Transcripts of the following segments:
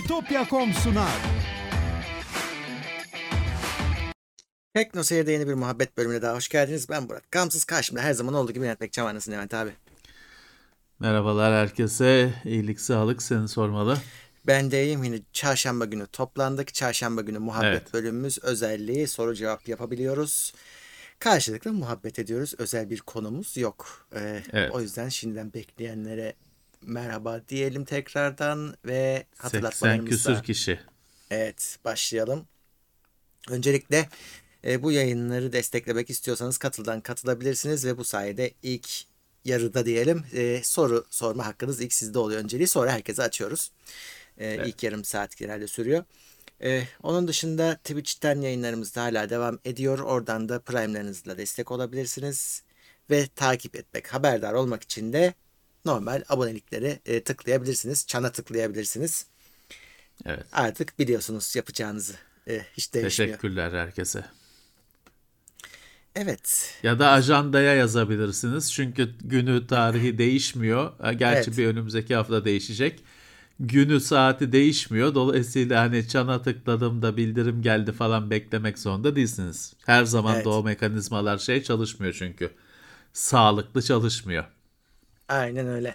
Bitopya.com sunar. Tekno Seyir'de yeni bir muhabbet bölümüne daha hoş geldiniz. Ben Murat. Gamsız karşımda her zaman olduğu gibi Levent Bekçam var. Nasılsın Levent abi? Merhabalar herkese. İyilik, sağlık seni sormalı. Ben de iyiyim. Yine çarşamba günü toplandık. Çarşamba günü muhabbet Evet. bölümümüz özelliği soru cevap yapabiliyoruz. Karşılıklı muhabbet ediyoruz. Özel bir konumuz yok. Evet. O yüzden şimdiden bekleyenlere merhaba diyelim tekrardan ve 80 hatırlatmalarımızda. küsür kişi. Evet, başlayalım. Öncelikle bu yayınları desteklemek istiyorsanız Katıl'dan katılabilirsiniz ve bu sayede ilk yarıda diyelim soru sorma hakkınız ilk sizde oluyor önceliği. Sonra herkese açıyoruz. Evet. İlk yarım saat genelde sürüyor. Onun dışında Twitch'ten yayınlarımız da hala devam ediyor. Oradan da Prime'lerinizle destek olabilirsiniz. Ve takip etmek, haberdar olmak için de normal abonelikleri tıklayabilirsiniz. Çana tıklayabilirsiniz. Evet. Artık biliyorsunuz yapacağınızı. Hiç değişmiyor. Teşekkürler herkese. Evet. Ya da ajandaya yazabilirsiniz. Çünkü günü, tarihi değişmiyor. Gerçi Evet. bir önümüzdeki hafta değişecek. Günü, saati değişmiyor. Dolayısıyla hani çana tıkladığımda bildirim geldi falan beklemek zorunda değilsiniz. Her zaman Evet. da o mekanizmalar çalışmıyor çünkü. Sağlıklı çalışmıyor. Aynen öyle.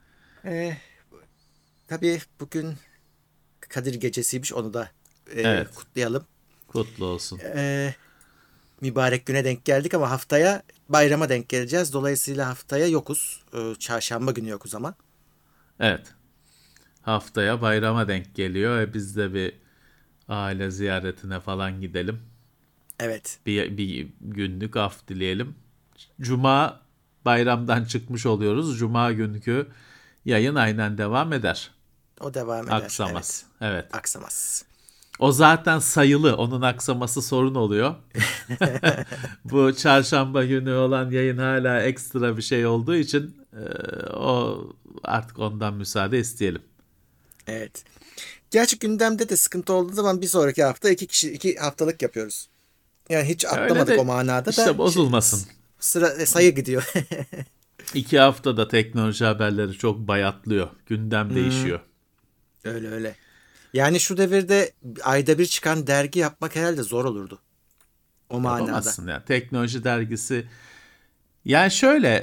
Tabii bugün Kadir Gecesi'ymiş. Onu da Evet. kutlayalım. Kutlu olsun. Mübarek güne denk geldik ama haftaya bayrama denk geleceğiz. Dolayısıyla haftaya yokuz. Çarşamba günü yokuz ama. Evet. Haftaya bayrama denk geliyor. Biz de bir aile ziyaretine falan gidelim. Evet. Bir günlük af dileyelim. Cuma bayramdan çıkmış oluyoruz. Cuma günkü yayın aynen devam eder. O devam eder. Aksamaz. Evet. Evet. Aksamaz. O zaten sayılı. Onun aksaması sorun oluyor. Bu çarşamba günü olan yayın hala ekstra bir şey olduğu için o artık ondan müsaade isteyelim. Evet. Gerçi gündemde de sıkıntı olduğu zaman bir sonraki hafta iki haftalık yapıyoruz. Yani hiç Öyle atlamadık o de manada işte da bozulmasın. sayı gidiyor. 2 haftada teknoloji haberleri çok bayatlıyor. Gündem değişiyor. Öyle. Yani şu devirde ayda bir çıkan dergi yapmak herhalde zor olurdu. O manada. Yapamazsın ya. Teknoloji dergisi. Yani şöyle,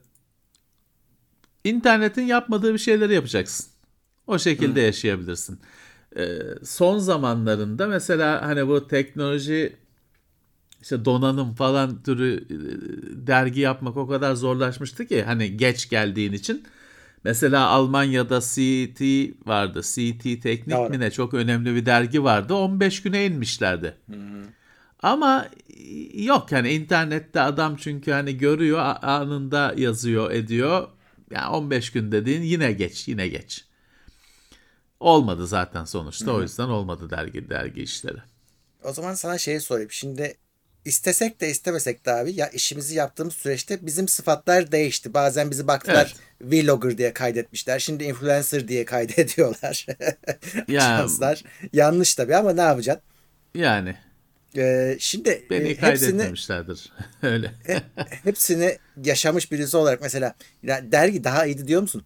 internetin yapmadığı bir şeyleri yapacaksın. O şekilde yaşayabilirsin. Son zamanlarında mesela hani bu teknoloji işte donanım falan türü dergi yapmak o kadar zorlaşmıştı ki hani geç geldiğin için. Mesela Almanya'da CT vardı. CT Teknik Doğru. mi ne, çok önemli bir dergi vardı. 15 güne inmişlerdi. Ama yok yani internette adam çünkü hani görüyor, anında yazıyor ediyor. Yani 15 gün dediğin yine geç. Olmadı zaten sonuçta. O yüzden olmadı dergi işleri. O zaman sana şeyi sorayım. Şimdi istesek de istemesek de abi ya işimizi yaptığımız süreçte bizim sıfatlar değişti. Bazen bizi baktılar Evet. vlogger diye kaydetmişler. Şimdi influencer diye kaydediyorlar. Ya Ajanslar. Yanlış tabii ama ne yapacaksın? yani Şimdi beni hepsini kaydetmemişlerdir. Öyle. hepsini yaşamış birisi olarak mesela ya dergi daha iyiydi diyor musun?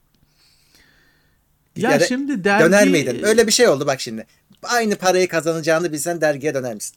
Ya Ya da şimdi döner miydin? dergi Öyle bir şey oldu bak şimdi. Aynı parayı kazanacağını bilsen dergiye döner misin?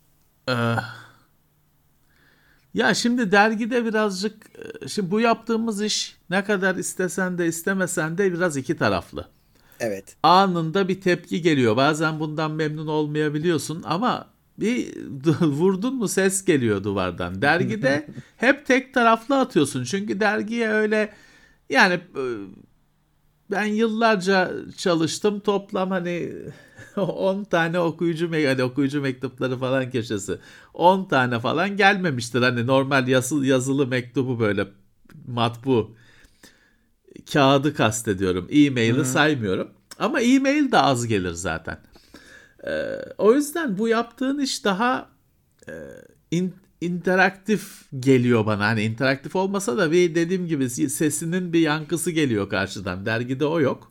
ya şimdi dergide birazcık şimdi bu yaptığımız iş ne kadar istesen de istemesen de biraz iki taraflı. Evet. Anında bir tepki geliyor. Bazen bundan memnun olmayabiliyorsun ama bir vurdun mu ses geliyor duvardan. Dergide hep tek taraflı atıyorsun. Çünkü dergiye öyle yani ben yıllarca çalıştım. Toplam hani 10 tane okuyucu mektupları falan köşesi. 10 tane falan gelmemiştir. Hani normal yazılı mektubu böyle matbu kağıdı kastediyorum. E-mail'i saymıyorum. Ama e-mail de az gelir zaten. O yüzden bu yaptığın iş daha interaktif geliyor bana. Hani interaktif olmasa da bir dediğim gibi sesinin bir yankısı geliyor karşıdan. Dergide o yok.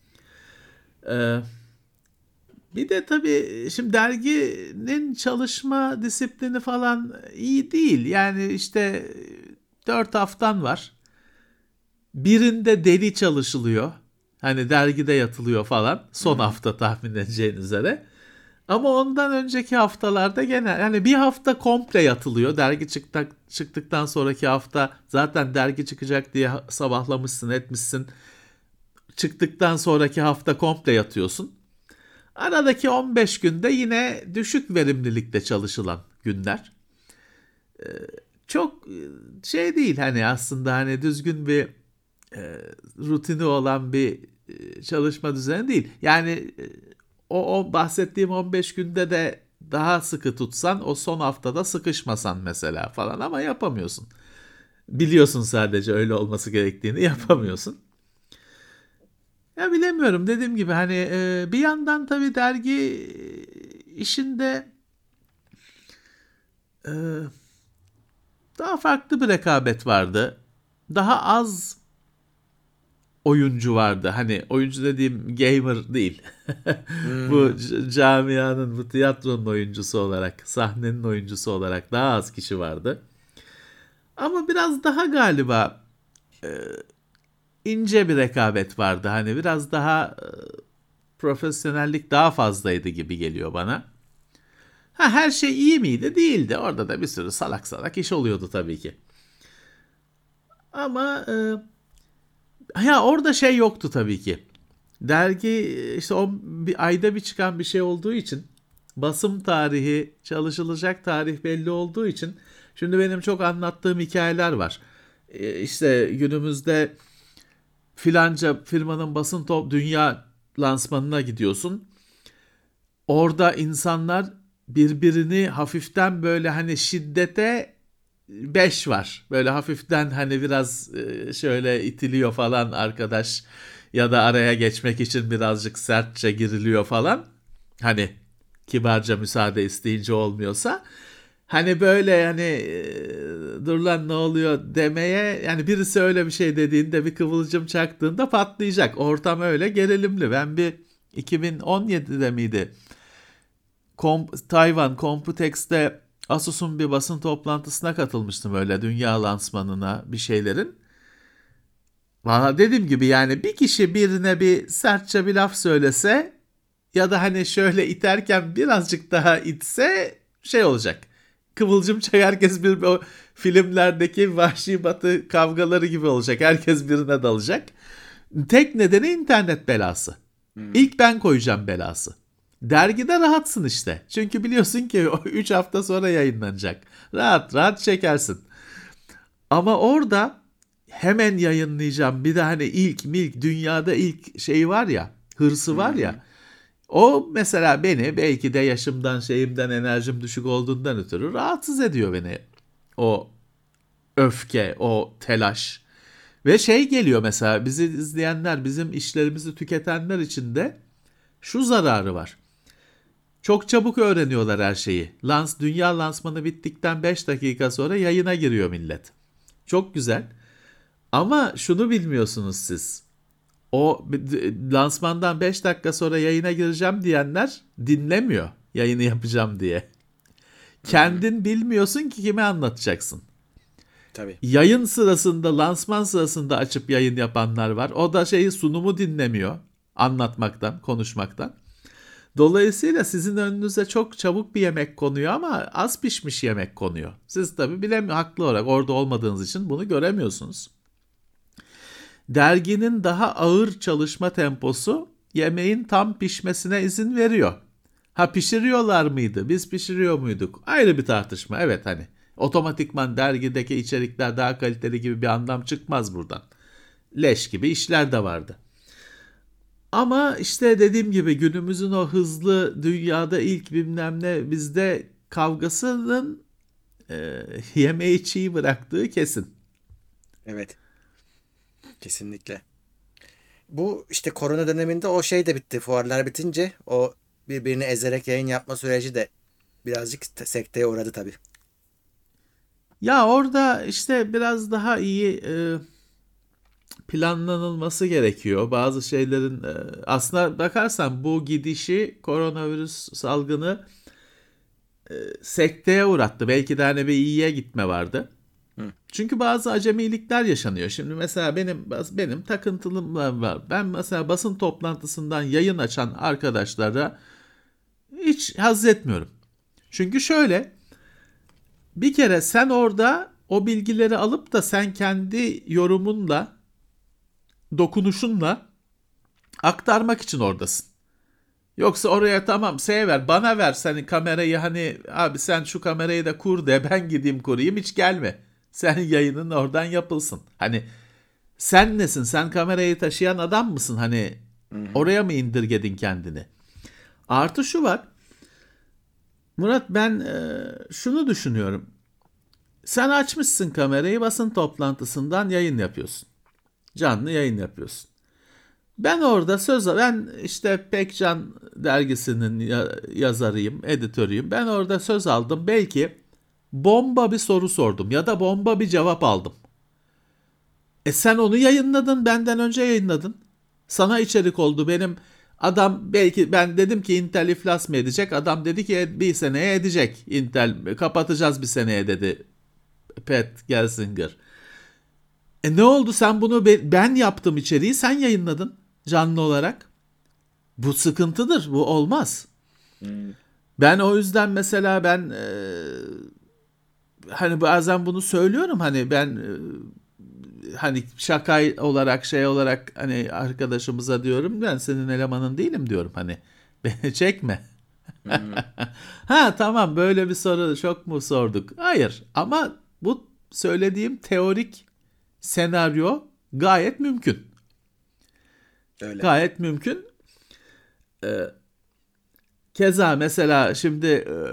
Bir de tabii şimdi derginin çalışma disiplini falan iyi değil. Yani işte 4 haftan var. Birinde deli çalışılıyor. Hani dergide yatılıyor falan. Son hafta tahmin edeceğin üzere. Ama ondan önceki haftalarda gene yani bir hafta komple yatılıyor. Dergi çıktıktan sonraki hafta zaten dergi çıkacak diye sabahlamışsın, etmişsin. Çıktıktan sonraki hafta komple yatıyorsun. Aradaki 15 günde yine düşük verimlilikte çalışılan günler. Çok şey değil hani aslında hani düzgün bir rutini olan bir çalışma düzeni değil. Yani o bahsettiğim 15 günde de daha sıkı tutsan o son haftada sıkışmasan mesela falan ama yapamıyorsun. Biliyorsun sadece öyle olması gerektiğini yapamıyorsun. Ya bilemiyorum dediğim gibi hani bir yandan tabii dergi işinde e, daha farklı bir rekabet vardı. Daha az oyuncu vardı. Hani oyuncu dediğim gamer değil. Bu Hmm. camianın, bu tiyatronun oyuncusu olarak, sahnenin oyuncusu olarak daha az kişi vardı. Ama biraz daha galiba ince bir rekabet vardı. Hani biraz daha profesyonellik daha fazlaydı gibi geliyor bana. Ha her şey iyi miydi? Değildi. Orada da bir sürü salak salak iş oluyordu tabii ki. Ama ya orada şey yoktu tabii ki. Dergi işte o bir ayda bir çıkan bir şey olduğu için basım tarihi, çalışılacak tarih belli olduğu için şimdi benim çok anlattığım hikayeler var. İşte günümüzde filanca firmanın dünya lansmanına gidiyorsun. Orada insanlar birbirini hafiften böyle hani şiddete 5 var. Böyle hafiften hani biraz şöyle itiliyor falan arkadaş ya da araya geçmek için birazcık sertçe giriliyor falan. Hani kibarca müsaade isteyince olmuyorsa. Hani böyle yani dur lan ne oluyor demeye yani birisi öyle bir şey dediğinde bir kıvılcım çaktığında patlayacak. Ortam öyle gerilimli. Ben bir 2017'de miydi? Tayvan Computex'te Asus'un bir basın toplantısına katılmıştım öyle dünya lansmanına bir şeylerin. Valla dediğim gibi yani bir kişi birine bir sertçe bir laf söylese ya da hani şöyle iterken birazcık daha itse şey olacak. Kıvılcım çak herkes o filmlerdeki Vahşi Batı kavgaları gibi olacak. Herkes birine dalacak. Tek nedeni internet belası. Hmm. İlk ben koyacağım belası. Dergide rahatsın işte. Çünkü biliyorsun ki o 3 hafta sonra yayınlanacak. Rahat rahat çekersin. Ama orada hemen yayınlayacağım. Bir de hani ilk dünyada ilk şey var ya, hırsı Hı var hı. ya. O mesela beni belki de yaşımdan şeyimden enerjim düşük olduğundan ötürü rahatsız ediyor beni. O öfke, o telaş. Ve şey geliyor mesela bizi izleyenler, bizim işlerimizi tüketenler için de şu zararı var. Çok çabuk öğreniyorlar her şeyi. Dünya lansmanı bittikten 5 dakika sonra yayına giriyor millet. Çok güzel. Ama şunu bilmiyorsunuz siz. O lansmandan 5 dakika sonra yayına gireceğim diyenler dinlemiyor yayını yapacağım diye. Hı. Kendin bilmiyorsun ki kime anlatacaksın. Tabii. Yayın sırasında, lansman sırasında açıp yayın yapanlar var. O da sunumu dinlemiyor anlatmaktan, konuşmaktan. Dolayısıyla sizin önünüze çok çabuk bir yemek konuyor ama az pişmiş yemek konuyor. Siz tabii haklı olarak orada olmadığınız için bunu göremiyorsunuz. Derginin daha ağır çalışma temposu yemeğin tam pişmesine izin veriyor. Ha pişiriyorlar mıydı? Biz pişiriyor muyduk? Ayrı bir tartışma. Evet hani otomatikman dergideki içerikler daha kaliteli gibi bir anlam çıkmaz buradan. Leş gibi işler de vardı. Ama işte dediğim gibi günümüzün o hızlı dünyada ilk bilmem ne bizde kavgasının yemeği çiğ bıraktığı kesin. Evet. Kesinlikle. Bu işte korona döneminde o şey de bitti. Fuarlar bitince o birbirini ezerek yayın yapma süreci de birazcık sekteye uğradı tabii. Ya orada işte biraz daha iyi planlanılması gerekiyor. Bazı şeylerin aslına bakarsan bu gidişi koronavirüs salgını sekteye uğrattı. Belki de hani bir iyiye gitme vardı. Hı. Çünkü bazı acemilikler yaşanıyor. Şimdi mesela benim takıntılım var. Ben mesela basın toplantısından yayın açan arkadaşlara hiç haz etmiyorum. Çünkü şöyle, bir kere sen orada o bilgileri alıp da sen kendi yorumunla, dokunuşunla aktarmak için oradasın. Yoksa oraya tamam ver, bana ver senin kamerayı, hani abi sen şu kamerayı da kur de ben gideyim kurayım, hiç gelme. Sen yayının oradan yapılsın. Hani sen nesin? Sen kamerayı taşıyan adam mısın? Hani Hı hı. oraya mı indirgedin kendini? Artı şu var. Murat, ben şunu düşünüyorum. Sen açmışsın kamerayı, basın toplantısından yayın yapıyorsun. Canlı yayın yapıyorsun. Ben işte Pekcan dergisinin yazarıyım, editörüyüm. Ben orada söz aldım. Belki bomba bir soru sordum ya da bomba bir cevap aldım. Sen onu yayınladın, benden önce yayınladın. Sana içerik oldu. Adam, belki ben dedim ki Intel iflas mı edecek? Adam dedi ki bir seneye edecek. Intel kapatacağız bir seneye dedi Pat Gelsinger. Ne oldu, sen bunu ben yaptım, içeriği sen yayınladın canlı olarak. Bu sıkıntıdır, bu olmaz. Hı. Ben o yüzden mesela hani bazen bunu söylüyorum, hani hani şaka olarak, şey olarak, hani arkadaşımıza diyorum, ben senin elemanın değilim diyorum, hani beni çekme. Hı. Ha tamam, böyle bir soru çok mu sorduk? Hayır, ama bu söylediğim teorik senaryo gayet mümkün. Öyle. Gayet mümkün. Keza mesela şimdi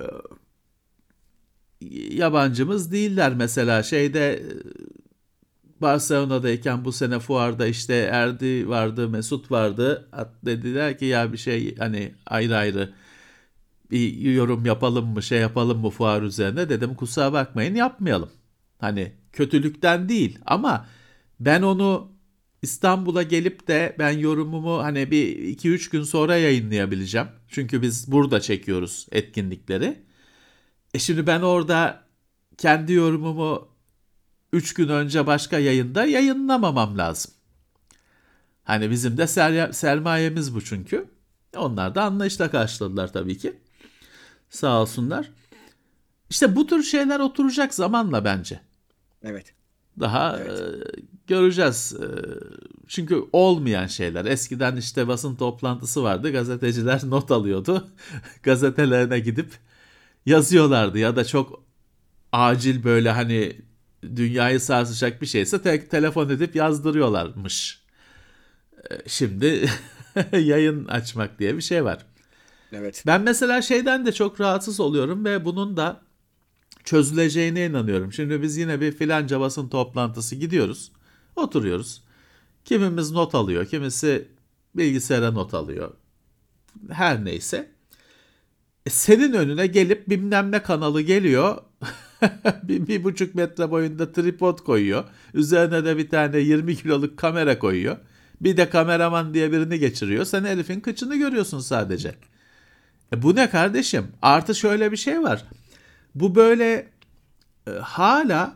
yabancımız değiller, mesela Barcelona'dayken bu sene fuarda işte Erdi vardı, Mesut vardı. Dediler ki ya bir şey, hani ayrı ayrı bir yorum yapalım mı, şey yapalım mı fuar üzerine, dedim kusura bakmayın, yapmayalım. Hani kötülükten değil ama ben onu İstanbul'a gelip de ben yorumumu hani bir iki üç gün sonra yayınlayabileceğim. Çünkü biz burada çekiyoruz etkinlikleri. Şimdi ben orada kendi yorumumu 3 gün önce başka yayında yayınlamamam lazım. Hani bizim de sermayemiz bu çünkü. Onlar da anlayışla karşıladılar tabii ki. Sağ olsunlar. İşte bu tür şeyler oturacak zamanla bence. Evet. Daha Evet. göreceğiz. Çünkü olmayan şeyler. Eskiden işte basın toplantısı vardı. Gazeteciler not alıyordu. Gazetelerine gidip yazıyorlardı ya da çok acil, böyle hani dünyayı sarsacak bir şeyse telefon edip yazdırıyorlarmış. Şimdi yayın açmak diye bir şey var. Evet. Ben mesela şeyden de çok rahatsız oluyorum ve bunun da çözüleceğine inanıyorum. Şimdi biz yine bir filanca basın toplantısı gidiyoruz. Oturuyoruz. Kimimiz not alıyor, kimisi bilgisayara not alıyor. Her neyse. Senin önüne gelip bilmem ne kanalı geliyor. 1,5 metre boyunda tripod koyuyor. Üzerine de bir tane 20 kiloluk kamera koyuyor. Bir de kameraman diye birini geçiriyor. Sen herifin kıçını görüyorsun sadece. Bu ne kardeşim? Artı şöyle bir şey var. Bu böyle hala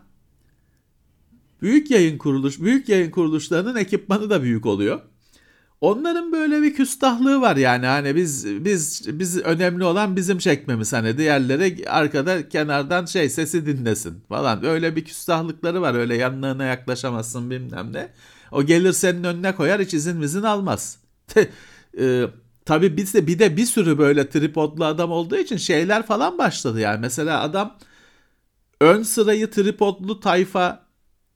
büyük yayın kuruluşlarının ekipmanı da büyük oluyor. Onların böyle bir küstahlığı var yani, hani biz önemli olan bizim çekmemiz, hani diğerleri arkada kenardan sesi dinlesin falan, öyle bir küstahlıkları var, öyle yanlarına yaklaşamazsın bilmem ne. O gelir senin önüne koyar, hiç izin almaz. e, tabii bir de bir sürü böyle tripodlu adam olduğu için şeyler falan başladı yani, mesela adam ön sırayı tripodlu tayfa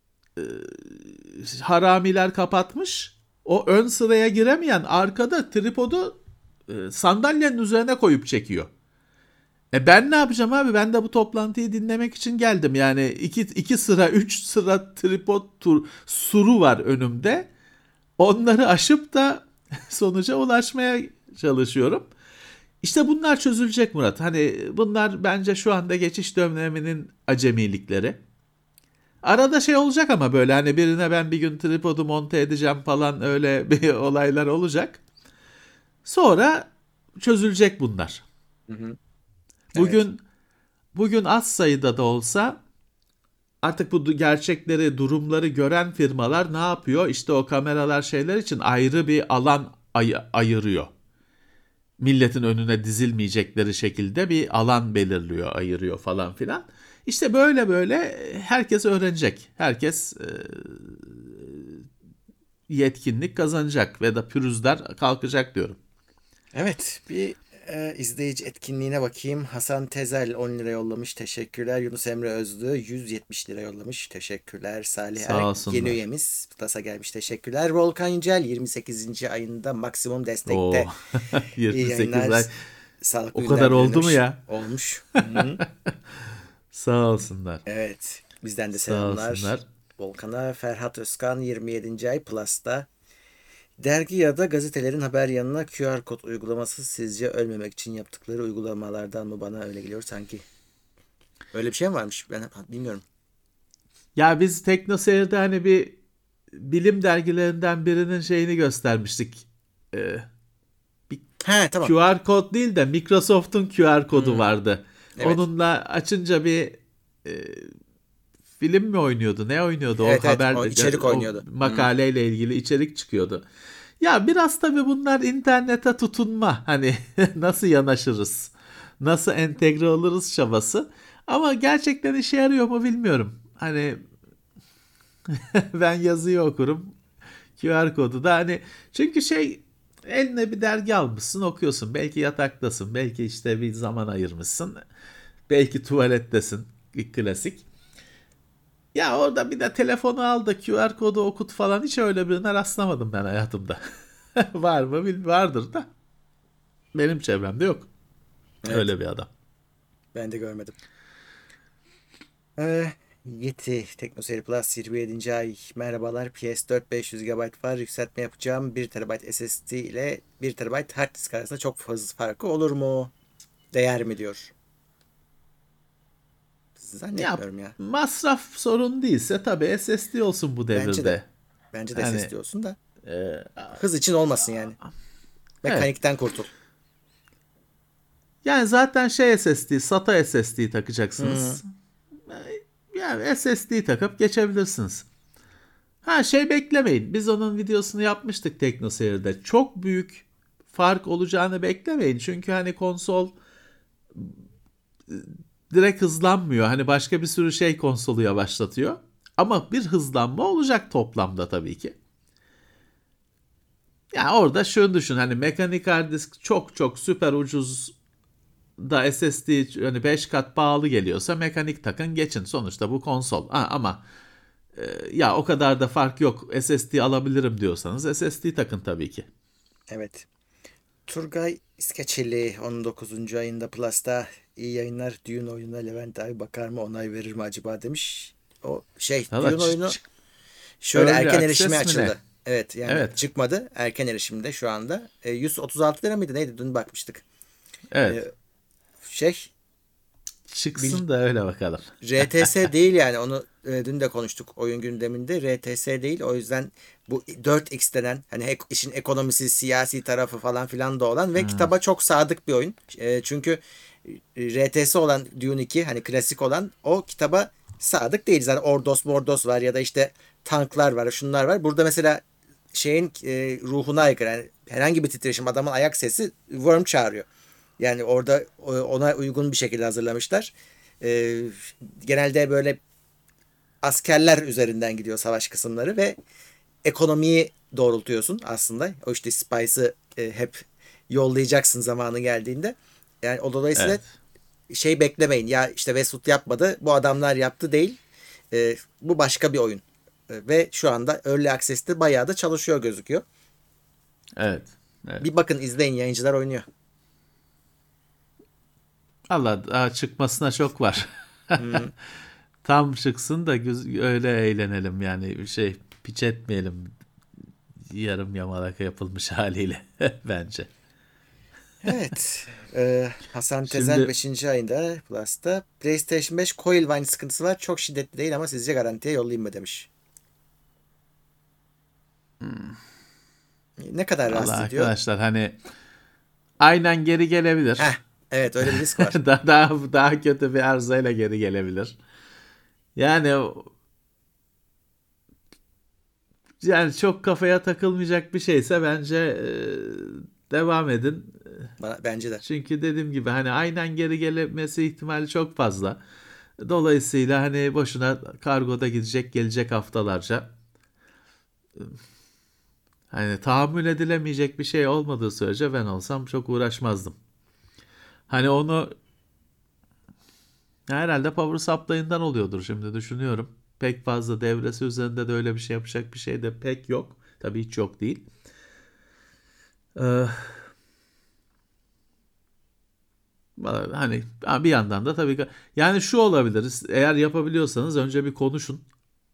haramiler kapatmış. O ön sıraya giremeyen arkada tripodu sandalyenin üzerine koyup çekiyor. Ben ne yapacağım abi? Ben de bu toplantıyı dinlemek için geldim. Yani iki sıra, üç sıra tripod suru var önümde. Onları aşıp da sonuca ulaşmaya çalışıyorum. İşte bunlar çözülecek Murat. Hani bunlar bence şu anda geçiş döneminin acemilikleri. Arada şey olacak ama, böyle hani birine ben bir gün tripodu monte edeceğim falan, öyle bir olaylar olacak. Sonra çözülecek bunlar. Hı hı. Evet. Bugün bugün az sayıda da olsa artık bu gerçekleri, durumları gören firmalar ne yapıyor? İşte o kameralar şeyler için ayrı bir alan ayırıyor. Milletin önüne dizilmeyecekleri şekilde bir alan belirliyor, ayırıyor falan filan. İşte böyle böyle herkes öğrenecek. Herkes yetkinlik kazanacak ve da pürüzler kalkacak diyorum. Evet, bir izleyici etkinliğine bakayım. Hasan Tezel 10 lira yollamış. Teşekkürler. Yunus Emre Özlü 170 lira yollamış. Teşekkürler. Salih Sağ Erk yeni olsunlar. üyemiz. Plasa gelmiş. Teşekkürler. Volkan Yücel 28. ayında maksimum destekte. Oo, İyi 28 yayınlar. ay. Sağlıklı O kadar günler diliyorum oldu mu demiş. ya? Olmuş. Hı-hı. Sağ olsunlar. Evet. Bizden de Sağ selamlar. olsunlar. Volkan'a Ferhat Özkan 27. ay Plus'ta. Dergi ya da gazetelerin haber yanına QR kod uygulaması sizce ölmemek için yaptıkları uygulamalardan mı, bana öyle geliyor sanki. Öyle bir şey mi varmış? Ben bilmiyorum. Ya biz Tekno Seyir'de hani bir bilim dergilerinden birinin şeyini göstermiştik. Ee, bir He, tamam. QR kod değil de Microsoft'un QR kodu Hmm, vardı. evet. Onunla açınca bir e, film mi oynuyordu? Ne oynuyordu? O Evet, evet. haber, O içerik o oynuyordu. Hmm, makaleyle ilgili içerik çıkıyordu. Ya biraz tabii bunlar internete tutunma. Hani nasıl yanaşırız? Nasıl entegre oluruz çabası. Ama gerçekten işe yarıyor mu bilmiyorum. Hani ben yazıyı okurum. QR kodu da hani çünkü eline bir dergi almışsın okuyorsun. Belki yataktasın. Belki işte bir zaman ayırmışsın. Belki tuvalettesin. Klasik. Ya orada bir de telefonu al da QR kodu okut falan hiç öyle birine rastlamadım ben hayatımda. Var mı? Vardır da. Benim çevremde yok. evet. Öyle bir adam. Ben de görmedim. Yeti TeknoSeyir Plus 27. ay. Merhabalar. PS4 500 GB var. Yükseltme yapacağım. 1 TB SSD ile 1 TB hard disk arasında çok fazla farkı olur mu? Değer mi diyor. Ya Zannetmiyorum ya. masraf sorun değilse tabii SSD olsun bu Bence de. devirde. Bence de Hani SSD olsun da. e, Hız için olmasın yani. evet. Mekanikten kurtul. Yani zaten SSD, SATA SSD Hı. takacaksınız. Yani SSD takıp geçebilirsiniz. Beklemeyin. Biz onun videosunu yapmıştık TeknoSeyir'de. Çok büyük fark olacağını beklemeyin. Çünkü hani konsol direkt hızlanmıyor. Hani başka bir sürü şey konsolu yavaşlatıyor. Ama bir hızlanma olacak toplamda tabii ki. Yani orada şunu düşün. Hani mekanik hard disk çok çok süper ucuz da SSD hani 5 kat pahalı geliyorsa mekanik takın geçin. Sonuçta bu konsol. Ama ya o kadar da fark yok. SSD alabilirim diyorsanız SSD takın tabii ki. Evet. Turgay İskeçeli 19. ayında Plus'ta iyi yayınlar. Düğün oyununa Levent abi bakar mı, onay verir mi acaba demiş. O Valla düğün oyunu şöyle Early erken erişime access mi ne? açıldı. Evet, yani Evet. çıkmadı. Erken erişimde şu anda. 136 lira mıydı neydi? Dün bakmıştık. Evet. E, şey bil, Çıksın da öyle bakalım. RTS değil yani, onu dün de konuştuk oyun gündeminde. RTS değil, o yüzden bu 4X denen, hani işin ekonomisi, siyasi tarafı falan filan da olan ve Hmm. kitaba çok sadık bir oyun. Çünkü RTS olan Dune 2, hani klasik olan, o kitaba sadık değil. Zaten Ordos Mordos var ya da işte tanklar var, şunlar var. Burada mesela ruhuna aykırı. Yani herhangi bir titreşim, adamın ayak sesi Worm çağırıyor. Yani orada ona uygun bir şekilde hazırlamışlar. E, Genelde böyle askerler üzerinden gidiyor savaş kısımları ve ekonomiyi doğrultuyorsun aslında. O işte Spice'ı hep yollayacaksın zamanı geldiğinde. Yani o dolayısıyla Evet. beklemeyin. Ya işte Westwood yapmadı, bu adamlar yaptı değil. Bu başka bir oyun. Ve şu anda Early Access'te bayağı da çalışıyor gözüküyor. Evet. Evet. Bir bakın, izleyin, yayıncılar oynuyor. Allah daha çıkmasına çok var. Hı, Tam çıksın da öyle eğlenelim yani piç etmeyelim yarım yamalak yapılmış haliyle bence. evet. Hasan Tezel Şimdi 5. ayında Plus'ta PlayStation 5 coil whine sıkıntısı var. Çok şiddetli değil ama sizce garantiye yollayayım mı demiş. Ne kadar Allah rahatsız ediyor? arkadaşlar hani aynen geri gelebilir. Heh, evet, öyle bir risk var. Daha kötü bir arızayla geri gelebilir. Yani yani çok kafaya takılmayacak bir şeyse bence devam edin. Bence de. Çünkü dediğim gibi hani aynen geri gelemesi ihtimali çok fazla. Dolayısıyla hani boşuna kargoda gidecek gelecek haftalarca. Hani tahammül edilemeyecek bir şey olmadığı sürece ben olsam çok uğraşmazdım. Hani onu herhalde power supply'ından oluyordur şimdi düşünüyorum. Pek fazla devresi üzerinde de öyle bir şey yapacak bir şey de pek yok. Tabii hiç yok değil. Ee, Hani bir yandan da tabii yani şu olabilir. Eğer yapabiliyorsanız önce bir konuşun.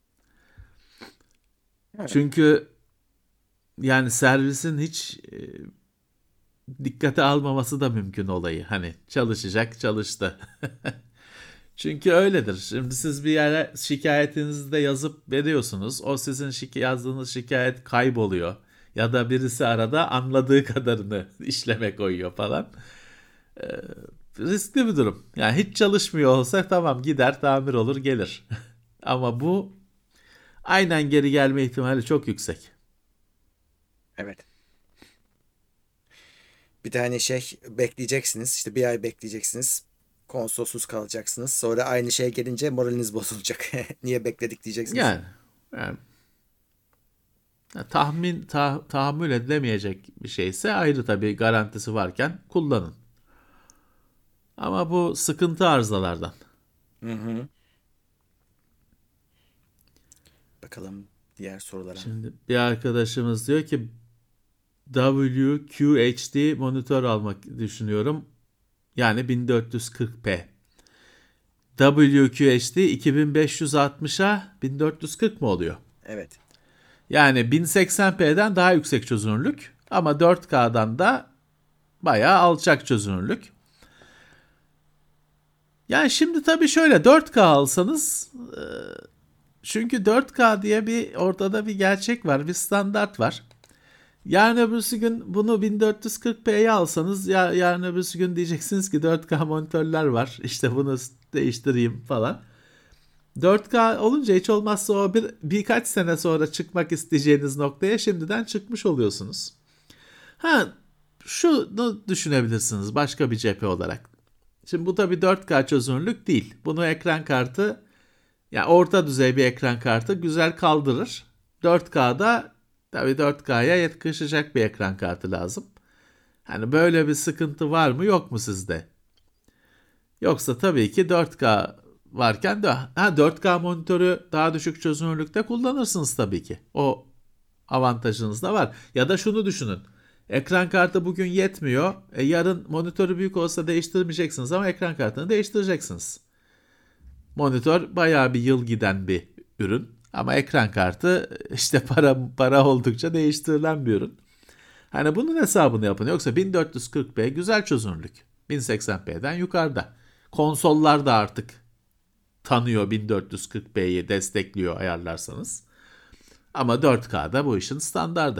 Evet. Çünkü yani servisin hiç dikkate almaması da mümkün olayı. Hani çalışacak, çalıştı. Çünkü öyledir. Şimdi siz bir yere şikayetinizi de yazıp veriyorsunuz. O sizin yazdığınız şikayet kayboluyor. Ya da birisi arada anladığı kadarını işleme koyuyor falan. Riskli bir durum. Yani hiç çalışmıyor olsa tamam gider tamir olur gelir. Ama bu aynen geri gelme ihtimali çok yüksek. Evet. Bir de hani bekleyeceksiniz. İşte bir ay bekleyeceksiniz. Konsolsuz kalacaksınız. Sonra aynı şey gelince moraliniz bozulacak. Niye bekledik diyeceksiniz. Yani tahammül edilemeyecek bir şeyse ayrı tabii garantisi varken kullanın. Ama bu sıkıntı arızalardan. Hı hı. Bakalım diğer sorulara. Şimdi bir arkadaşımız diyor ki WQHD monitör almak düşünüyorum. Yani 1440p. WQHD 2560'a 1440 mı oluyor? Evet. Yani 1080p'den daha yüksek çözünürlük ama 4K'dan da bayağı alçak çözünürlük. Yani şimdi tabii şöyle 4K alsanız çünkü 4K diye bir ortada bir gerçek var, bir standart var. Yarın öbürsü gün bunu 1440p'ye alsanız ya yarın öbürsü gün diyeceksiniz ki 4K monitörler var. İşte bunu değiştireyim falan. 4K olunca hiç olmazsa o birkaç sene sonra çıkmak isteyeceğiniz noktaya şimdiden çıkmış oluyorsunuz. Ha şunu düşünebilirsiniz başka bir cephe olarak. Şimdi bu tabii 4K çözünürlük değil. Bunu ekran kartı yani orta düzey bir ekran kartı güzel kaldırır. 4K'da tabii 4K'ya yakışacak bir ekran kartı lazım. Hani böyle bir sıkıntı var mı yok mu sizde? Yoksa tabii ki 4K varken de 4K monitörü daha düşük çözünürlükte kullanırsınız tabii ki. O avantajınız da var. Ya da şunu düşünün. Ekran kartı bugün yetmiyor. Yarın monitörü büyük olsa değiştirmeyeceksiniz ama ekran kartını değiştireceksiniz. Monitör bayağı bir yıl giden bir ürün. Ama ekran kartı işte para oldukça değiştirilen bir ürün. Hani bunun hesabını yapın. Yoksa 1440p güzel çözünürlük. 1080p'den yukarıda. Konsollar da artık tanıyor 1440p'yi destekliyor ayarlarsanız. Ama 4K'da bu işin standardı.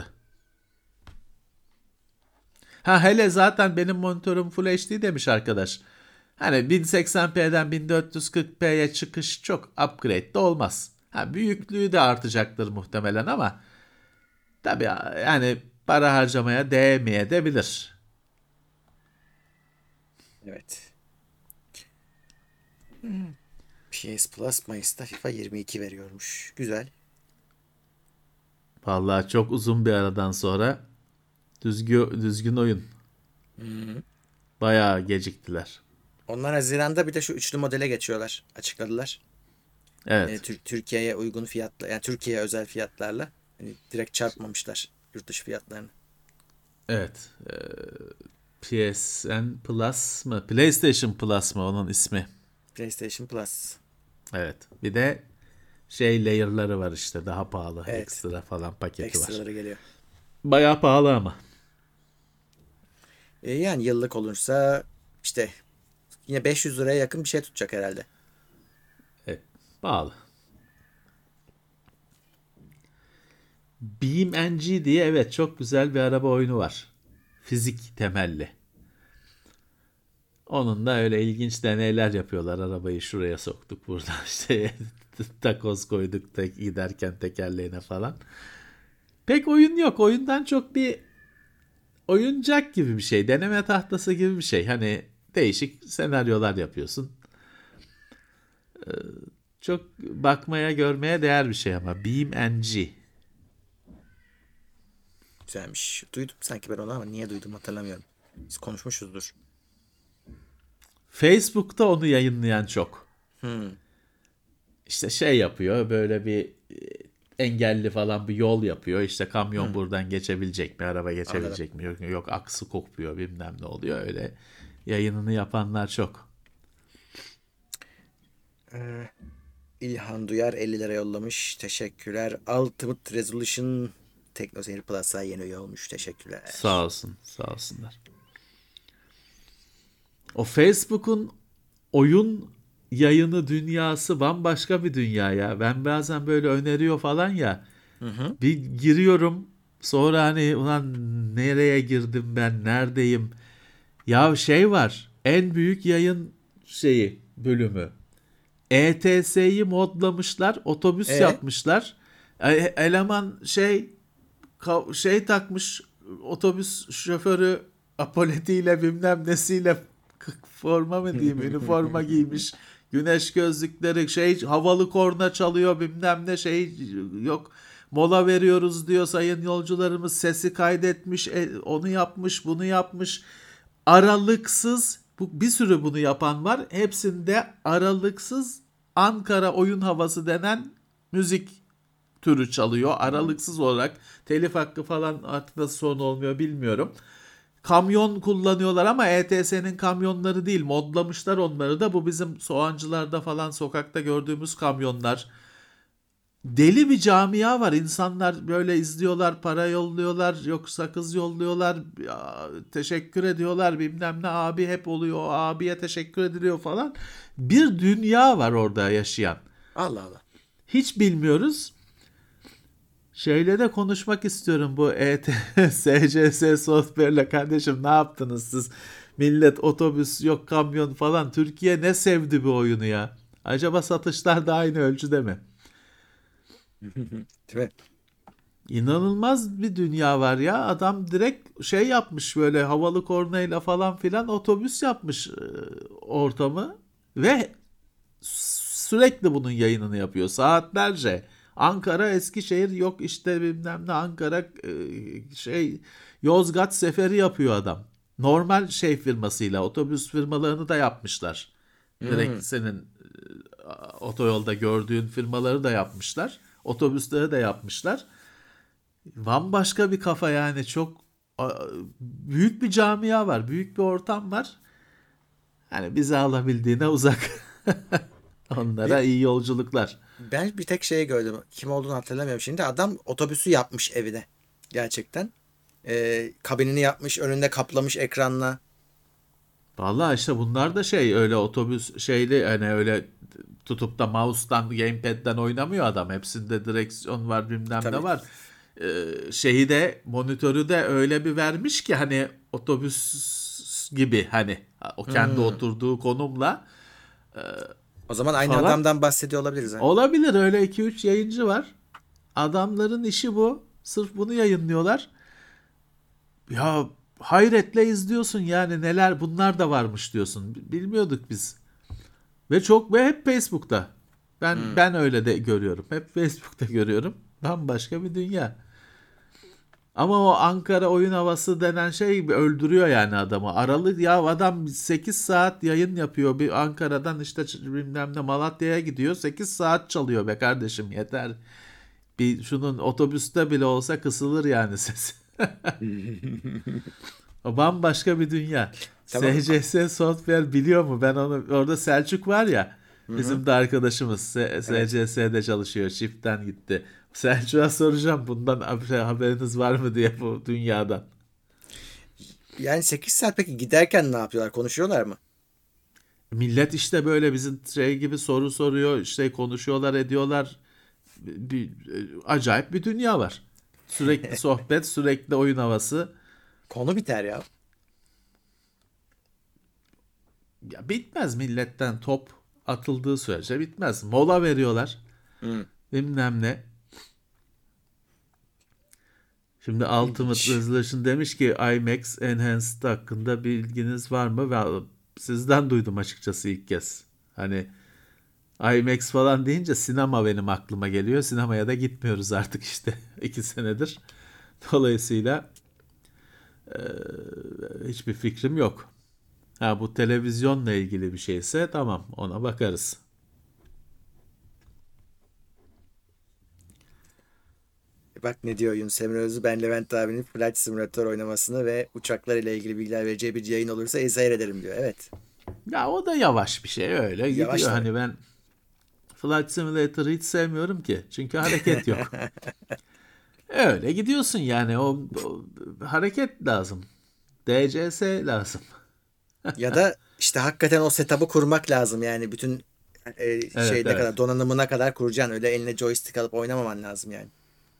Ha hele zaten benim monitörüm Full HD demiş arkadaş. Hani 1080p'den 1440p'ye çıkış çok upgrade de olmaz. Ha büyüklüğü de artacaktır muhtemelen ama tabii yani para harcamaya değmeye de bilir. Evet. PS Plus Mayıs'ta FIFA 22 veriyormuş. Güzel. Vallahi çok uzun bir aradan sonra düzgün oyun. Hı. Bayağı geciktiler. Onlar Haziran'da bir de şu üçlü modele geçiyorlar. Açıkladılar. Evet. Türkiye'ye uygun fiyatla, yani Türkiye'ye özel fiyatlarla. Hani direkt çarpmamışlar yurt dışı fiyatlarını. Evet. PSN Plus mı? PlayStation Plus mı onun ismi? PlayStation Plus. Evet. Bir de şey layer'ları var işte daha pahalı. Evet. Ekstra falan paketi var. Ekstraları geliyor. Bayağı pahalı ama. Yani yıllık olursa işte yine 500 liraya yakın bir şey tutacak herhalde. Evet. Pahalı. BeamNG diye evet çok güzel bir araba oyunu var. Fizik temelli. Onun da öyle ilginç deneyler yapıyorlar. Arabayı şuraya soktuk, buradan işte takoz koyduk giderken tekerleğine falan. Pek oyun yok. Oyundan çok bir oyuncak gibi bir şey. Deneme tahtası gibi bir şey. Hani değişik senaryolar yapıyorsun. Çok bakmaya, görmeye değer bir şey ama. BeamNG. Güzelmiş. Duydum sanki ben onu ama niye duydum hatırlamıyorum. Biz konuşmuşuzdur. Facebook'ta onu yayınlayan çok. Hmm. İşte şey yapıyor, böyle bir engelli falan bir yol yapıyor. İşte kamyon Hmm. buradan geçebilecek mi, araba Anladım. geçebilecek mi? Yok aksı kopuyor, bilmem ne oluyor. Öyle yayınını yapanlar çok. Ee, İlhan Duyar 50 lira yollamış. Teşekkürler. Ultimate Resolution TeknoSeyir Plus'a yeni üye olmuş. Sağ Teşekkürler. olsun, sağ olsunlar. O Facebook'un oyun yayını dünyası bambaşka bir dünya ya. Ben bazen böyle öneriyor falan ya. Hı hı. Bir giriyorum, sonra hani ulan nereye girdim ben, neredeyim? Ya şey var, en büyük yayın şeyi bölümü. ETS'yi modlamışlar, otobüs E yapmışlar. Eleman şey takmış, otobüs şoförü apoletiyle bilmem nesiyle forma mı diyeyim, üniforma giymiş. Güneş gözlükleri, havalı korna çalıyor, bilmem ne yok. Mola veriyoruz diyor, sayın yolcularımız, sesi kaydetmiş, onu yapmış, bunu yapmış. Aralıksız, bir sürü bunu yapan var. Hepsinde aralıksız Ankara oyun havası denen müzik türü çalıyor. Aralıksız olarak, telif hakkı falan artık nasıl sorun olmuyor bilmiyorum. Kamyon kullanıyorlar ama ETS'nin kamyonları değil, modlamışlar onları da. Bu bizim Soğancılar'da falan sokakta gördüğümüz kamyonlar. Deli bir camia var. İnsanlar böyle izliyorlar, para yolluyorlar, yok sakız yolluyorlar, teşekkür ediyorlar, bilmem ne, abi hep oluyor, abiye teşekkür ediliyor falan. Bir dünya var orada yaşayan. Allah Allah. Hiç bilmiyoruz. Şeyle de konuşmak istiyorum, bu SCS Software'le. Kardeşim, ne yaptınız siz? Millet otobüs yok, kamyon falan. Türkiye ne sevdi bu oyunu ya? Acaba satışlar da aynı ölçüde mi? Değil mi? İnanılmaz bir dünya var ya. Adam direkt şey yapmış, böyle havalı kornayla falan filan otobüs yapmış ortamı ve sürekli bunun yayınını yapıyor saatlerce. Ankara Eskişehir, yok işte bilmem ne, Ankara Yozgat seferi yapıyor adam. Normal firmasıyla otobüs firmalarını da yapmışlar. Direkt Hmm. senin otoyolda gördüğün firmaları da yapmışlar. Otobüsleri de yapmışlar. Bambaşka bir kafa yani, çok büyük bir camia var, büyük bir ortam var. Yani bizi alabildiğine uzak. Bir, Onlara iyi yolculuklar. ben bir tek şey gördüm. Kim olduğunu hatırlamıyorum şimdi. Adam otobüsü yapmış evine. Gerçekten. Kabinini yapmış. Önünde kaplamış ekranla. Vallahi işte bunlar da öyle otobüs hani öyle tutup da mouse'dan, gamepad'den oynamıyor adam. Hepsinde direksiyon var, bilmem ne Tabii. var. Şeyi de, monitörü de öyle bir vermiş ki hani otobüs gibi, hani o kendi Hmm. oturduğu konumla O zaman aynı falan. adamdan bahsediyor olabiliriz ha. Olabilir, öyle iki üç yayıncı var. Adamların işi bu. Sırf bunu yayınlıyorlar. Ya hayretle izliyorsun yani, neler bunlar da varmış diyorsun. Bilmiyorduk biz. Ve hep Facebook'ta. Ben Hmm. ben öyle de görüyorum. Hep Facebook'ta görüyorum. Bambaşka bir dünya. Ama o Ankara oyun havası denen şey öldürüyor yani adamı. Aralık ya, adam 8 saat yayın yapıyor. Bir Ankara'dan işte bilmem ne Malatya'ya gidiyor. 8 saat çalıyor be kardeşim, yeter. Bir şunun otobüste bile olsa kısılır yani ses. O bambaşka bir dünya. Tamam. SCS Software biliyor mu? Ben onu, orada Selçuk var ya, Hı hı. bizim de arkadaşımız Evet. SCS'de çalışıyor. Shift'ten gitti. Selçuk'a soracağım, bundan haberiniz var mı diye, bu dünyadan. Yani 8 saat peki giderken ne yapıyorlar? Konuşuyorlar mı? Millet işte böyle bizim gibi soru soruyor, işte konuşuyorlar, ediyorlar. Acayip bir dünya var. Sürekli sohbet, sürekli oyun havası. Konu biter ya. Ya bitmez, milletten top atıldığı sürece bitmez. Mola veriyorlar. Hı, Bilmem ne. Şimdi Ultimate ilginç. Resolution demiş ki IMAX Enhanced hakkında bilginiz var mı? Ve sizden duydum açıkçası ilk kez. Hani IMAX falan deyince sinema benim aklıma geliyor. Sinemaya da gitmiyoruz artık işte 2 senedir. Dolayısıyla hiçbir fikrim yok. Ha, bu televizyonla ilgili bir şeyse tamam, ona bakarız. Bak ne diyor Yunus Emre Özü. Ben Levent abinin Flight Simulator oynamasını ve uçaklar ile ilgili bilgiler vereceği bir yayın olursa seyredelim diyor. Evet. Ya o da yavaş bir şey, öyle Yavaş gidiyor. tabii. Hani ben Flight Simulator'ı hiç sevmiyorum ki. Çünkü hareket yok. Öyle gidiyorsun yani, o hareket lazım. DCS lazım. Ya da işte hakikaten o setup'ı kurmak lazım. Yani bütün Evet, ne evet. kadar donanımına kadar kuracaksın. Öyle eline joystick alıp oynamaman lazım yani.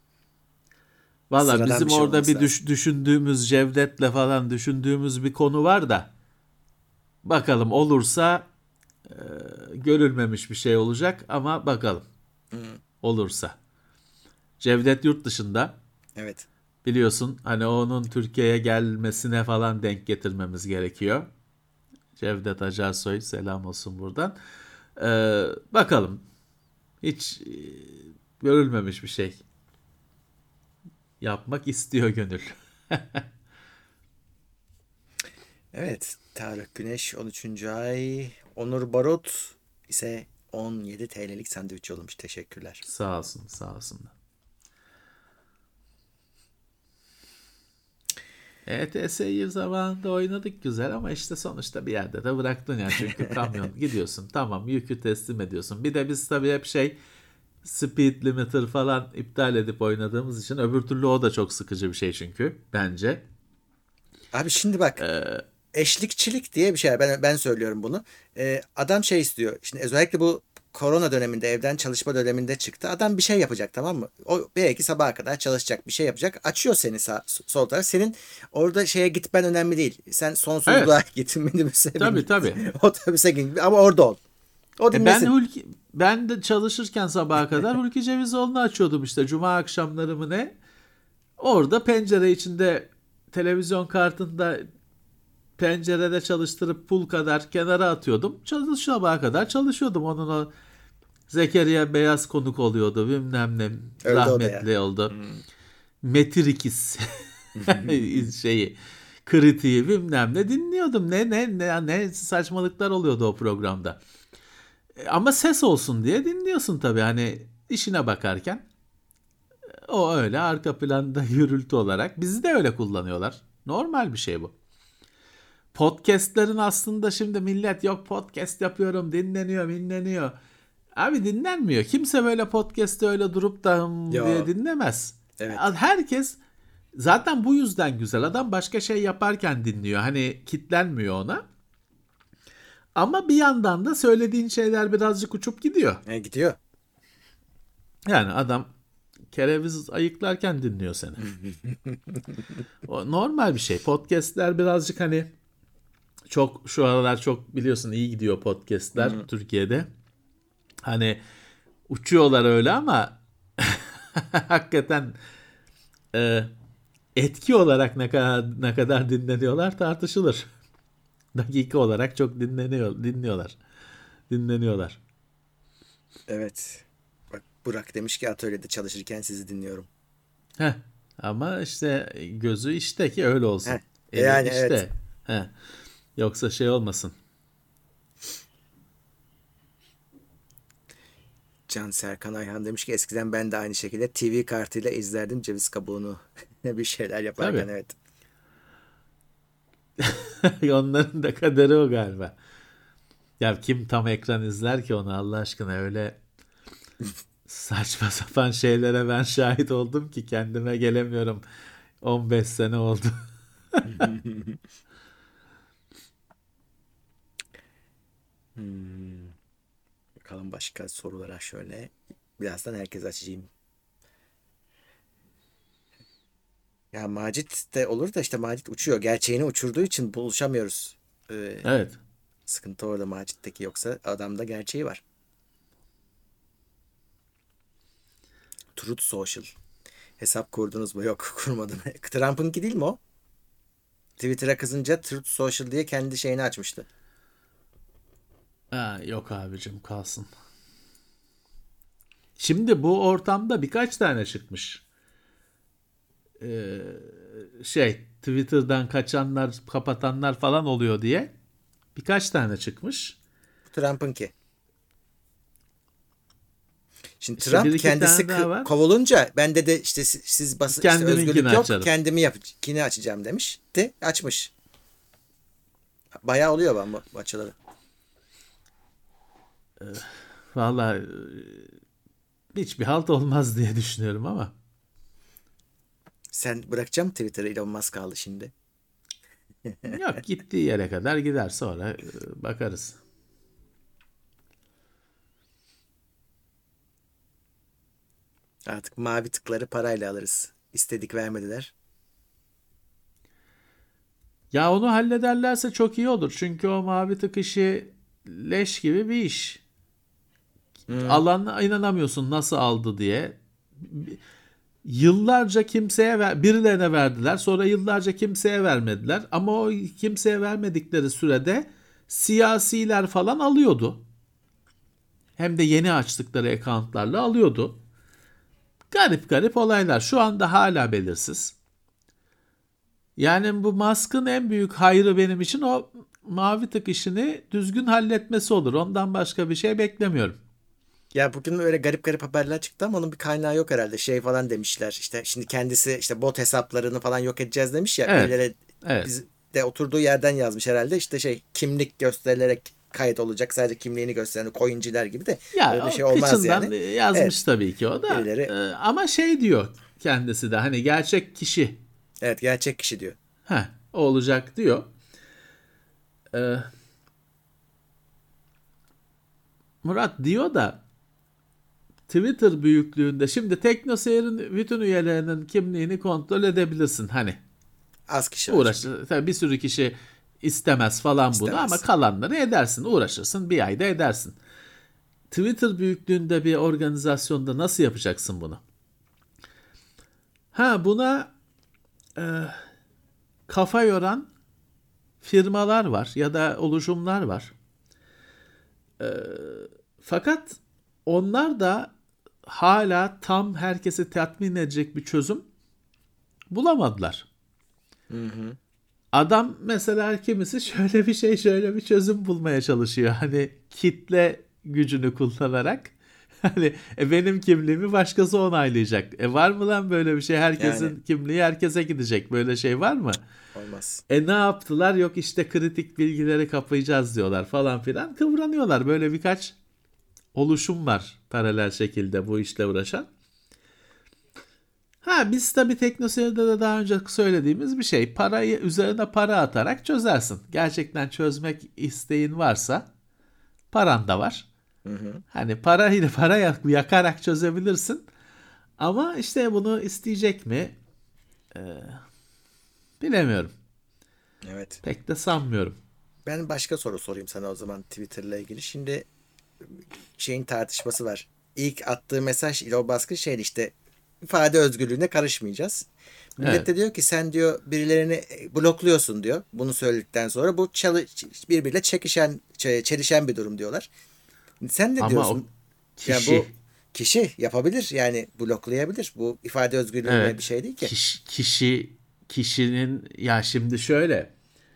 Valla Sıradan bizim bir şey orada olması bir lazım. düşündüğümüz, Cevdet'le falan düşündüğümüz bir konu var da bakalım, olursa görülmemiş bir şey olacak ama bakalım Hı, olursa. Cevdet yurt dışında, evet. biliyorsun, hani onun Türkiye'ye gelmesine falan denk getirmemiz gerekiyor. Cevdet Acarsoy, selam olsun buradan. Bakalım, hiç görülmemiş bir şey yapmak istiyor gönül. Evet. Tarık Güneş 13. ay. Onur Barut ise 17 TL'lik sandviç yollamış. Teşekkürler. Sağ olsun, sağ olsun. ETS'yi zamanında oynadık güzel ama işte sonuçta bir yerde de bıraktın ya. Çünkü kamyon gidiyorsun, tamam, yükü teslim ediyorsun. Bir de biz tabii hep speed limiter falan iptal edip oynadığımız için, öbür türlü o da çok sıkıcı bir şey çünkü bence. Abi şimdi bak, eşlikçilik diye bir şey var. Ben söylüyorum bunu. Adam şey istiyor. Şimdi özellikle bu korona döneminde, evden çalışma döneminde çıktı. Adam bir şey yapacak, tamam mı? O belki sabaha kadar çalışacak, bir şey yapacak. Açıyor seni sol taraf. Senin orada şeye gitmen önemli değil. Sen sonsuzluğa Evet, git, minibüse bin tabii git, tabii. otobüse git ama orada ol. O dinlesin. Ben de çalışırken sabaha kadar Hulki Cevizoğlu'nu açıyordum işte, cuma akşamları mı ne. Orada pencere içinde, televizyon kartında pencerede çalıştırıp pul kadar kenara atıyordum. Sabaha kadar çalışıyordum. Onun o Zekeriya Beyaz konuk oluyordu. Bilmem ne, Öldü o da ya. rahmetli oldu. Hmm. Metrikis şeyi, kritiği bilmem ne dinliyordum. Ne saçmalıklar oluyordu o programda. Ama ses olsun diye dinliyorsun tabii, hani işine bakarken. O öyle arka planda gürültü olarak. Bizi de öyle kullanıyorlar. Normal bir şey bu. Podcast'lerin aslında, şimdi millet yok podcast yapıyorum, dinleniyor. Abi dinlenmiyor. Kimse böyle podcast'te öyle durup da diye Yo, dinlemez. evet. Herkes zaten bu yüzden güzel. Adam başka şey yaparken dinliyor. Hani kitlenmiyor ona. Ama bir yandan da söylediğin şeyler birazcık uçup gidiyor. Gidiyor. Yani adam kereviz ayıklarken dinliyor seni. O normal bir şey. Podcast'ler birazcık hani, çok şu aralar çok biliyorsun iyi gidiyor podcast'ler Hmm. Türkiye'de. Hani uçuyorlar öyle ama hakikaten e, etki olarak ne kadar dinleniyorlar tartışılır. Dakika olarak çok dinleniyorlar. Evet. Bak, Burak demiş ki atölyede çalışırken sizi dinliyorum. Heh. Ama işte gözü işte ki öyle olsun. Heh. Eli Yani evet. işte. Heh. Yoksa şey olmasın. Can Serkan Ayhan demiş ki eskiden ben de aynı şekilde TV kartıyla izlerdim ceviz kabuğunu bir şeyler Tabii. yaparken, evet. Onların da kaderi o galiba. Ya kim tam ekran izler ki onu, Allah aşkına, öyle saçma sapan şeylere ben şahit oldum ki kendime gelemiyorum. 15 sene oldu. Hmm. Bakalım başka sorulara şöyle. Birazdan herkes açacağım. Ya Macit de olur da işte Macit uçuyor. Gerçeğini uçurduğu için buluşamıyoruz. Ee, Evet. Sıkıntı orada Macit'teki, yoksa adamda gerçeği var. Truth Social. Hesap kurdunuz mu? Yok, kurmadım. Trump'ınki değil mi o? Twitter'a kızınca Truth Social diye kendi şeyini açmıştı. Ha, yok abicim, kalsın. Şimdi bu ortamda birkaç tane çıkmış. Twitter'dan kaçanlar, kapatanlar falan oluyor diye birkaç tane çıkmış. Trump'ınki. Şimdi İşte bir Trump iki kendisi tane daha var. kovulunca ben de işte siz bası işte Kendiminkini özgürlük yok, açarım. kendimi açacağım demiş. De açmış. Bayağı oluyor ben bu açıları. Vallahi hiçbir halt olmaz diye düşünüyorum ama. Sen bırakacağım Twitter'ı, Elon Musk kaldı şimdi. Yok, gittiği yere kadar gider, sonra bakarız. Artık mavi tıkları parayla alırız. İstedik, vermediler. Ya onu hallederlerse çok iyi olur. Çünkü o mavi tık işi leş gibi bir iş. Hmm. Alan inanamıyorsun nasıl aldı diye. Yıllarca birilerine verdiler. Sonra yıllarca kimseye vermediler. Ama o kimseye vermedikleri sürede siyasiler falan alıyordu. Hem de yeni açtıkları accountlarla alıyordu. Garip garip olaylar. Şu anda hala belirsiz. Yani bu Musk'ın en büyük hayrı benim için o mavi tık işini düzgün halletmesi olur. Ondan başka bir şey beklemiyorum. Ya bugün öyle garip garip haberler çıktı ama onun bir kaynağı yok herhalde. Şey falan demişler. İşte şimdi kendisi işte bot hesaplarını falan yok edeceğiz demiş ya. Evet. Birileri Evet. biz de oturduğu yerden yazmış herhalde. İşte şey, kimlik gösterilerek kayıt olacak. Sadece kimliğini gösteren coinciler gibi de Ya öyle o şey olmaz kıçından yani. yazmış Evet. tabii ki o da. Birileri Ama şey diyor kendisi de, hani gerçek kişi evet, gerçek kişi diyor. o olacak diyor. Ee, Murat diyor da Twitter büyüklüğünde, şimdi TeknoSeyir'in bütün üyelerinin kimliğini kontrol edebilirsin. Hani Az kişi var çünkü. tabii bir sürü kişi istemez falan bunu, ama İstemez. kalanları edersin, uğraşırsın, bir ayda edersin. Twitter büyüklüğünde bir organizasyonda nasıl yapacaksın bunu? Buna kafa yoran firmalar var ya da oluşumlar var. Fakat onlar da hala tam herkesi tatmin edecek bir çözüm bulamadılar. Hı hı. Adam mesela, kimisi şöyle bir çözüm bulmaya çalışıyor. Hani kitle gücünü kullanarak. Hani benim kimliğimi başkası onaylayacak. Var mı lan böyle bir şey? Yani Herkesin kimliği herkese gidecek. Böyle şey var mı? olmaz. Ne yaptılar? Yok işte kritik bilgileri kapayacağız diyorlar falan filan. Kıvranıyorlar. Böyle birkaç oluşum var paralel şekilde bu işle uğraşan. Biz tabii TeknoSeyir'de de daha önce söylediğimiz bir şey. Parayı üzerine para atarak çözersin. Gerçekten çözmek isteğin varsa paran da var. Hı hı. Hani para yakarak çözebilirsin. Ama işte bunu isteyecek mi? Bilemiyorum. Evet. Pek de sanmıyorum. Ben başka soru sorayım sana o zaman Twitter'la ilgili. Şimdi şeyin tartışması var. İlk attığı mesaj Elon Musk'ın şeydi, işte ifade özgürlüğüne karışmayacağız. Millet Evet. de diyor ki sen diyor birilerini blokluyorsun diyor. Bunu söyledikten sonra bu birbiriyle çelişen bir durum diyorlar. Sen ne Ama o diyorsun? Yani kişi, bu kişi yapabilir, yani bloklayabilir. Bu ifade özgürlüğüne bir evet, şey değil ki. kişinin, ya şimdi şöyle,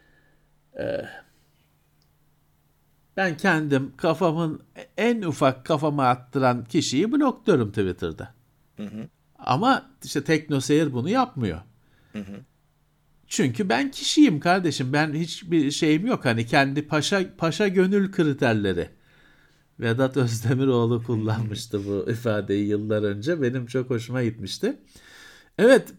ben kendim en ufak kafama attıran kişiyi blokluyorum Twitter'da. Hı hı, Ama işte TeknoSeyir bunu yapmıyor. hı hı. Çünkü ben kişiyim kardeşim. Ben hiçbir şeyim yok. Hani kendi paşa gönül kriterleri. Vedat Özdemiroğlu kullanmıştı bu ifadeyi yıllar önce. Benim çok hoşuma gitmişti. Evet,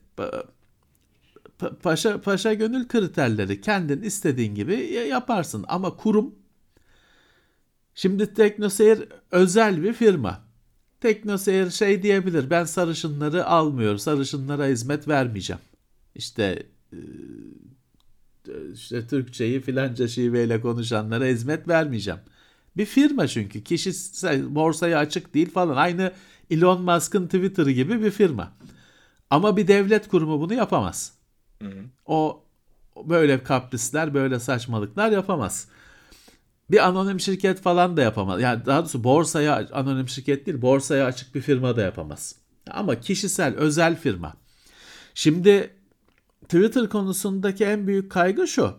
paşa gönül kriterleri, kendin istediğin gibi yaparsın, ama kurum, şimdi TeknoSeyir özel bir firma. TeknoSeyir şey diyebilir: ben sarışınları almıyorum, sarışınlara hizmet vermeyeceğim. İşte işte Türkçeyi filanca şiveyle konuşanlara hizmet vermeyeceğim. Bir firma çünkü. Kişisel borsaya açık değil falan. Aynı Elon Musk'ın Twitter'ı gibi bir firma. Ama bir devlet kurumu bunu yapamaz. Hı hı. O böyle kaprisler, böyle saçmalıklar yapamaz. Bir anonim şirket falan da yapamaz. Yani daha doğrusu borsaya anonim şirket değil, borsaya açık bir firma da yapamaz. Ama kişisel, özel firma. Şimdi Twitter konusundaki en büyük kaygı şu.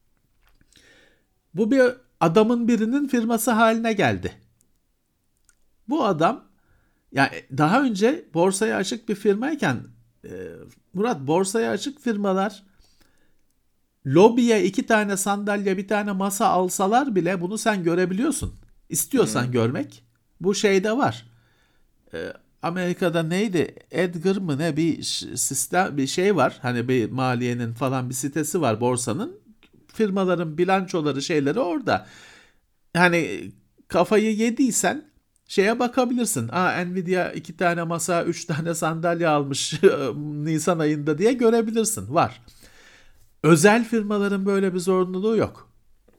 Bu bir adamın birinin firması haline geldi. Bu adam yani daha önce borsaya açık bir firmayken e, Murat, borsaya açık firmalar lobiye 2 tane sandalye, bir tane masa alsalar bile bunu sen görebiliyorsun. İstiyorsan Hı. görmek. Bu şeyde var. Amerika'da neydi? Edgar mı ne, bir sistem, bir şey var. Hani bir maliyenin falan bir sitesi var, borsanın. Firmaların bilançoları, şeyleri orada. Hani kafayı yediysen şeye bakabilirsin. Nvidia 2 tane masa, 3 tane sandalye almış Nisan ayında diye görebilirsin. Var. Özel firmaların böyle bir zorunluluğu yok.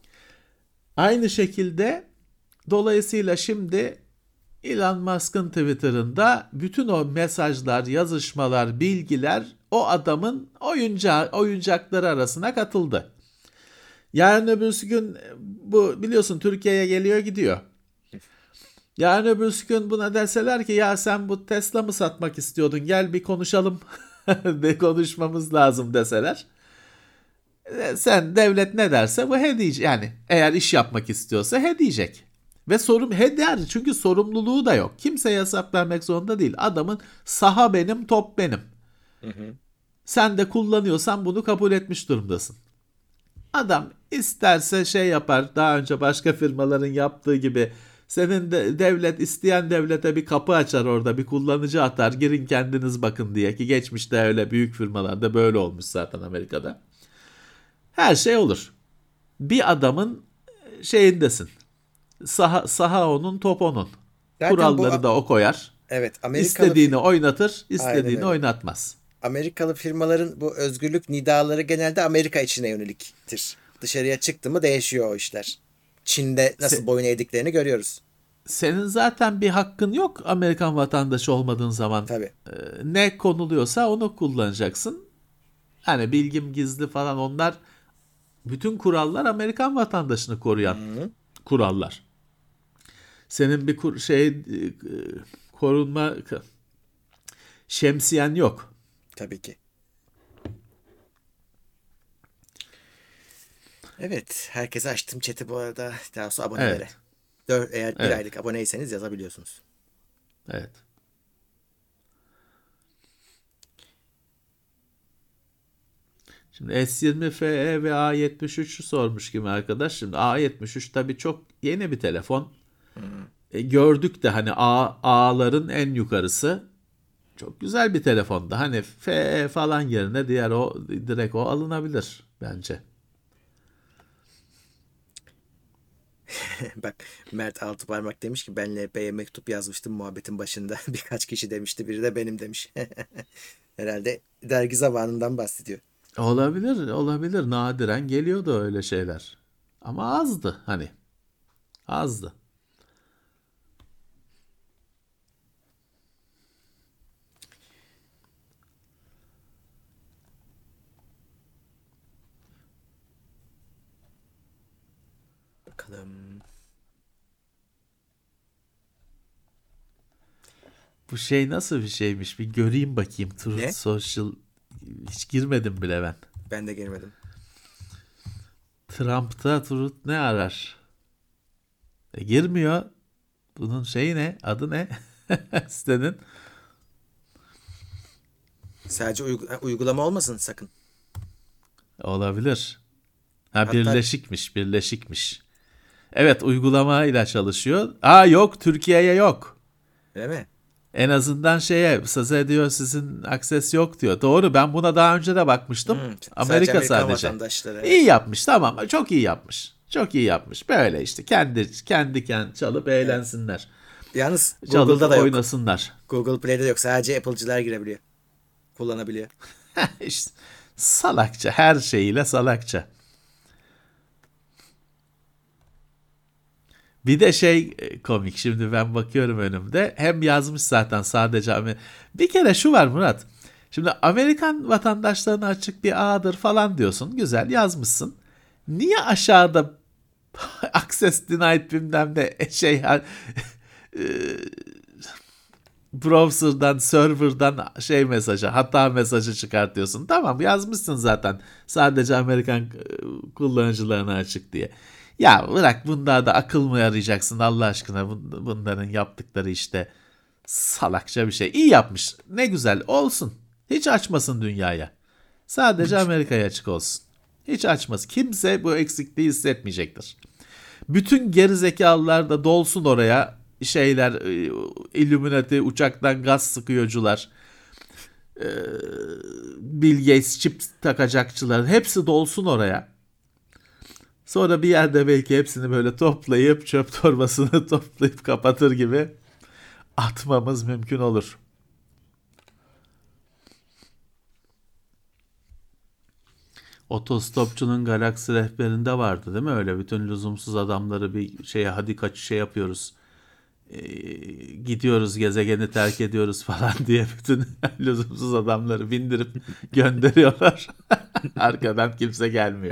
Aynı şekilde dolayısıyla şimdi Elon Musk'ın Twitter'ında bütün o mesajlar, yazışmalar, bilgiler o adamın oyuncakları arasına katıldı. Yarın öbürsü gün bu biliyorsun Türkiye'ye geliyor gidiyor. Yarın öbürsü gün buna deseler ki ya sen bu Tesla mı satmak istiyordun, gel bir konuşalım bir konuşmamız lazım deseler. Sen devlet ne derse bu he diyecek. Yani eğer iş yapmak istiyorsa he diyecek. Ve he der çünkü sorumluluğu da yok. Kimseye hesap vermek zorunda değil. Adamın saha benim, top benim. Hı hı. Sen de kullanıyorsan bunu kabul etmiş durumdasın. Adam isterse şey yapar, daha önce başka firmaların yaptığı gibi senin de devlet, isteyen devlete bir kapı açar, orada bir kullanıcı atar, girin kendiniz bakın diye, ki geçmişte öyle büyük firmalarda böyle olmuş zaten Amerika'da. Her şey olur. Bir adamın şeyindesin. Saha onun, top onun. Zaten bu Kuralları da o koyar. evet, İstediğini oynatır, aynen istediğini öyle. oynatmaz. Amerikalı firmaların bu özgürlük nidaları genelde Amerika içine yöneliktir. Dışarıya çıktı mı değişiyor o işler. Çin'de nasıl Se- boyun eğdiklerini görüyoruz. Senin zaten bir hakkın yok Amerikan vatandaşı olmadığın zaman. Tabii. Ne konuluyorsa onu kullanacaksın. Hani bilgim gizli falan, onlar bütün kurallar Amerikan vatandaşını koruyan Hı, kurallar. Senin bir korunma şemsiyen yok. tabii ki. Evet. Herkese açtım chat'i bu arada. Daha doğrusu abonelere. Evet. Eğer bir Evet. aylık aboneyseniz yazabiliyorsunuz. Evet. Şimdi S20 FE ve A73'ü sormuş gibi arkadaş. Şimdi A73 tabii çok yeni bir telefon. Gördük de hani A'ların en yukarısı. Çok güzel bir telefonda. Hani FE falan yerine diğer o direkt o alınabilir bence. Bak, Mert Altıparmak demiş ki ben LP'ye mektup yazmıştım muhabbetin başında. Birkaç kişi demişti. Biri de benim demiş. Herhalde dergi zamanından bahsediyor. Olabilir, olabilir. Nadiren geliyordu öyle şeyler. Ama azdı hani. Azdı. Bakalım. Bu şey nasıl bir şeymiş? Bir göreyim bakayım. Truth Ne? Social, hiç girmedim bile ben. Ben de girmedim. Trump'ta Truth ne arar? Girmiyor. Bunun şeyi ne? Adı ne? Sitenin. Sadece uygulama olmasın sakın. Olabilir. Ha, Hatta birleşikmiş. Evet, uygulamayla çalışıyor. Yok, Türkiye'ye yok. öyle mi? En azından size diyor sizin akses yok diyor. Doğru, ben buna daha önce de bakmıştım. Sadece Amerika Amerikan sadece. vatandaşları, İyi evet. yapmış, tamam, çok iyi yapmış. Çok iyi yapmış. Böyle işte kendi çalıp Evet. eğlensinler. Yalnız Çalıp Google'da da yok. oynasınlar. Google Play'de de yok. Sadece Apple'cılar girebiliyor. Kullanabiliyor. İşte Salakça, her şeyiyle salakça. Bir de komik, şimdi ben bakıyorum önümde, hem yazmış zaten sadece bir kere şu var Murat. Şimdi Amerikan vatandaşlarına açık bir ağdır falan diyorsun, güzel yazmışsın. Niye aşağıda access denied bilmem ne browser'dan, server'dan mesajı, hata mesajı çıkartıyorsun. Tamam, yazmışsın zaten sadece Amerikan kullanıcılarına açık diye. Ya bırak, bunda da akıl mı arayacaksın Allah aşkına, bunların yaptıkları işte salakça bir şey. İyi yapmış, ne güzel olsun. Hiç açmasın dünyaya. Sadece Amerika'ya açık olsun. Hiç açmasın. Kimse bu eksikliği hissetmeyecektir. Bütün gerizekalılar da dolsun oraya, Illuminati, uçaktan gaz sıkıyorcular, Bill Gates çip takacakçılar, hepsi dolsun oraya. Sonra bir yerde belki hepsini böyle toplayıp çöp torbasını toplayıp kapatır gibi atmamız mümkün olur. Otostopçunun galaksi rehberinde vardı değil mi? Öyle bütün lüzumsuz adamları bir hadi kaç yapıyoruz. Gidiyoruz, gezegeni terk ediyoruz falan diye bütün lüzumsuz adamları bindirip gönderiyorlar. Arkadan kimse gelmiyor.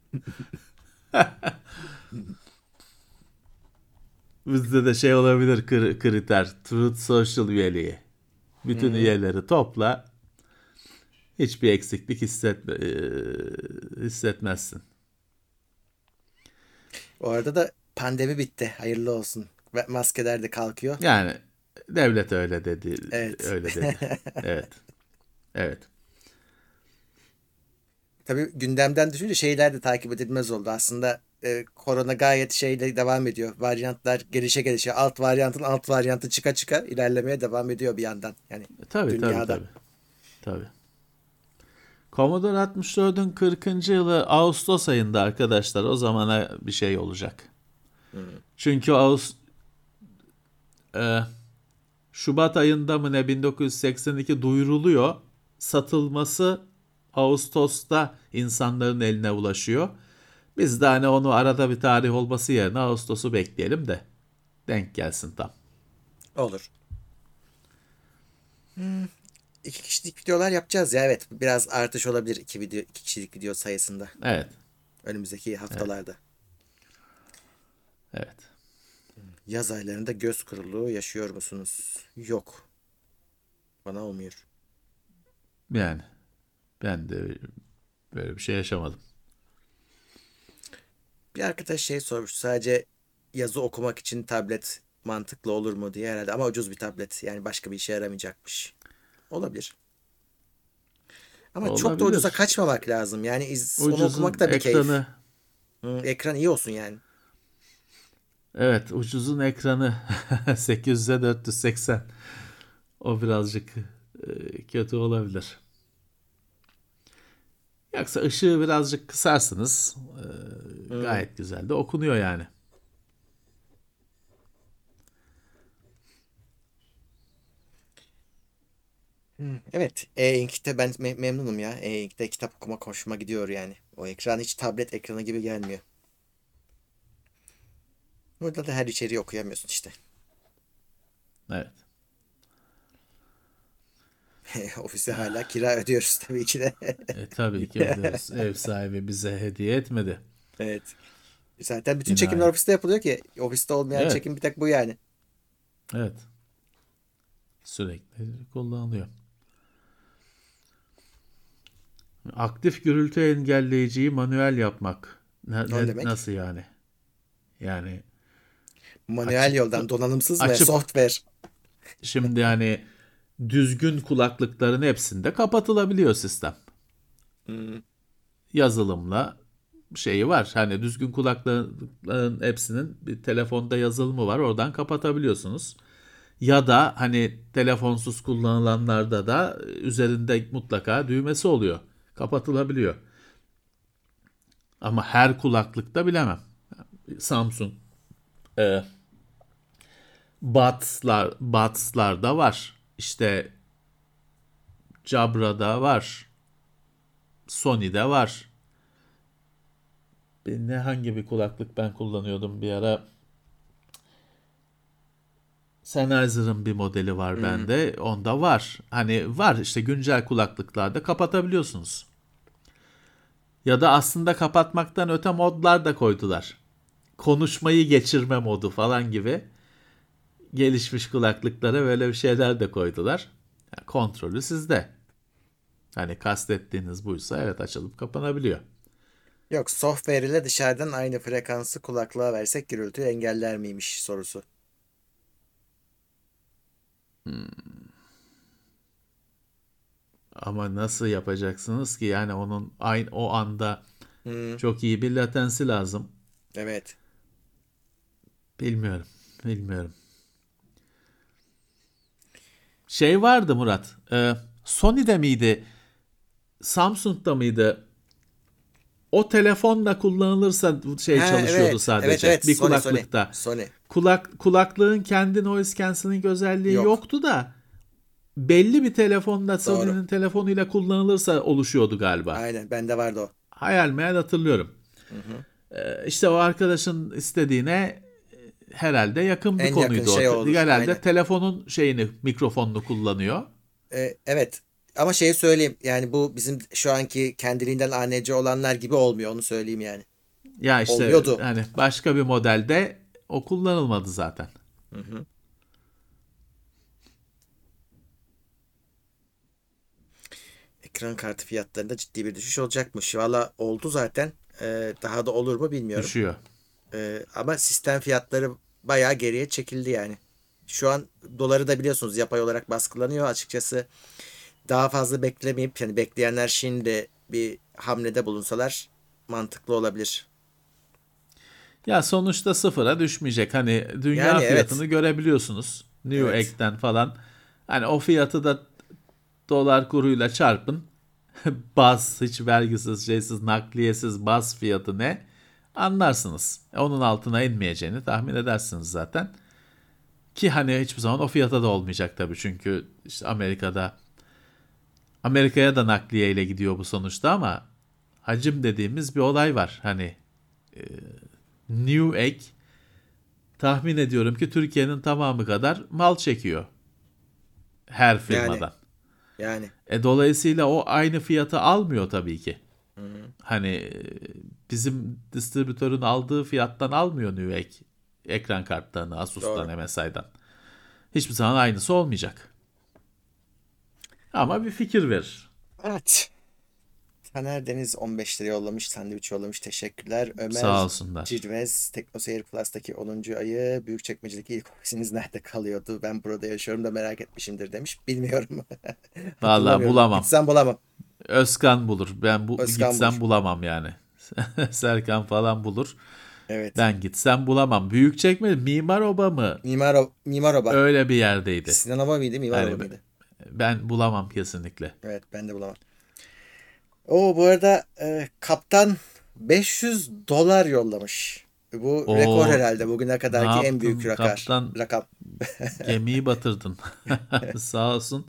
Bizde de olabilir kriter. Truth Social üyeliği. Bütün üyeleri topla. Hiçbir eksiklik hissetmezsin. O arada da pandemi bitti. Hayırlı olsun. Ve maskeler de kalkıyor. Yani devlet öyle dedi. Evet. Öyle dedi. Evet. Evet. Tabii gündemden düşünce şeyler de takip edilmez oldu. Aslında korona gayet devam ediyor. Varyantlar gelişe alt varyantı çıka ilerlemeye devam ediyor bir yandan. Yani Tabii, dünyada. tabii. Commodore 64'ün 40. yılı Ağustos ayında arkadaşlar, o zamana bir şey olacak. Çünkü Şubat ayında mı ne 1982 duyuruluyor. Satılması Ağustos'ta insanların eline ulaşıyor. Biz de hani onu arada bir tarih olması yerine Ağustos'u bekleyelim de denk gelsin tam. Olur. 2 kişilik videolar yapacağız ya, evet. Biraz artış olabilir 2 kişilik video sayısında. Evet. Önümüzdeki haftalarda. Evet. Yaz aylarında göz kuruluğu yaşıyor musunuz? Yok. Bana olmuyor. Yani ben de böyle bir şey yaşamadım. Bir arkadaş sormuş. Sadece yazı okumak için tablet mantıklı olur mu diye herhalde. Ama ucuz bir tablet. Yani başka bir işe yaramayacakmış. Olabilir. Ama çok da ucuza Olabilir. kaçmamak lazım. Yani onu Ucuzun okumak da bir keyif. ekranı, Ekran iyi olsun yani. evet, ucuzun ekranı 800'e 480. O birazcık kötü olabilir. Yoksa ışığı birazcık kısarsınız. Hmm. Gayet güzel de okunuyor yani. Evet. E-Ink'te ben memnunum ya. E-Ink'te kitap okumak hoşuma gidiyor yani. O ekran hiç tablet ekranı gibi gelmiyor. Burada da her içeriği okuyamıyorsun işte. Evet. Ofise hala kira ödüyoruz tabii ki de. Tabii ki ödüyoruz. Ev sahibi bize hediye etmedi. Evet. Zaten bütün çekimler Nihayet. ofiste yapılıyor ki. Ofiste olmayan Evet. çekim bir tek bu yani. Evet. Sürekli kullanılıyor. Aktif gürültü engelleyiciyi manuel yapmak. O demek. Nasıl yani? Yani Manuel açıp yoldan donanımsız mı? açıp Software. şimdi yani düzgün kulaklıkların hepsinde kapatılabiliyor sistem. Hmm. Yazılımla var. Hani düzgün kulaklıkların hepsinin bir telefonda yazılımı var. Oradan kapatabiliyorsunuz. Ya da hani telefonsuz kullanılanlarda da üzerinde mutlaka düğmesi oluyor. Kapatılabiliyor. Ama her kulaklıkta bilemem. Samsung, e, Buds'lar da var. İşte Jabra'da var. Sony'de var. Hangi bir kulaklık ben kullanıyordum bir ara. Sennheiser'ın bir modeli var Hmm, bende. Onda var. Hani var işte güncel kulaklıklarda kapatabiliyorsunuz. Ya da aslında kapatmaktan öte modlar da koydular. Konuşmayı geçirme modu falan gibi gelişmiş kulaklıklara böyle bir şeyler de koydular. Yani kontrolü sizde. Hani kastettiğiniz buysa evet açılıp kapanabiliyor. Yok, software ile dışarıdan aynı frekansı kulaklığa versek gürültüyü engeller miymiş sorusu. Ama nasıl yapacaksınız ki? Yani onun aynı o anda Hmm, çok iyi bir latensi lazım. evet. Bilmiyorum. Bilmiyorum. Şey vardı Murat. Sony'de miydi? Samsung'da mıydı? O telefonla kullanılırsa şey Ha, çalışıyordu evet. Evet, sadece. evet. Bir Sony. kulaklıkta. Sony. Kulaklığın kendi noise cancelling özelliği Yok. yoktu da belli bir telefonda Doğru. Sony'nin telefonuyla kullanılırsa oluşuyordu galiba. Aynen. Bende vardı o. Hayal meyal hatırlıyorum. Hı hı. İşte o arkadaşın istediğine herhalde yakın bir En yakın konuydu o. şey o olur. Herhalde Aynen. telefonun mikrofonunu kullanıyor. Evet. Ama şeyi söyleyeyim. Yani bu bizim şu anki kendiliğinden ANC olanlar gibi olmuyor. Onu söyleyeyim yani. Ya işte Olmuyordu. hani başka bir modelde o kullanılmadı zaten. Hı hı. Ekran kartı fiyatlarında ciddi bir düşüş olacakmış. Valla oldu zaten. Daha da olur mu bilmiyorum. Düşüyor. Ama sistem fiyatları bayağı geriye çekildi yani. Şu an doları da biliyorsunuz yapay olarak baskılanıyor. Açıkçası daha fazla beklemeyip yani bekleyenler şimdi bir hamlede bulunsalar mantıklı olabilir. Ya sonuçta sıfıra düşmeyecek. Hani dünya Yani evet. fiyatını görebiliyorsunuz. Evet. Newegg'den falan. Hani o fiyatı da dolar kuruyla çarpın. Baz hiç vergisiz, şeysiz, nakliyesiz baz fiyatı ne? Anlarsınız. Onun altına inmeyeceğini tahmin edersiniz zaten. Ki hani hiçbir zaman o fiyata da olmayacak tabii. Çünkü işte Amerika'ya da nakliyeyle gidiyor bu sonuçta ama hacim dediğimiz bir olay var. Hani Newegg tahmin ediyorum ki Türkiye'nin tamamı kadar mal çekiyor her Yani firmadan. yani. Dolayısıyla o aynı fiyatı almıyor tabii ki. Hı hı. Hani bizim distribütörün aldığı fiyattan almıyor Newegg ekran kartlarını Doğru. Asus'tan, MSI'dan. Hiçbir zaman aynısı olmayacak. Ama bir fikir verir. Evet. Taner Deniz 15 lira yollamış. Sandviç yollamış. Teşekkürler. Sağ Ömer olsunlar. Cirvez TeknoSeyir Plus'taki 10. ayı Büyükçekmece'deki ilk ofisiniz nerede kalıyordu? Ben burada yaşıyorum da merak etmişimdir demiş. Bilmiyorum. Vallahi Hatırlamıyorum. bulamam. Gitsem bulamam. Özkan bulur. Ben Özkan gitsem bulur. bulamam yani. Serkan falan bulur. Evet. Ben gitsem bulamam. Büyükçekmece Mimar Oba mı? Mimar Oba. Öyle bir yerdeydi. Sinan Oba mıydı? Mimar Oba Yani mıydı? ben bulamam kesinlikle. Evet, ben de bulamam. O bu arada kaptan 500 dolar yollamış. Bu rekor O herhalde bugüne ne kadarki en büyük yaptın kaptan? rakam. Gemiyi batırdın. Sağ olsun.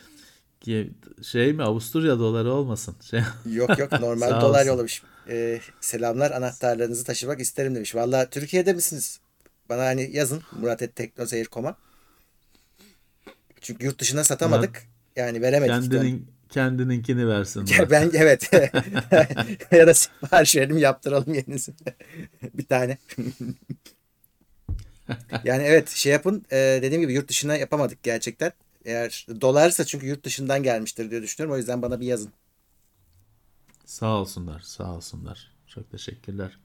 Şey mi Avusturya doları olmasın. Yok yok, normal Sağ dolar olsun. yollamış. Selamlar, anahtarlarınızı taşımak isterim demiş. Valla Türkiye'de misiniz? Bana hani yazın murat@teknoseyir.com'a. Çünkü yurt dışına Murat satamadık. Yani veremedik. kendininkini versin Gel Murat. ben, evet. Ya da sipariş verelim, yaptıralım yenisini. Bir tane. Yani evet, şey yapın. Dediğim gibi yurt dışına yapamadık gerçekten. Eğer dolarsa çünkü yurt dışından gelmiştir diye düşünüyorum. O yüzden bana bir yazın. Sağ olsunlar, sağ olsunlar. Çok teşekkürler.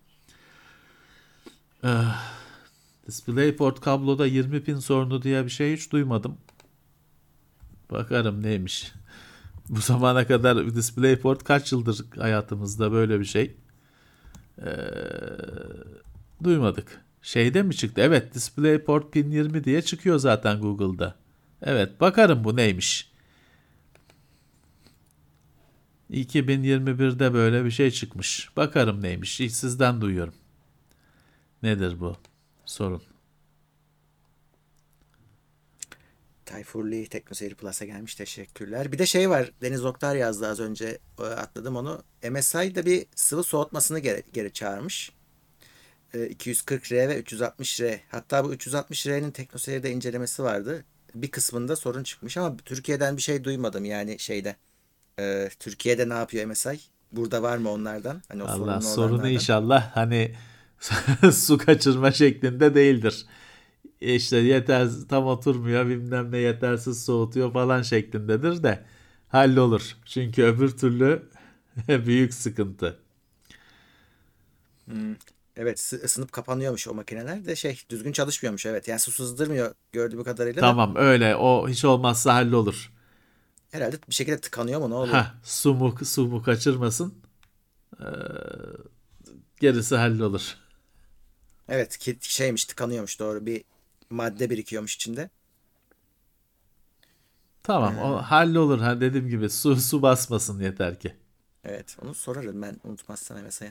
Eh, DisplayPort kabloda 20 pin sorunu diye bir şey hiç duymadım. Bakarım neymiş. Bu zamana kadar DisplayPort kaç yıldır hayatımızda böyle bir şey duymadık. Şeyde mi çıktı? Evet, DisplayPort pin 20 diye çıkıyor zaten Google'da. Evet, bakarım bu neymiş. 2021'de böyle bir şey çıkmış. Bakarım neymiş. İlk sizden duyuyorum. Nedir bu sorun? Tayfurli TeknoSeyir Plus'a gelmiş. Teşekkürler. Bir de şey var. Deniz Oktar yazdı az önce. Atladım onu. MSI'da bir sıvı soğutmasını geri çağırmış. 240R ve 360R. Hatta bu 360R'nin TeknoSeyir'de incelemesi vardı. Bir kısmında sorun çıkmış ama Türkiye'den bir şey duymadım yani şeyde. Türkiye'de ne yapıyor MSI? Burada var mı onlardan? Hani o Allah sorunlu sorunu olanlardan. inşallah hani su kaçırma şeklinde değildir. İşte yeter tam oturmuyor bilmem ne yetersiz soğutuyor falan şeklindedir de hallolur. Çünkü öbür türlü büyük sıkıntı. Hmm. Evet, ısınıp kapanıyormuş o makineler de şey düzgün çalışmıyormuş, evet. Yani su sızdırmıyor gördüğüm kadarıyla da Tamam öyle o hiç olmazsa hallolur. herhalde bir şekilde tıkanıyor mu ne oluyor? Ha su mu kaçırmasın ee, gerisi hallolur. Evet, şeymiş, tıkanıyormuş, doğru, bir madde birikiyormuş içinde. Tamam o Ee, hallolur ha dediğim gibi su basmasın yeter ki. evet, onu sorarım ben unutmazsan mesela.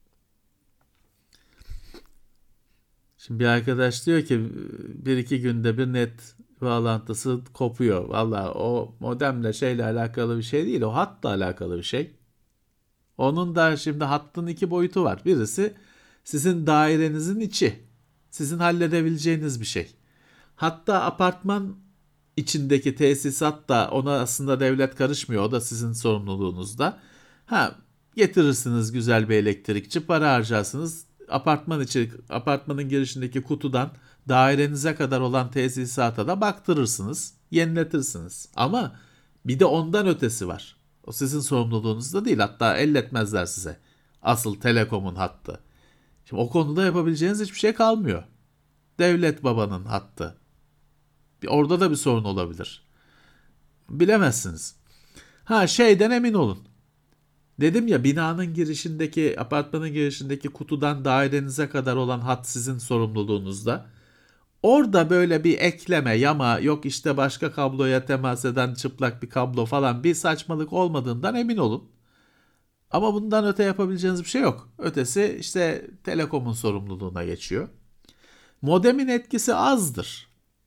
Şimdi bir arkadaş diyor ki bir iki günde bir net bağlantısı kopuyor. Valla o modemle şeyle alakalı bir şey değil. O hatla alakalı bir şey. Onun da şimdi hattın iki boyutu var. Birisi sizin dairenizin içi. Sizin halledebileceğiniz bir şey. Hatta apartman içindeki tesisat da ona aslında devlet karışmıyor. O da sizin sorumluluğunuzda. Ha getirirsiniz güzel bir elektrikçi, para harcarsınız. Apartman içi, apartmanın girişindeki kutudan dairenize kadar olan tesisata da baktırırsınız, yeniletirsiniz. Ama bir de ondan ötesi var. O sizin sorumluluğunuzda değil. Hatta elletmezler size. Asıl telekomun hattı. Şimdi o konuda yapabileceğiniz hiçbir şey kalmıyor. Devlet babanın hattı. Orada da bir sorun olabilir. Bilemezsiniz. Ha şeyden emin olun. Dedim ya binanın girişindeki, apartmanın girişindeki kutudan dairenize kadar olan hat sizin sorumluluğunuzda. Orada böyle bir ekleme, yama, yok işte başka kabloya temas eden çıplak bir kablo falan bir saçmalık olmadığından emin olun. Ama bundan öte yapabileceğiniz bir şey yok. Ötesi işte telekomun sorumluluğuna geçiyor. Modemin etkisi azdır.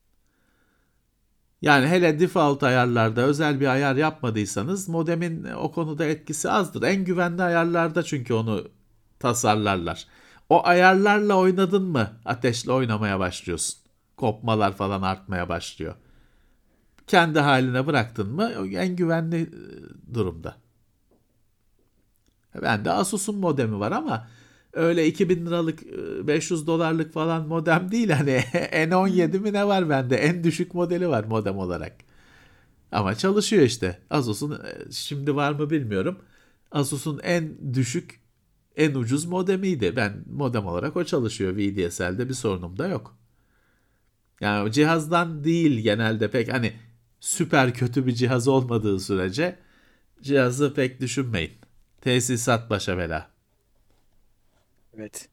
Yani hele default ayarlarda özel bir ayar yapmadıysanız modemin o konuda etkisi azdır. En güvenli ayarlarda çünkü onu tasarlarlar. O ayarlarla oynadın mı ateşle oynamaya başlıyorsun. Kopmalar falan artmaya başlıyor. Kendi haline bıraktın mı en güvenli durumda. Bende Asus'un modemi var ama öyle 2000 liralık 500 dolarlık falan modem değil hani N17 mi ne var bende en düşük modeli var modem olarak. Ama çalışıyor işte. Asus'un şimdi var mı bilmiyorum. Asus'un en düşük, en ucuz modemiydi. Ben modem olarak o çalışıyor. VDSL'de bir sorunum da yok. Yani o cihazdan değil genelde pek hani süper kötü bir cihaz olmadığı sürece cihazı pek düşünmeyin. Tesisat başa bela. Evet.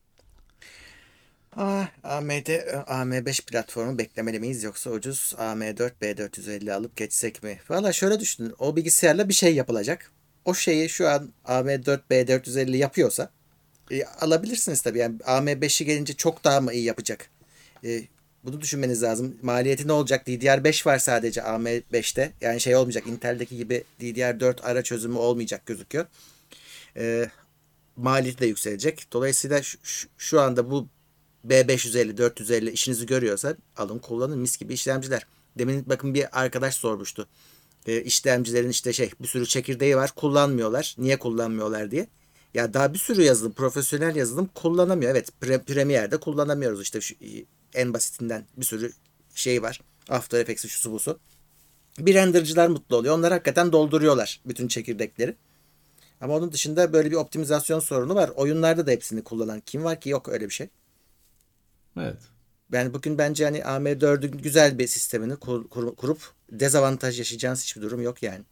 AMD AM5 platformu beklemeli miyiz yoksa ucuz AM4 B450 alıp geçsek mi? Valla şöyle düşünün. O bilgisayarla bir şey yapılacak. O şeyi şu an AM4 B450 yapıyorsa alabilirsiniz tabii. Yani AM5'i gelince çok daha mı iyi yapacak? E, Bunu düşünmeniz lazım. Maliyeti ne olacak? DDR5 var sadece AM5'te. Yani şey olmayacak. Intel'deki gibi DDR4 ara çözümü olmayacak gözüküyor. E, Maliyeti de yükselecek. Dolayısıyla şu anda bu B550, 450 işinizi görüyorsa alın kullanın, mis gibi işlemciler. Demin bakın bir arkadaş sormuştu. İşlemcilerin işte şey bir sürü çekirdeği var, kullanmıyorlar. Niye kullanmıyorlar diye. Ya daha bir sürü yazılım, profesyonel yazılım kullanamıyor. Evet, Premiere'de kullanamıyoruz işte en basitinden bir sürü şey var. After Effects'i şusu busu. Bir rendercılar mutlu oluyor. Onlar hakikaten dolduruyorlar bütün çekirdekleri. Ama onun dışında böyle bir optimizasyon sorunu var. Oyunlarda da hepsini kullanan kim var ki? Yok öyle bir şey. Evet. Yani bugün bence hani AM4'ün güzel bir sistemini kurup dezavantaj yaşayacağınız hiçbir durum yok yani.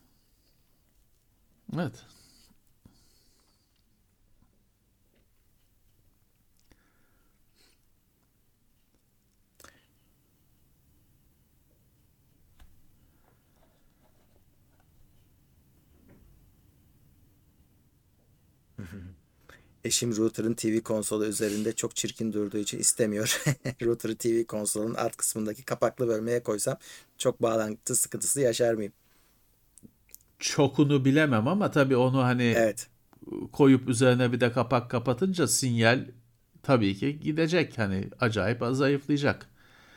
Evet. Eşim router'ın TV konsolu üzerinde çok çirkin durduğu için istemiyor. Router'ı TV konsolunun alt kısmındaki kapaklı bölmeye koysam çok bağlantı sıkıntısı yaşar mıyım? Çokunu bilemem ama tabii onu hani Evet. koyup üzerine bir de kapak kapatınca sinyal tabii ki gidecek. Hani acayip zayıflayacak.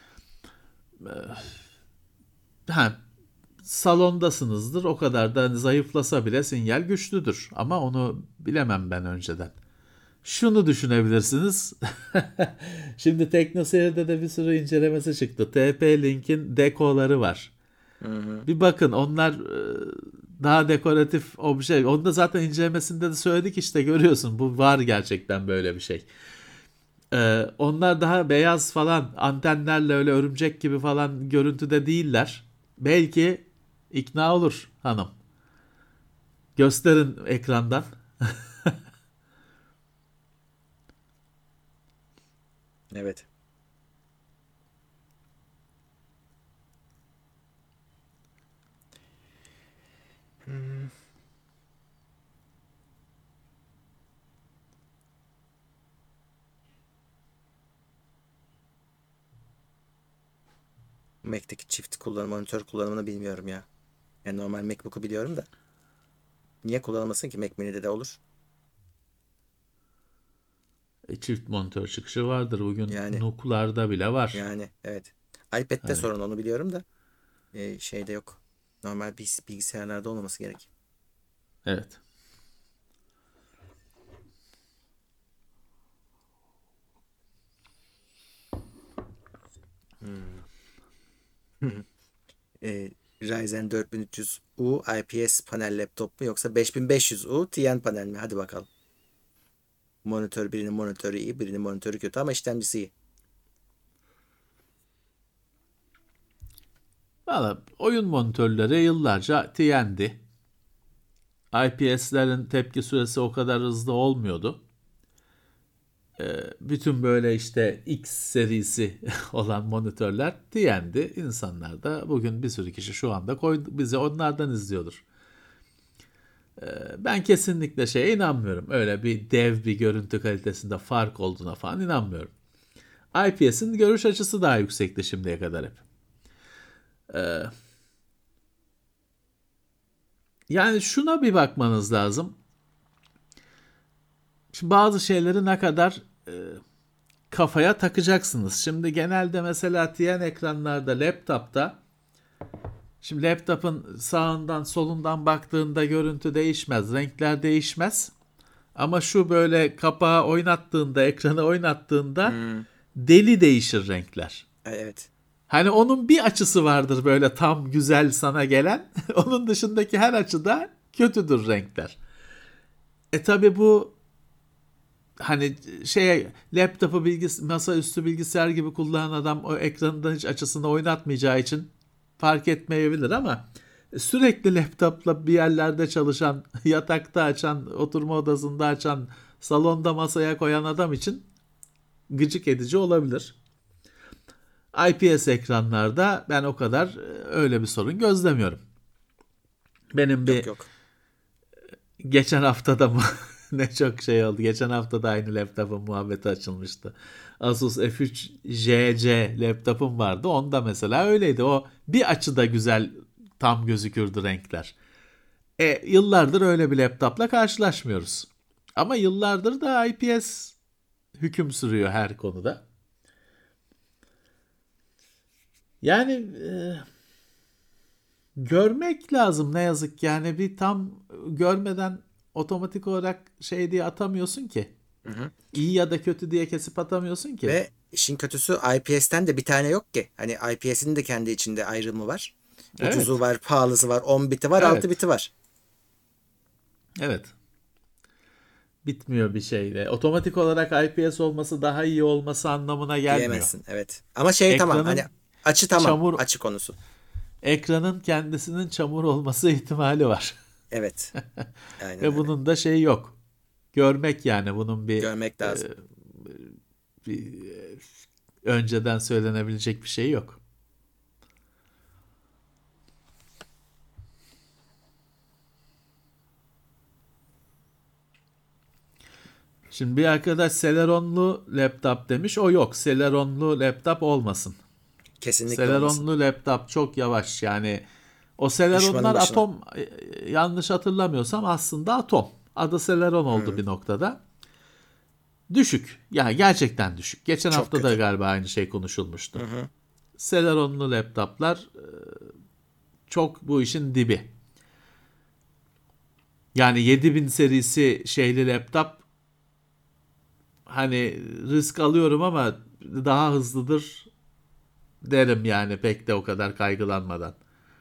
Ha, salondasınızdır. O kadar da hani zayıflasa bile sinyal güçlüdür. Ama onu bilemem ben önceden. Şunu düşünebilirsiniz. Şimdi TeknoSeyir'de de bir sürü incelemesi çıktı. TP-Link'in dekoları var. Hı hı. Bir bakın onlar daha dekoratif obje. Onu da zaten incelemesinde de söyledik işte görüyorsun. Bu var gerçekten böyle bir şey. Onlar daha beyaz falan antenlerle öyle örümcek gibi falan görüntüde değiller. Belki ikna olur hanım. Gösterin ekrandan. Evet. Mac'teki çift kullanım, monitör kullanımını bilmiyorum ya. Yani normal MacBook'u biliyorum da. Niye kullanılmasın ki? Mac Mini'de de olur. Çift monitör çıkışı vardır. Bugün Yani NUC'larda bile var. evet. iPad'de Hani sorun, onu biliyorum da. Şeyde yok. Normal bilgisayarlarda olmaması gerek. evet. Hmm. Ryzen 4300U IPS panel laptop mu yoksa 5500U TN panel mi? Hadi bakalım. Birinin monitörü iyi, birinin monitörü kötü ama işlemcisi iyi. Valla oyun monitörleri yıllarca TN'di. IPS'lerin tepki süresi o kadar hızlı olmuyordu. Bütün böyle işte X serisi olan monitörler TN'di. İnsanlar da bugün bir sürü kişi şu anda bizi onlardan izliyordur. Ben kesinlikle şeye inanmıyorum. Öyle bir dev bir görüntü kalitesinde fark olduğuna falan inanmıyorum. IPS'in görüş açısı daha yüksekti şimdiye kadar hep. Yani şuna bir bakmanız lazım. Şimdi bazı şeyleri ne kadar kafaya takacaksınız. Şimdi genelde mesela TN ekranlarda, laptopta, şimdi laptopun sağından solundan baktığında görüntü değişmez, renkler değişmez. Ama şu böyle kapağı oynattığında, ekranı oynattığında Hmm. deli değişir renkler. Evet. Hani onun bir açısı vardır böyle tam güzel sana gelen. Onun dışındaki her açıda kötüdür renkler. Tabi bu hani laptopu masaüstü bilgisayar gibi kullanan adam o ekranından hiç açısını oynatmayacağı için fark etmeyebilir ama sürekli laptopla bir yerlerde çalışan, yatakta açan, oturma odasında açan, salonda masaya koyan adam için gıcık edici olabilir. IPS ekranlarda ben o kadar öyle bir sorun gözlemiyorum. Benim Yok bir yok. geçen haftada mı ne çok şey oldu. Geçen hafta da aynı laptopun muhabbeti açılmıştı. Asus F3 JC laptopum vardı. Onda mesela öyleydi. O bir açıda güzel tam gözükürdü renkler. Yıllardır öyle bir laptopla karşılaşmıyoruz. Ama yıllardır da IPS hüküm sürüyor her konuda. Yani görmek lazım ne yazık ki. Yani bir tam görmeden otomatik olarak şey diye atamıyorsun ki. Hı hı. İyi ya da kötü diye kesip atamıyorsun ki. Ve işin kötüsü IPS'ten de bir tane yok ki. Hani IPS'in de kendi içinde ayrımı var. Ucuzu Evet. var, pahalısı var, 10 biti var, 6 Evet. biti var. Evet. Bitmiyor bir şeyle. Otomatik olarak IPS olması daha iyi olması anlamına gelmiyor. Diyemezsin, evet. Ama şey, tamam, hani Ekranın açı, tamam, çamur açı konusu. ekranın kendisinin çamur olması ihtimali var. Evet. Aynen Ve öyle. bunun da şeyi yok. Görmek yani bunun Görmek lazım. bir önceden söylenebilecek bir şey yok. Şimdi bir arkadaş Celeron'lu laptop demiş. O yok. Celeron'lu laptop olmasın. Kesinlikle olmasın. Celeron'lu laptop çok yavaş. Yani o Celeron'lar Düşmanın başına. Atom, yanlış hatırlamıyorsam aslında Atom. Adı Celeron oldu Hı, bir noktada. Düşük. Yani gerçekten düşük. Geçen çok hafta da kötü. galiba aynı şey Hı konuşulmuştu. hı. Celeron'lu laptoplar çok bu işin dibi. Yani 7000 serisi şeyli laptop, hani risk alıyorum ama daha hızlıdır derim yani, pek de o kadar kaygılanmadan.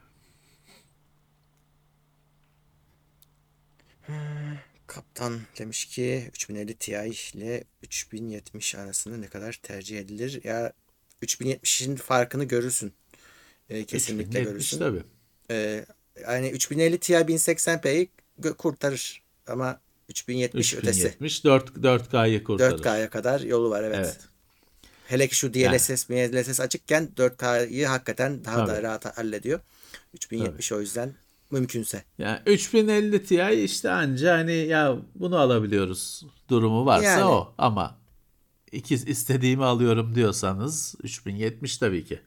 Kaptan demiş ki 3050 Ti ile 3070 arasında ne kadar tercih edilir? Ya 3070'in farkını görürsün. Kesinlikle 3070 görürsün. tabii. E, Yani 3050 Ti 1080p'yi kurtarır. Ama 3070 ötesi. 3070 4K'yı kurtarır. 4K'ya kadar yolu var, evet. Evet. Hele ki şu Yani DLSS, MLSS açıkken 4K'yı hakikaten daha da tabii. rahat hallediyor. Tabii. 3070 o yüzden mümkünse. Yani 3050 Ti işte anca hani ya bunu alabiliyoruz durumu varsa Yani o, ama istediğimi alıyorum diyorsanız 3070 tabii ki.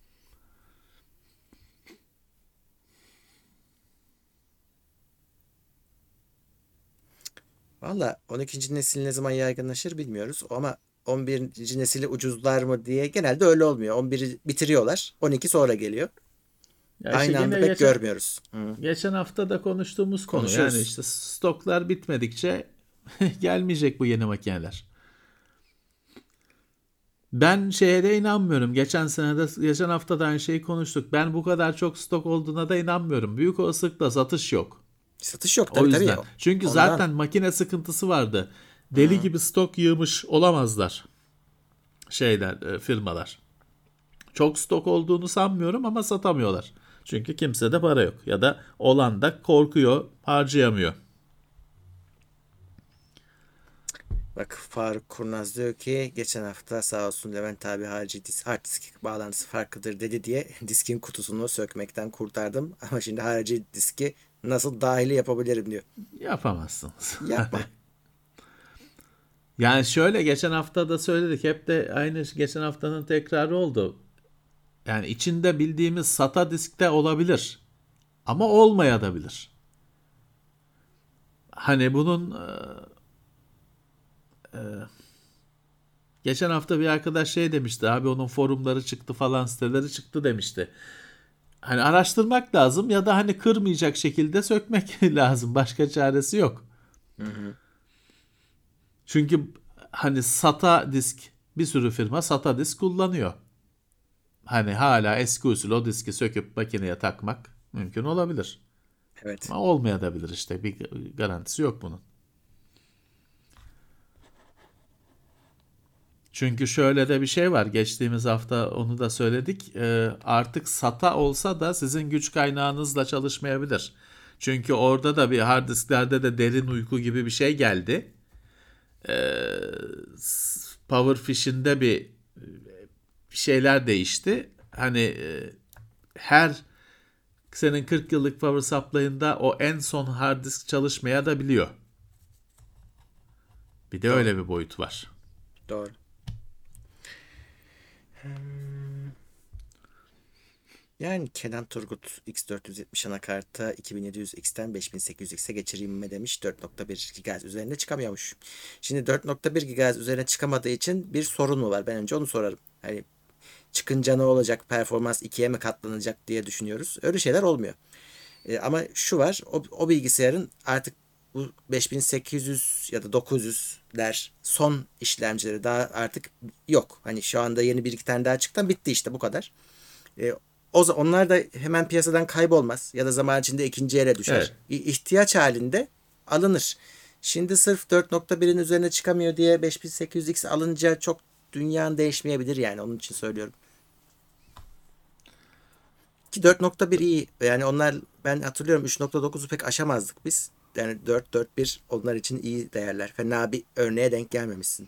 valla 12. nesil ne zaman yaygınlaşır bilmiyoruz. Ama 11. nesili ucuzlar mı diye genelde öyle olmuyor. 11'i bitiriyorlar. 12 sonra geliyor. Ya işte Aynı anda gene pek görmüyoruz. Hı. geçen hafta da konuştuğumuz konu. Yani Konuşuyoruz. işte stoklar bitmedikçe gelmeyecek bu yeni makineler. Ben şeye de inanmıyorum. Geçen hafta da aynı şeyi konuştuk. Ben bu kadar çok stok olduğuna da inanmıyorum. Büyük olasılıkla satış yok. Satış yok, O tabii tabii. yüzden. Çünkü Ondan. zaten makine sıkıntısı vardı. Deli Hı. gibi stok yığmış olamazlar firmalar. Çok stok olduğunu sanmıyorum ama satamıyorlar. Çünkü kimsede para yok ya da olan da korkuyor, harcayamıyor. Bak, Faruk Kurnaz diyor ki geçen hafta sağ olsun Levent abi hard disk bağlantısı farklıdır dedi diye diskin kutusunu sökmekten kurtardım. Ama şimdi harici diski nasıl dahili yapabilirim diyor. Yapamazsınız. Yapma. Yani şöyle, geçen hafta da söyledik, hep de aynı geçen haftanın tekrarı oldu. Yani içinde bildiğimiz SATA diskte olabilir ama olmayabilir. Hani bunun geçen hafta bir arkadaş şey demişti, abi onun forumları çıktı falan, siteleri çıktı demişti. Hani araştırmak lazım ya da hani kırmayacak şekilde sökmek lazım. Başka çaresi yok. Hı hı. Çünkü hani SATA disk, bir sürü firma SATA disk kullanıyor. Hani hala eski usul o diski söküp makineye takmak mümkün olabilir. Evet. Ama olmayabilir işte. Bir garantisi yok bunun. Çünkü şöyle de bir şey var. Geçtiğimiz hafta onu da söyledik. Artık SATA olsa da sizin güç kaynağınızla çalışmayabilir. Çünkü orada da bir hard disklerde de derin uyku gibi bir şey geldi. Power Fish'inde bir şeyler değişti. Hani her senin 40 yıllık power supply'ında o en son hard disk çalışmaya da biliyor. Bir de Doğru. öyle bir boyut var. Doğru. Yani Kenan Turgut X470 anakarta 2700X'ten 5800X'e geçireyim mi demiş. 4.1 GHz üzerine çıkamıyormuş. Şimdi 4.1 GHz üzerine çıkamadığı için bir sorun mu var? Ben önce onu sorarım. Hani çıkınca ne olacak? Performans ikiye mi katlanacak diye düşünüyoruz. Öyle şeyler olmuyor. Ama şu var. O bilgisayarın artık bu 5800 ya da 900'ler son işlemcileri daha artık yok. Hani şu anda yeni bir iki tane daha çıktı, bitti işte, bu kadar. E, Onlar da hemen piyasadan kaybolmaz ya da zaman içinde ikinci ele düşer. Evet. İhtiyaç halinde alınır. Şimdi sırf 4.1'in üzerine çıkamıyor diye 5800X alınca çok dünyanın değişmeyebilir, yani onun için söylüyorum. Ki 4.1 iyi. Yani onlar, ben hatırlıyorum 3.9'u pek aşamazdık biz. Yani 4.1 onlar için iyi değerler. Fena bir örneğe denk gelmemişsin.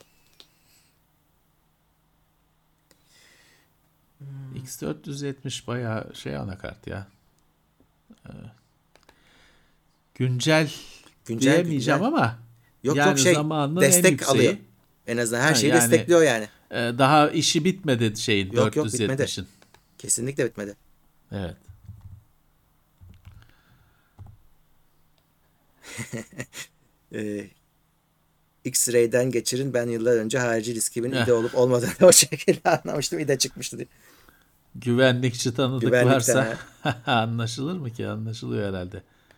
X470 bayağı şey anakart ya. Güncel Güncel diyemeyeceğim güncel. ama Yok yok, Yani şey, zamanının en destek alıyor. yükseği. En azından her Ha, şeyi yani destekliyor yani. daha işi bitmedi şeyin Yok yok, bitmedi. 470'in. Kesinlikle bitmedi. Evet. Ee, X-ray'den geçirin. Ben yıllar önce harici diskimin İde olup olmadığını o şekilde anlamıştım. İde çıkmıştı diye. Güvenlikçi tanıdık Güvenlikten varsa ha. anlaşılır mı ki? Anlaşılıyor herhalde.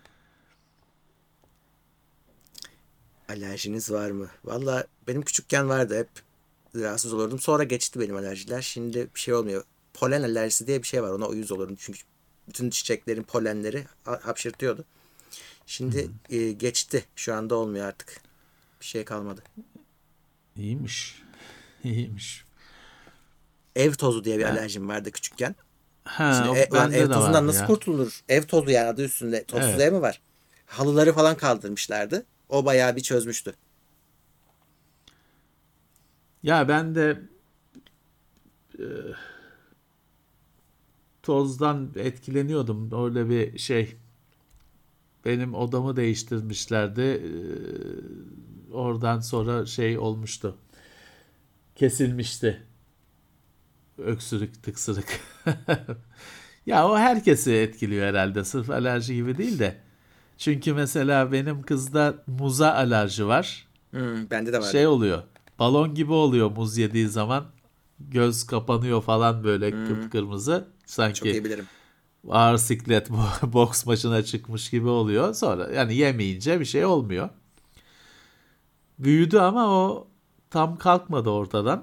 Alerjiniz var mı? Valla benim küçükken vardı, hep rahatsız olurdum. Sonra geçti benim alerjiler. Şimdi bir şey olmuyor. Polen alerjisi diye bir şey var. Ona uyuz olurdum. Çünkü bütün çiçeklerin polenleri hapşırtıyordu. Şimdi geçti. Şu anda olmuyor artık. Bir şey kalmadı. İyiymiş. İyiymiş. Ev tozu diye bir Ben, alerjim vardı küçükken. Şimdi ha, o ulan ev bende de tozundan vardı nasıl ya. kurtulur? Ev tozu yani, adı üstünde. Tozsuz Evet. ev mi var? Halıları falan kaldırmışlardı. O bayağı bir çözmüştü. Ya ben de tozdan etkileniyordum. Öyle bir şey. Benim odamı değiştirmişlerdi. Oradan sonra şey olmuştu. Kesilmişti. Öksürük, tıksırık. Ya o herkesi etkiliyor herhalde. Sırf alerji gibi değil de. Çünkü mesela benim kızda muza alerji var. Bende de vardı. Şey oluyor. Balon gibi oluyor muz yediği zaman. Göz kapanıyor falan böyle kıpkırmızı. Çok Sanki iyi bilirim. ağır siklet boks maçına çıkmış gibi oluyor. Sonra yani yemeyince bir şey olmuyor. Büyüdü ama o tam kalkmadı ortadan.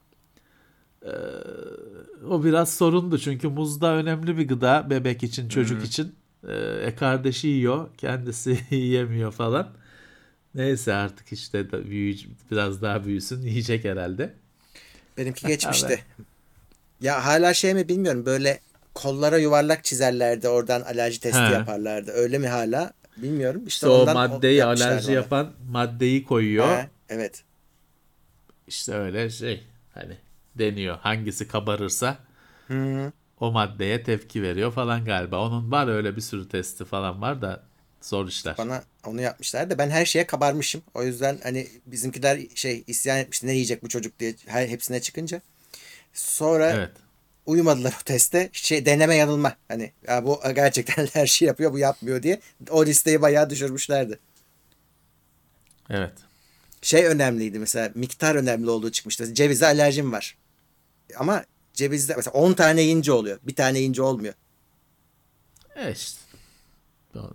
O biraz sorundu çünkü muz da önemli bir gıda bebek için, çocuk Hmm. için. Kardeşi yiyor, kendisi yiyemiyor falan. Neyse artık işte biraz daha büyüsün, yiyecek herhalde. Benimki Ama geçmişti. Ya hala şey mi bilmiyorum, böyle kollara yuvarlak çizerlerdi, oradan alerji testi ha, yaparlardı. Öyle mi hala bilmiyorum. İşte işte o ondan maddeyi yapmışlardı alerji bana. yapan maddeyi koyuyor. Ha, evet. İşte öyle şey hani deniyor. Hangisi kabarırsa Hı. o maddeye tepki veriyor falan galiba. Onun var öyle bir sürü testi falan var da zor İşte işler. bana onu yapmışlar da ben her şeye kabarmışım. O yüzden hani bizimkiler şey isyan etmişti, ne yiyecek bu çocuk diye, hepsine çıkınca. Sonra Evet. uyumadılar o teste. Şey, deneme yanılma. Hani ya bu gerçekten her şey yapıyor, bu yapmıyor diye. O listeyi bayağı düşürmüşlerdi. Evet. Şey önemliydi mesela, miktar önemli olduğu çıkmıştı. Cevize alerjim var. Ama cevizde mesela 10 tane yiyince oluyor. Bir tane yiyince olmuyor. İşte. Doğru.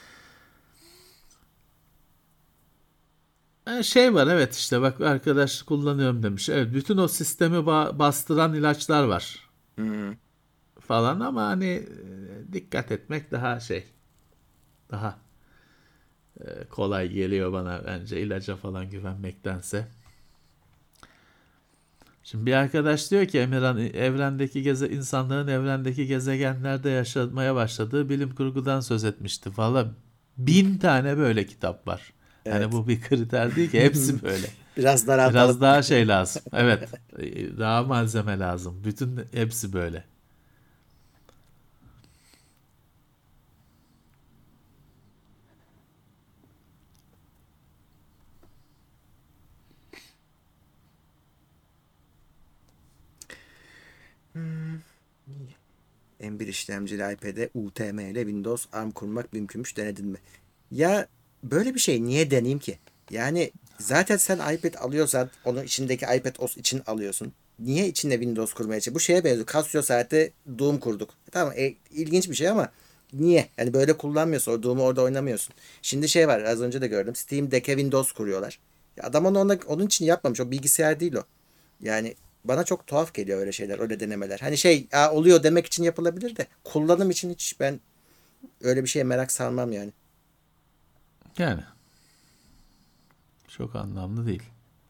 Şey var evet işte bak arkadaş kullanıyorum demiş. Evet bütün o sistemi bastıran ilaçlar var Hmm. falan ama hani dikkat etmek daha şey daha kolay geliyor bana bence ilaca falan güvenmektense. Şimdi bir arkadaş diyor ki Emirhan insanların evrendeki gezegenlerde yaşamaya başladığı bilim kurgudan söz etmişti. Valla 1000 tane böyle kitap var. Hani Evet. bu bir kriter değil ki hepsi böyle. Biraz daraltalım. Biraz daha şey lazım. Evet. Daha malzeme lazım. Bütün hepsi böyle. M1 işlemcili iPad'e UTM ile Windows ARM kurmak mümkünmüş, denedin mi? Ya böyle bir şey niye deneyeyim ki? Yani zaten sen iPad alıyorsan onun içindeki iPad OS için alıyorsun. Niye içinde Windows kurmaya çalışıyorsun? Bu şeye benziyor. Casio saati Doom kurduk. Tamam, ilginç bir şey ama niye? Yani böyle kullanmıyorsun. O Doom'u orada oynamıyorsun. Şimdi şey var, az önce de gördüm. Steam Deck'e Windows kuruyorlar. Ya adam onu onun için yapmamış. O bilgisayar değil o. Yani bana çok tuhaf geliyor öyle şeyler, öyle denemeler. Hani şey, oluyor demek için yapılabilir de kullanım için hiç ben öyle bir şeye merak sarmam yani. Yani çok anlamlı değil.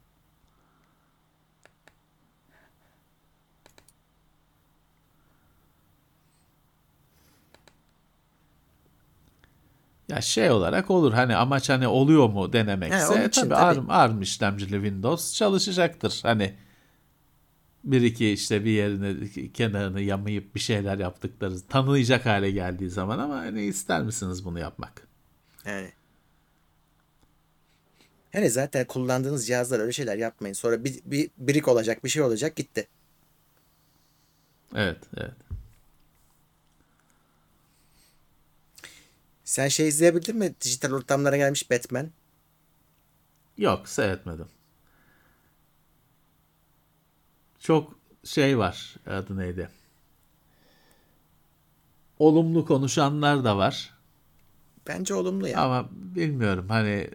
Ya şey olarak olur hani amaç hani oluyor mu He, onun denemekse için tabii tabii. ARM işlemcili Windows çalışacaktır. Hani bir iki işte bir yerini kenarını yamayıp bir şeyler yaptıkları tanıyacak hale geldiği zaman ama hani ister misiniz bunu yapmak? Yani Hani zaten kullandığınız cihazlar öyle şeyler yapmayın. Sonra bir birik olacak, bir şey olacak, gitti. Evet, evet. Sen şey izleyebildin mi? Dijital ortamlara gelmiş Batman. Yok, seyretmedim. Çok şey var. Adı neydi? Olumlu konuşanlar da var. Bence olumlu ya. Ama bilmiyorum hani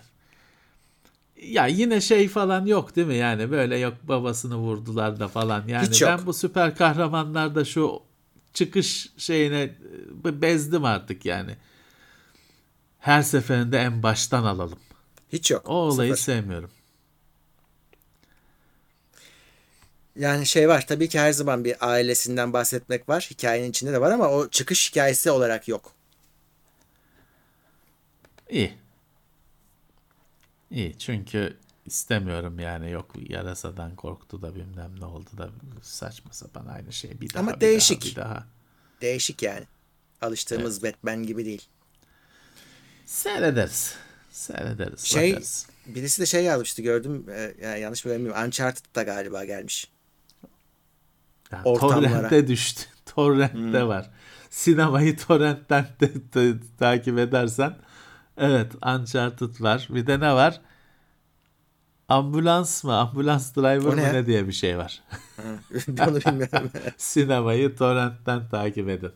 ya yine şey falan yok değil mi? Yani böyle yok babasını vurdular da falan. Hiç Yani ben yok. bu süper kahramanlarda şu çıkış şeyine bezdim artık yani. Her seferinde en baştan alalım. Hiç O yok. olayı Sıfır. sevmiyorum. Yani şey var, tabii ki her zaman bir ailesinden bahsetmek var. Hikayenin içinde de var ama o çıkış hikayesi olarak yok. İyi. İyi çünkü istemiyorum yani yok yarasadan korktu da bilmem ne oldu da saçma sapan aynı şey bir Ama daha bir daha bir değişik. daha. Değişik yani. Alıştığımız Evet. Batman gibi değil. Seyrederiz. Seyrederiz Şey, bakarız. birisi de şey yazmıştı, gördüm. Yani yanlış mı bilmiyorum. Uncharted da galiba gelmiş. Ya, Ortamlara. torrent'e düştü. Torrent'te Hmm. var. Sinemayı torrent'ten de takip edersen evet Uncharted var. Bir de ne var? Ambulans mı? Ambulans driver O ne mı ya? ne diye bir şey var. Ha, onu bilmiyorum. Sinemayı torrentten takip edin.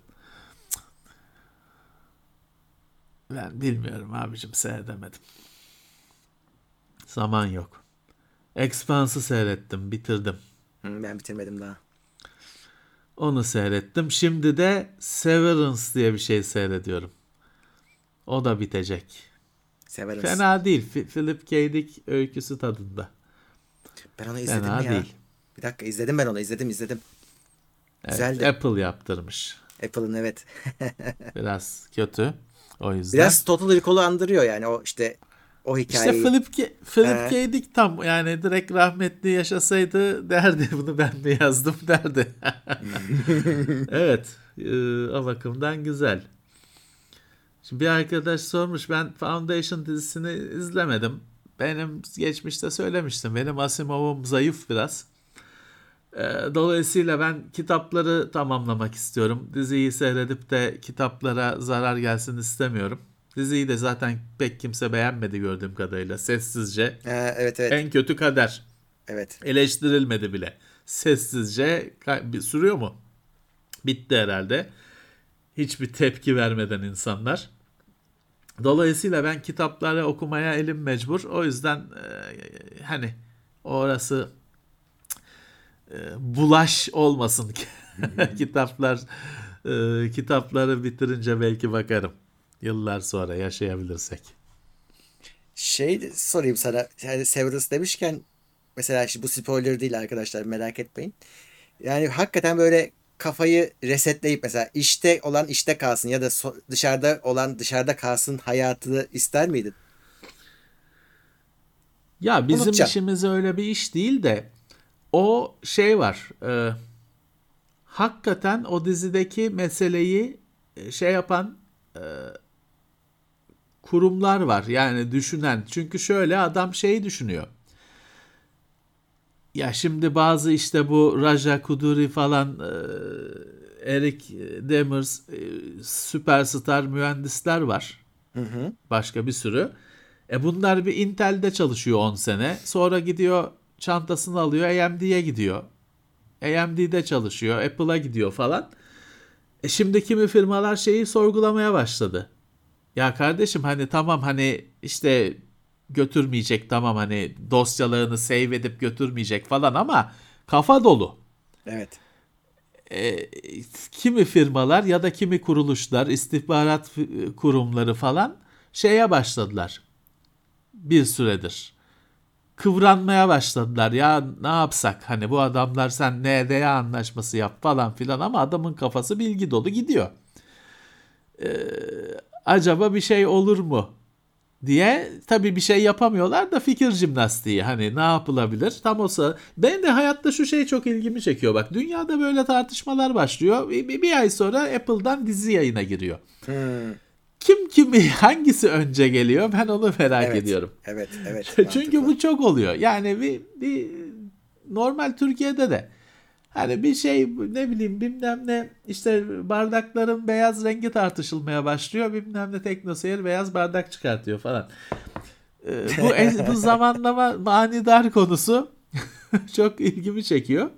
Ben bilmiyorum abicim seyredemedim. Zaman yok. Expanse'ı seyrettim, bitirdim. Ben bitirmedim daha. Onu seyrettim. Şimdi de Severance diye bir şey seyrediyorum. O da bitecek. Severance. Fena değil. Philip K. Dick öyküsü tadında. Ben onu izledim mi Fena ya? değil. Bir dakika, izledim ben onu. İzledim. Evet, Güzeldi. Apple yaptırmış. Apple'ın, evet. Biraz kötü. O yüzden. Biraz Total Recall'u andırıyor yani, o işte o İşte hikayeyi. Philip Ee, K. Dick tam yani direkt rahmetli yaşasaydı derdi bunu ben mi yazdım derdi. Evet, o bakımdan güzel. Şimdi bir arkadaş sormuş ben Foundation dizisini izlemedim. Benim geçmişte söylemiştim. Benim Asimov'um zayıf biraz. Dolayısıyla ben kitapları tamamlamak istiyorum. Diziyi seyredip de kitaplara zarar gelsin istemiyorum. Diziyi de zaten pek kimse beğenmedi gördüğüm kadarıyla. Sessizce. evet, evet. En kötü Kader. Evet. Eleştirilmedi bile. Sessizce sürüyor mu? Bitti herhalde. Hiçbir tepki vermeden insanlar. Dolayısıyla ben kitapları okumaya elim mecbur. O yüzden hani orası bulaş olmasın. Kitaplar kitapları bitirince belki bakarım. Yıllar sonra yaşayabilirsek. Şey sorayım sana. Yani Severance demişken, mesela bu spoiler değil arkadaşlar, merak etmeyin. Yani hakikaten böyle kafayı resetleyip mesela işte olan işte kalsın ya da dışarıda olan dışarıda kalsın hayatını ister miydin? Ya bizim Unutacağım. işimiz öyle bir iş değil de o şey var. Hakikaten o dizideki meseleyi şey yapan kurumlar var. Yani düşünen. Çünkü şöyle adam şeyi düşünüyor. Ya şimdi bazı işte bu Raja Kuduri falan Eric Demers süperstar mühendisler var. Hı hı. Başka bir sürü. Bunlar bir Intel'de çalışıyor 10 sene. Sonra gidiyor çantasını alıyor AMD'ye gidiyor. AMD'de çalışıyor. Apple'a gidiyor falan. Şimdi kimi firmalar şeyi sorgulamaya başladı. Ya kardeşim hani tamam hani işte götürmeyecek tamam hani dosyalarını save edip götürmeyecek falan ama kafa dolu. Evet. E, Kimi firmalar ya da kimi kuruluşlar, istihbarat kurumları falan şeye başladılar bir süredir. Kıvranmaya başladılar. Ya ne yapsak? Hani bu adamlar sen NDA anlaşması yap falan filan ama adamın kafası bilgi dolu gidiyor. Acaba bir şey olur mu diye tabii bir şey yapamıyorlar da fikir jimnastiği hani ne yapılabilir tam olsa ben de hayatta şu şey çok ilgimi çekiyor bak dünyada böyle tartışmalar başlıyor bir ay sonra Apple'dan dizi yayına giriyor. Hmm. kim kimi hangisi önce geliyor ben onu merak Evet. ediyorum. Evet. Evet. Çünkü Mantıklı. bu çok oluyor. Yani bir normal Türkiye'de de hani bir şey ne bileyim bilmem ne işte bardakların beyaz rengi tartışılmaya başlıyor. Bilmem ne teknoseyir beyaz bardak çıkartıyor falan. Bu zamanlama manidar konusu çok ilgimi çekiyor.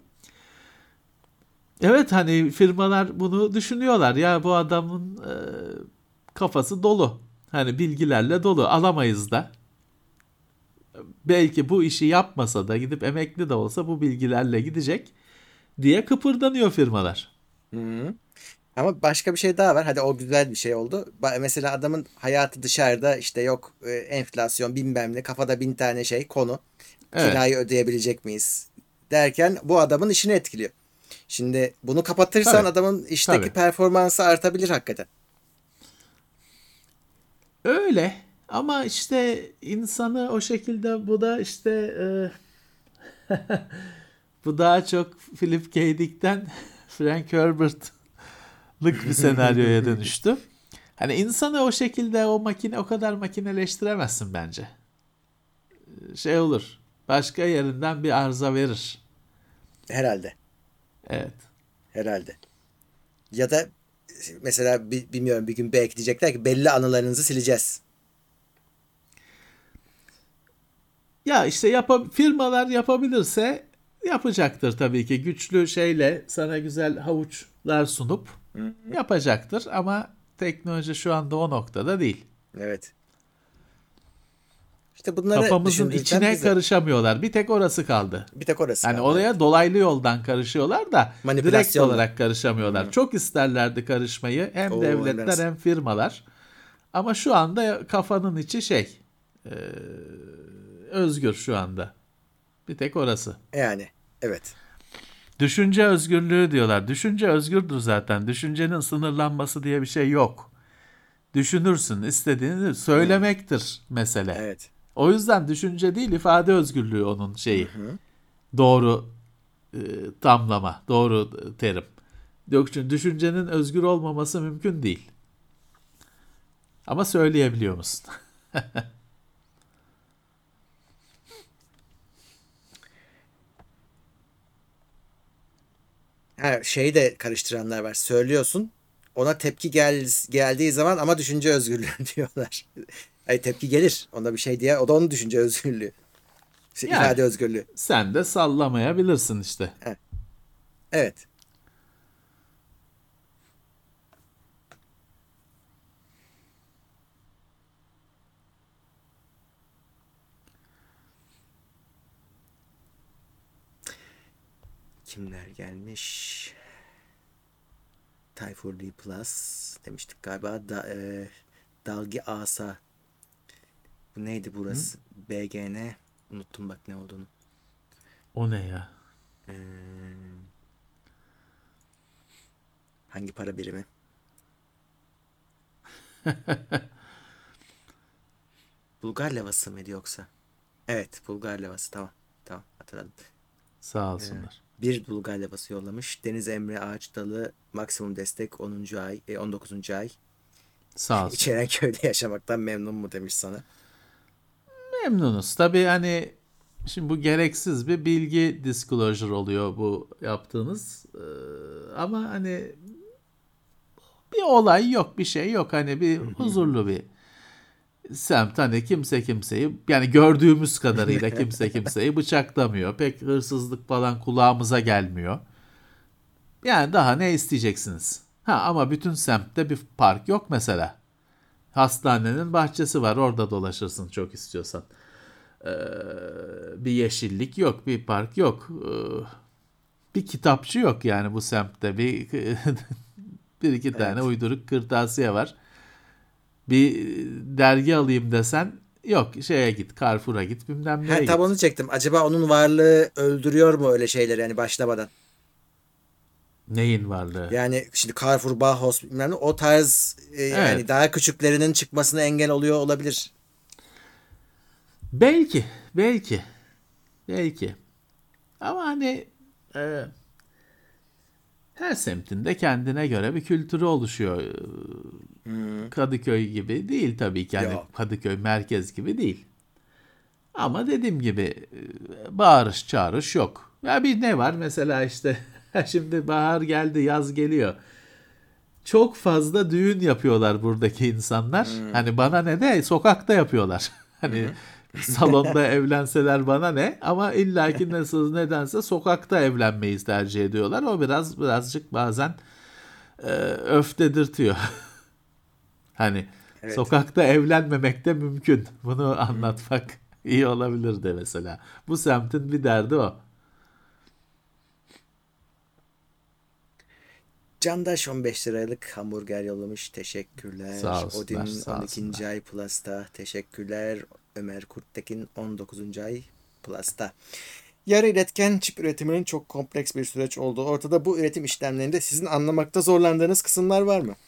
Evet hani firmalar bunu düşünüyorlar ya bu adamın kafası dolu. Hani bilgilerle dolu alamayız da. Belki bu işi yapmasa da gidip emekli de olsa bu bilgilerle gidecek diye kıpırdanıyor firmalar. Hı. Ama başka bir şey daha var. Hadi o güzel bir şey oldu. Mesela adamın hayatı dışarıda işte yok enflasyon bilmem ne kafada 1000 tane şey konu. Evet. Kirayı ödeyebilecek miyiz derken bu adamın işini etkiliyor. Şimdi bunu kapatırsan Tabii. adamın işteki Tabii. performansı artabilir hakikaten. Öyle ama işte insanı o şekilde bu da işte bu daha çok Philip K. Dick'ten Frank Herbert'lık bir senaryoya dönüştü. Hani insanı o şekilde o kadar makineleştiremezsin bence. Şey olur. Başka yerinden bir arıza verir. Herhalde. Evet. Herhalde. Ya da mesela bilmiyorum bir gün belki diyecekler ki belli anılarınızı sileceğiz. Ya işte firmalar yapabilirse yapacaktır tabii ki. Güçlü şeyle sana güzel havuçlar sunup Hı. yapacaktır ama teknoloji şu anda o noktada değil. Evet. İşte bunları Kafamızın düşündürten içine bizi. karışamıyorlar. Bir tek orası kaldı. Bir tek orası Yani kaldı evet. oraya dolaylı yoldan karışıyorlar da direkt Manipülasyonla. olarak karışamıyorlar. Hı. Çok isterlerdi karışmayı hem Oo hem de devletler nasıl. hem firmalar. Ama şu anda kafanın içi e, özgür şu anda. Bir tek orası. Yani evet. Düşünce özgürlüğü diyorlar. Düşünce özgürdür zaten. Düşüncenin sınırlanması diye bir şey yok. Düşünürsün, istediğini Hı. söylemektir mesele. Evet. O yüzden düşünce değil ifade özgürlüğü onun Hı şeyi. hı. Doğru tamlama, doğru terim. Yok çünkü düşüncenin özgür olmaması mümkün değil. Ama söyleyebiliyor musun? Ha, şeyi de karıştıranlar var. Söylüyorsun. Ona tepki geldiği zaman ama düşünce özgürlüğü diyorlar. Ay tepki gelir. Ona bir şey diye. O da onun düşünce özgürlüğü. İşte Yani ifade özgürlüğü. sen de sallamayabilirsin işte. Ha, evet. Kimler gelmiş? Tayfur D Plus demiştik galiba. Dalgi Asa. Bu neydi Hı? burası? BGN. Unuttum bak ne olduğunu. O ne ya? Ee, hangi para birimi? Bulgar levası mıydı yoksa? Evet, Bulgar levası. Tamam. Tamam, hatırladım. Sağ Ee, olsunlar. bir Bulgar levası yollamış. Deniz Emre Ağaçdalı maksimum destek 10. ay, 19. ay. Sağ olsunlar. İçerenköy'de yaşamaktan memnun mu demiş sana. Memnunuz. Tabii hani şimdi bu gereksiz bir bilgi disclosure oluyor bu yaptığınız. Ama hani bir olay yok, bir şey yok. Hani bir huzurlu bir semt. Hani kimse kimseyi yani gördüğümüz kadarıyla kimse kimseyi bıçaklamıyor. Pek hırsızlık falan kulağımıza gelmiyor. Yani daha ne isteyeceksiniz? Ha ama bütün semtte bir park yok mesela. Hastanenin bahçesi var orada dolaşırsın çok istiyorsan. Ee, bir yeşillik yok, bir park yok. Bir kitapçı yok yani bu semtte. Bir iki tane Evet. uyduruk kırtasiye var. Bir dergi alayım desen yok şeye git Carrefour'a git bilmem Ha, neye tam onu git. çektim. Acaba onun varlığı öldürüyor mu öyle şeyleri yani başlamadan? Neyin varlığı? Yani şimdi Carrefour, Bauhaus bilmem ne o tarz yani Evet daha küçüklerinin çıkmasına engel oluyor olabilir. belki belki belki ama hani e, her semtinde kendine göre bir kültürü oluşuyor. Kadıköy gibi değil tabii ki. Yani Yok. Kadıköy merkez gibi değil. Ama dediğim gibi bağırış çağırış yok. Ya bir ne var mesela işte şimdi bahar geldi, yaz geliyor. Çok fazla düğün yapıyorlar buradaki insanlar. Hmm. Hani bana ne de sokakta yapıyorlar. Hı Hani hı. salonda evlenseler bana ne, ama illaki nasıl nedense sokakta evlenmeyi tercih ediyorlar. O birazcık bazen öf dedirtiyor. Hani Evet. sokakta evlenmemek de mümkün. Bunu Hı hı. anlatmak iyi olabilir de mesela. Bu semtin bir derdi o. Candaş 15 liralık hamburger yollamış. Sağ Teşekkürler. olsunlar, Odin sağ 12. olsunlar. ay Plus'ta. Teşekkürler. Ömer Kurttekin 19. ay Plus'ta. Yarı iletken çip üretiminin çok kompleks bir süreç olduğu ortada. Bu üretim işlemlerinde sizin anlamakta zorlandığınız kısımlar var mı?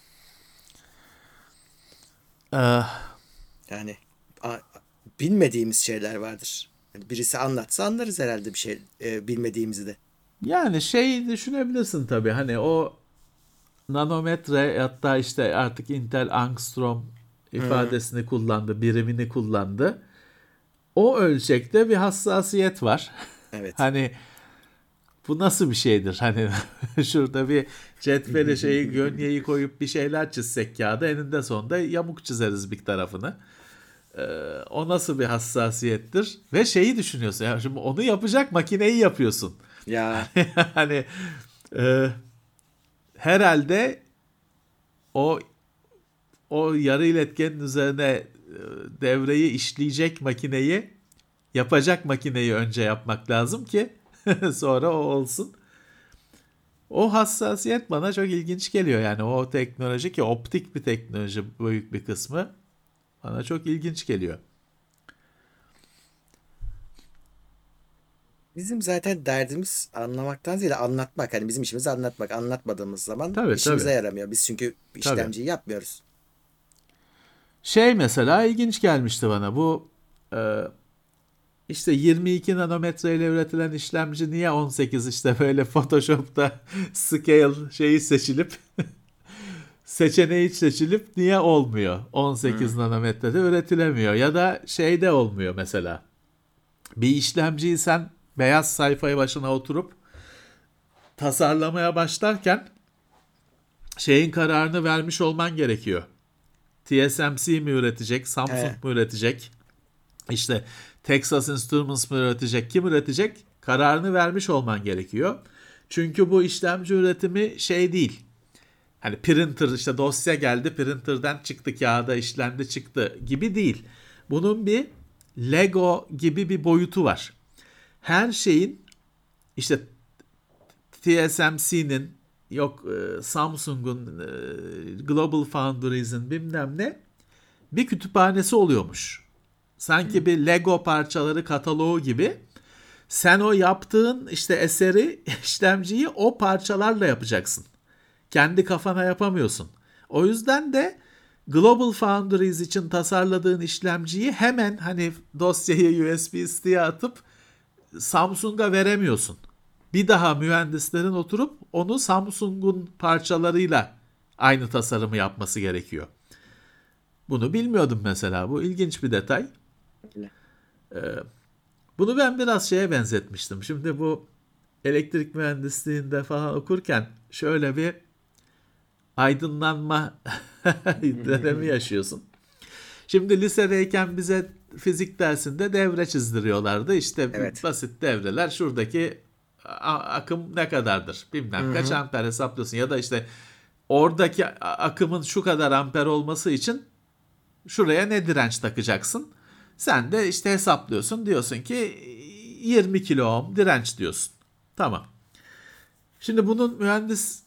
Ee, Yani bilmediğimiz şeyler vardır. Yani birisi anlatsa anlarız herhalde bir şey bilmediğimizi de. Yani şey düşünebilirsin tabii, hani o nanometre, hatta işte artık Intel angstrom Hı, ifadesini kullandı, birimini kullandı. O ölçekte bir hassasiyet var. evet. Hani bu nasıl bir şeydir? Hani şurada bir cetveli şeyi, gönyeyi koyup bir şeyler çizsek kağıda, eninde sonunda yamuk çizeriz bir tarafını. O nasıl bir hassasiyettir? Ve şeyi düşünüyorsun ya, şimdi onu yapacak makineyi yapıyorsun. Ya Hani e, herhalde o o yarı iletkenin üzerine devreyi işleyecek makineyi, yapacak makineyi önce yapmak lazım ki sonra o olsun. O hassasiyet bana çok ilginç geliyor. Yani o teknoloji, ki optik bir teknoloji büyük bir kısmı, bana çok ilginç geliyor. bizim zaten derdimiz anlamaktan ziyade anlatmak. Hani bizim işimiz anlatmak. Anlatmadığımız zaman Tabii, işimize tabii. yaramıyor. Biz çünkü Tabii. işlemciyi yapmıyoruz. Şey mesela ilginç gelmişti bana bu, e, işte 22 nanometre ile üretilen işlemci niye 18, işte böyle Photoshop'ta scale şeyi seçilip seçeneği seçilip niye olmuyor? 18 Hı. nanometrede üretilemiyor ya da şeyde olmuyor mesela. Bir işlemciyi sen beyaz sayfaya başına oturup tasarlamaya başlarken şeyin kararını vermiş olman gerekiyor. TSMC mi üretecek, He. Samsung mu üretecek, işte Texas Instruments mı üretecek, kim üretecek? Kararını vermiş olman gerekiyor. Çünkü bu işlemci üretimi şey değil. Hani printer, işte dosya geldi, printer'dan çıktı, kağıda işlendi çıktı gibi değil. Bunun bir Lego gibi bir boyutu var. Her şeyin işte TSMC'nin, yok Samsung'un, Global Foundries'in bilmem ne bir kütüphanesi oluyormuş. Sanki bir Lego parçaları kataloğu gibi. Sen o yaptığın işte eseri, işlemciyi o parçalarla yapacaksın. Kendi kafana yapamıyorsun. O yüzden de Global Foundries için tasarladığın işlemciyi hemen hani dosyayı USB stick'e atıp Samsung'a veremiyorsun. Bir daha mühendislerin oturup onu Samsung'un parçalarıyla aynı tasarımı yapması gerekiyor. Bunu bilmiyordum mesela. Bu ilginç bir detay. Öyle. Bunu ben biraz şeye benzetmiştim. Şimdi bu elektrik mühendisliğinde falan okurken şöyle bir aydınlanma dönemi yaşıyorsun. Şimdi lisedeyken bize fizik dersinde çizdiriyorlardı. İşte Evet. basit devreler, şuradaki akım ne kadardır? Hı Bilmem kaç hı. amper hesaplıyorsun. Ya da işte oradaki akımın şu kadar amper olması için şuraya ne direnç takacaksın? Sen de işte hesaplıyorsun. Diyorsun ki 20 kilo ohm direnç diyorsun. Tamam. Şimdi bunun mühendissin,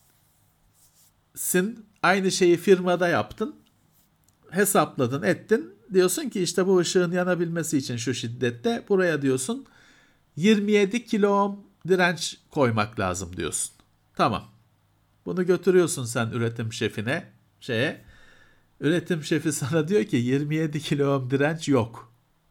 aynı şeyi firmada yaptın. Hesapladın, ettin. Diyorsun ki işte bu ışığın yanabilmesi için şu şiddette buraya diyorsun 27 kilo ohm direnç koymak lazım diyorsun. Tamam. Bunu götürüyorsun sen üretim şefine, şeye. Üretim şefi sana diyor ki 27 kilo ohm direnç yok.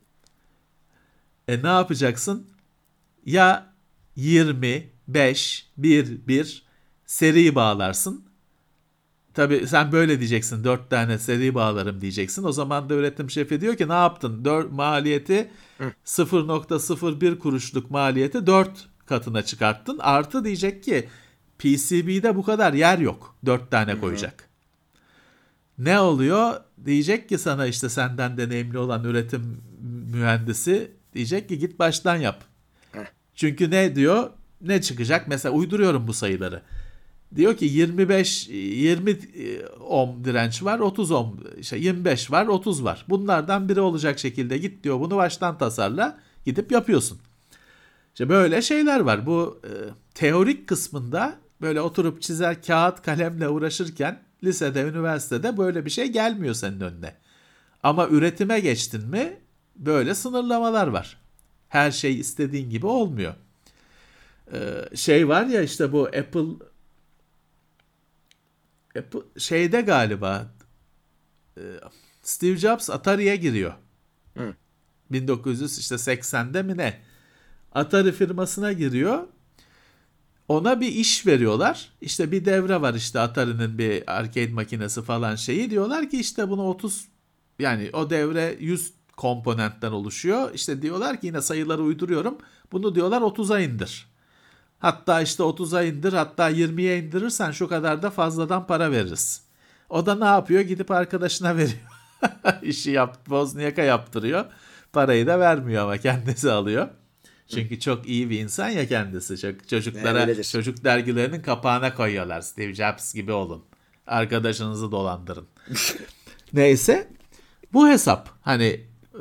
Ne yapacaksın? Ya 20, 5, 1, 1 seri bağlarsın. tabii sen böyle diyeceksin, 4 tane seri bağlarım diyeceksin. O zaman da üretim şefi diyor ki ne yaptın? Maliyeti Hı. 0,01 kuruşluk maliyeti 4 katına çıkarttın. Artı diyecek ki PCB'de bu kadar yer yok 4 tane Hı. koyacak. Ne oluyor? Diyecek ki sana işte senden deneyimli olan üretim mühendisi diyecek ki git baştan yap. Heh. Çünkü ne diyor? Ne çıkacak? Mesela uyduruyorum bu sayıları. Diyor ki 20 ohm direnç var, 30 ohm, işte 25 var, 30 var. Bunlardan biri olacak şekilde git diyor. Bunu baştan tasarla, gidip yapıyorsun. İşte böyle şeyler var. Bu teorik kısmında böyle oturup çizer kağıt kalemle uğraşırken lisede, üniversitede böyle bir şey gelmiyor senin önüne. Ama üretime geçtin mi böyle sınırlamalar var. Her şey istediğin gibi olmuyor. Şey var ya işte bu Apple şeyde galiba e, Steve Jobs Atari'ye giriyor. Hı. 1980'de mi ne? Atari firmasına giriyor. Ona bir iş veriyorlar. İşte bir devre var işte Atari'nin bir arcade makinesi falan şeyi. Diyorlar ki işte bunu 30 yani o devre 100 komponentten oluşuyor. İşte diyorlar ki yine sayıları uyduruyorum. Bunu diyorlar 30'a indir. Hatta işte 30'a indir, hatta 20'ye indirirsen şu kadar da fazladan para veririz. O da ne yapıyor? Gidip arkadaşına veriyor. İşi Wozniak'a yaptırıyor. Parayı da vermiyor ama kendisi alıyor. Hı. Çünkü çok iyi bir insan ya kendisi. Çocuklara, Öyledir. çocuk dergilerinin kapağına koyuyorlar. Steve Jobs gibi olun. Arkadaşınızı dolandırın. Neyse, bu hesap. Hani e,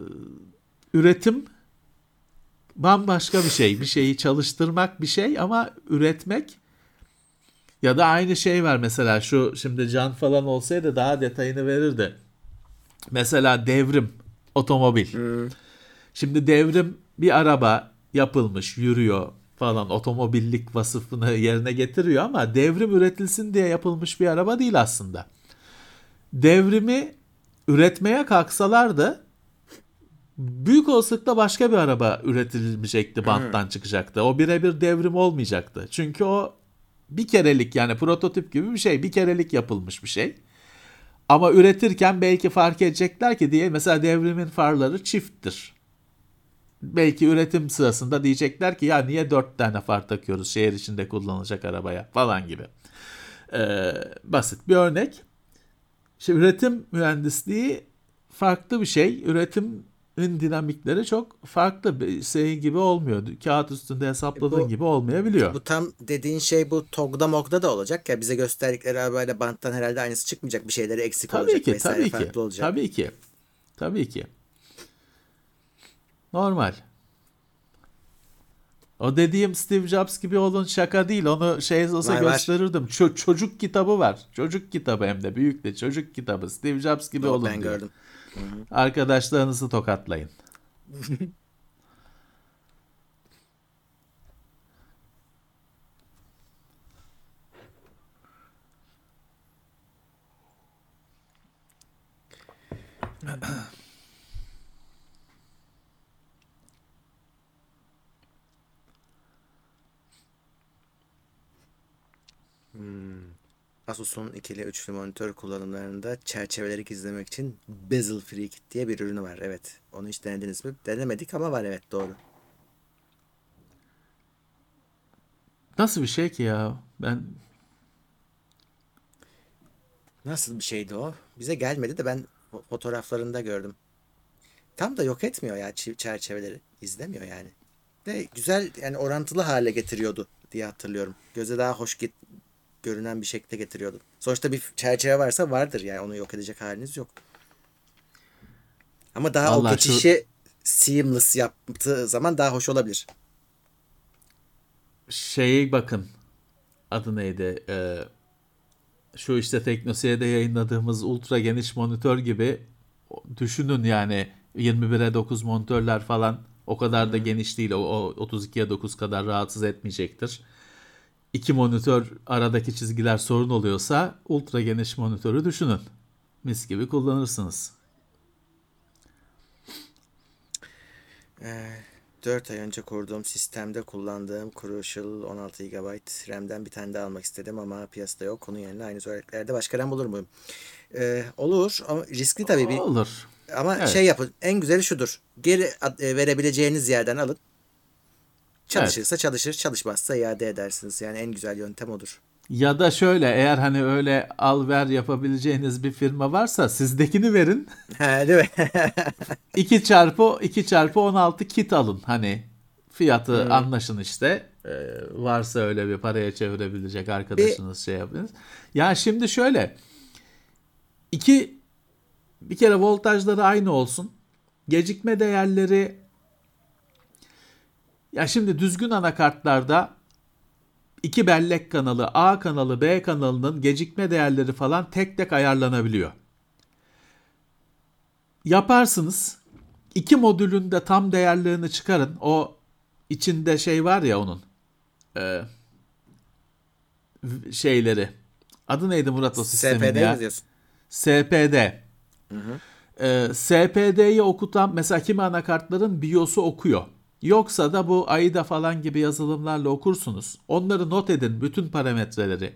üretim bambaşka bir şey. Bir şeyi çalıştırmak bir şey ama üretmek ya da aynı şey var mesela şu şimdi Can falan olsaydı daha detayını verirdi. Mesela devrim otomobil. Hı. Şimdi devrim bir araba yapılmış, yürüyor falan otomobillik vasıfını yerine getiriyor ama devrim üretilsin diye yapılmış bir araba değil aslında. Devrimi üretmeye kalksalardı büyük olasılıkla başka bir araba üretilmeyecekti, Hı. banttan çıkacaktı. O birebir devrim olmayacaktı. Çünkü o bir kerelik yani prototip gibi bir şey, bir kerelik yapılmış bir şey. Ama üretirken belki fark edecekler ki diye mesela devrimin farları çifttir. Belki üretim sırasında diyecekler ki ya niye 4 tane far takıyoruz şehir içinde kullanılacak arabaya falan gibi. Basit bir örnek. Şimdi üretim mühendisliği farklı bir şey. Üretimin dinamikleri çok farklı. Şey gibi olmuyor. Kağıt üstünde hesapladığın Bu gibi olmayabiliyor. bu tam dediğin şey bu TOG'da MOG'da da olacak ya bize gösterdikleri arabayla banttan herhalde aynısı çıkmayacak. Bir şeyleri eksik Tabii olacak ki, vesaire tabii ki, farklı olacak. tabii ki, tabii ki. Normal. O dediğim Steve Jobs gibi olun şaka değil. Onu şey olsa Var var. gösterirdim. Çocuk kitabı var. Çocuk kitabı hem de büyük de çocuk kitabı. Steve Jobs gibi O ben olun diyor. gördüm. Hı hı. Arkadaşlarınızı tokatlayın. Hmm. Asus'un ikili üçlü monitör kullanımlarında çerçeveleri gizlemek için Bezel Free Kit diye bir ürünü var. Evet. Onu hiç denediniz mi? Denemedik ama var, evet, doğru. Nasıl bir şey ki ya? Ben Nasıl bir şeydi o? Bize gelmedi de ben fotoğraflarında gördüm. Tam da yok etmiyor ya çerçeveleri. İzlemiyor yani. De güzel yani orantılı hale getiriyordu diye hatırlıyorum. Göze daha hoş görünen bir şekilde getiriyordu. Sonuçta bir çerçeve varsa vardır yani onu yok edecek haliniz yok. Ama daha o vallahi şu geçişi seamless yaptığı zaman daha hoş olabilir. şeye bakın. Adı neydi? Şu işte Teknoseyir'de yayınladığımız ultra geniş monitör gibi düşünün yani 21'e 9 monitörler falan o kadar da Hı. geniş değil. O 32'ye 9 kadar rahatsız etmeyecektir. İki monitör aradaki çizgiler sorun oluyorsa ultra geniş monitörü düşünün. Mis gibi kullanırsınız. 4 ay önce kurduğum sistemde kullandığım Crucial 16 GB RAM'den bir tane daha almak istedim ama piyasada yok. Onun yerine aynı özelliklerde başka RAM bulur muyum? Olur ama riskli tabii bir. Olur. Ama şey Evet. yapın. En güzeli şudur. Geri verebileceğiniz yerden alın. Evet. Çalışırsa çalışır, çalışmazsa iade edersiniz. Yani en güzel yöntem odur. Ya da şöyle, eğer hani öyle al ver yapabileceğiniz bir firma varsa sizdekini verin. He, değil mi? 2 çarpı 16 kit alın. Hani fiyatı Hmm. anlaşın işte. Varsa öyle bir paraya çevirebilecek Bir arkadaşınız, şey yapınız. Ya şimdi şöyle, iki bir kere voltajları aynı olsun. Gecikme değerleri, ya şimdi düzgün anakartlarda iki bellek kanalı, A kanalı, B kanalının gecikme değerleri falan tek tek ayarlanabiliyor. Yaparsınız. İki modülün de tam değerlerini çıkarın. O içinde şey var ya onun, e, şeyleri. Adı neydi Murat o sistemin SPD mi ya? diyorsun? SPD. Hı hı. SPD'yi okutan mesela kimi anakartların BIOS'u okuyor. Yoksa da bu AIDA falan gibi yazılımlarla okursunuz. Onları not edin, bütün parametreleri.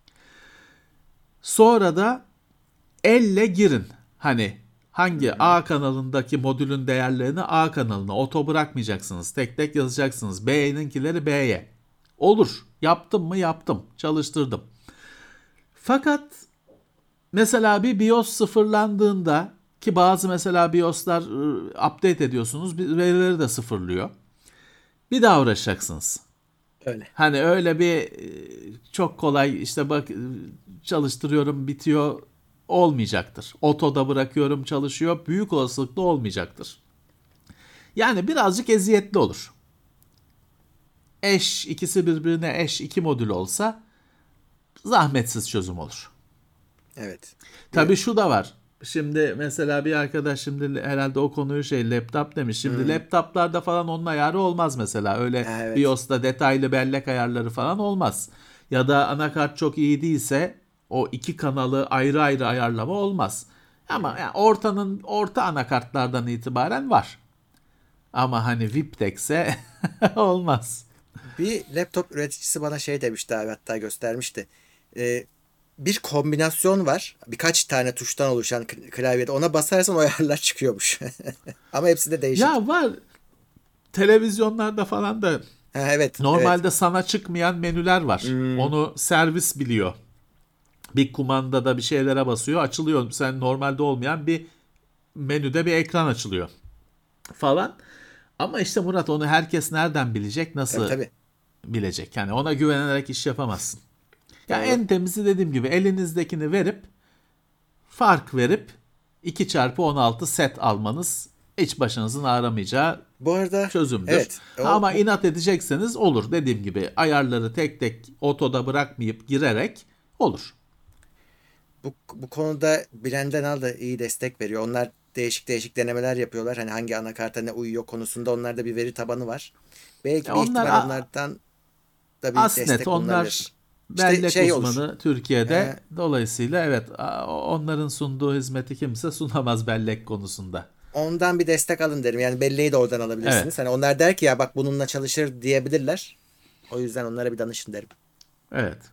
Sonra da elle girin. Hani Hı hangi hı. A kanalındaki modülün değerlerini A kanalına oto bırakmayacaksınız. Tek tek yazacaksınız. B'ninkileri B'ye. Olur. Yaptım mı? Yaptım. Çalıştırdım. Fakat mesela bir BIOS sıfırlandığında, ki bazı mesela BIOS'lar update ediyorsunuz, verileri de sıfırlıyor. Bir daha uğraşacaksınız. Öyle. Hani öyle bir çok kolay işte bak çalıştırıyorum bitiyor olmayacaktır. Otoda bırakıyorum çalışıyor, büyük olasılıkla olmayacaktır. Yani birazcık eziyetli olur. İkisi birbirine eş iki modül olsa zahmetsiz çözüm olur. Evet. Bir Tabii şu da var. Şimdi mesela bir arkadaş şimdi herhalde o konuyu laptop demiş. Şimdi hmm. laptoplarda falan onun ayarı olmaz mesela. Öyle Evet. BIOS'ta detaylı bellek ayarları falan olmaz. Ya da anakart çok iyi değilse o iki kanalı ayrı ayrı ayarlama olmaz. Ama yani orta anakartlardan itibaren var. Ama hani VIP'tekse olmaz. Bir laptop üreticisi bana şey demişti abi, hatta göstermişti. Ee, Bir kombinasyon var. Birkaç tane tuştan oluşan klavyede. Ona basarsan o ayarlar çıkıyormuş. Ama hepsi de değişik. Ya var, televizyonlarda falan da Ha, evet. Evet. normalde sana çıkmayan menüler var. Hmm. Onu servis biliyor. Bir kumandada bir şeylere basıyor, açılıyor. Sen normalde olmayan bir menüde bir ekran açılıyor falan. Ama işte Murat, onu herkes nereden bilecek, Tabii nasıl tabii. bilecek? Yani ona güvenerek iş yapamazsın. Ya Doğru. en temizi dediğim gibi elinizdekini verip, fark verip 2x16 set almanız hiç başınızın ağramayacağı Bu arada çözümdür. evet. Ama inat edecekseniz olur. Dediğim gibi ayarları tek tek otoda bırakmayıp girerek olur. Bu konuda Bilendenal da iyi destek veriyor. Onlar değişik değişik denemeler yapıyorlar. Hani hangi anakarta ne uyuyor konusunda onlarda bir veri tabanı var. Belki bir Onlar ihtimal onlardan da bir Asnet, destek onlar bulunabilir. İşte bellek şey olur. uzmanı Türkiye'de. Ee, Dolayısıyla evet, onların sunduğu hizmeti kimse sunamaz bellek konusunda. Ondan bir destek alın derim. Yani belleği de oradan alabilirsiniz. Evet. Hani onlar der ki ya bak bununla çalışır diyebilirler. O yüzden onlara bir danışın derim. Evet.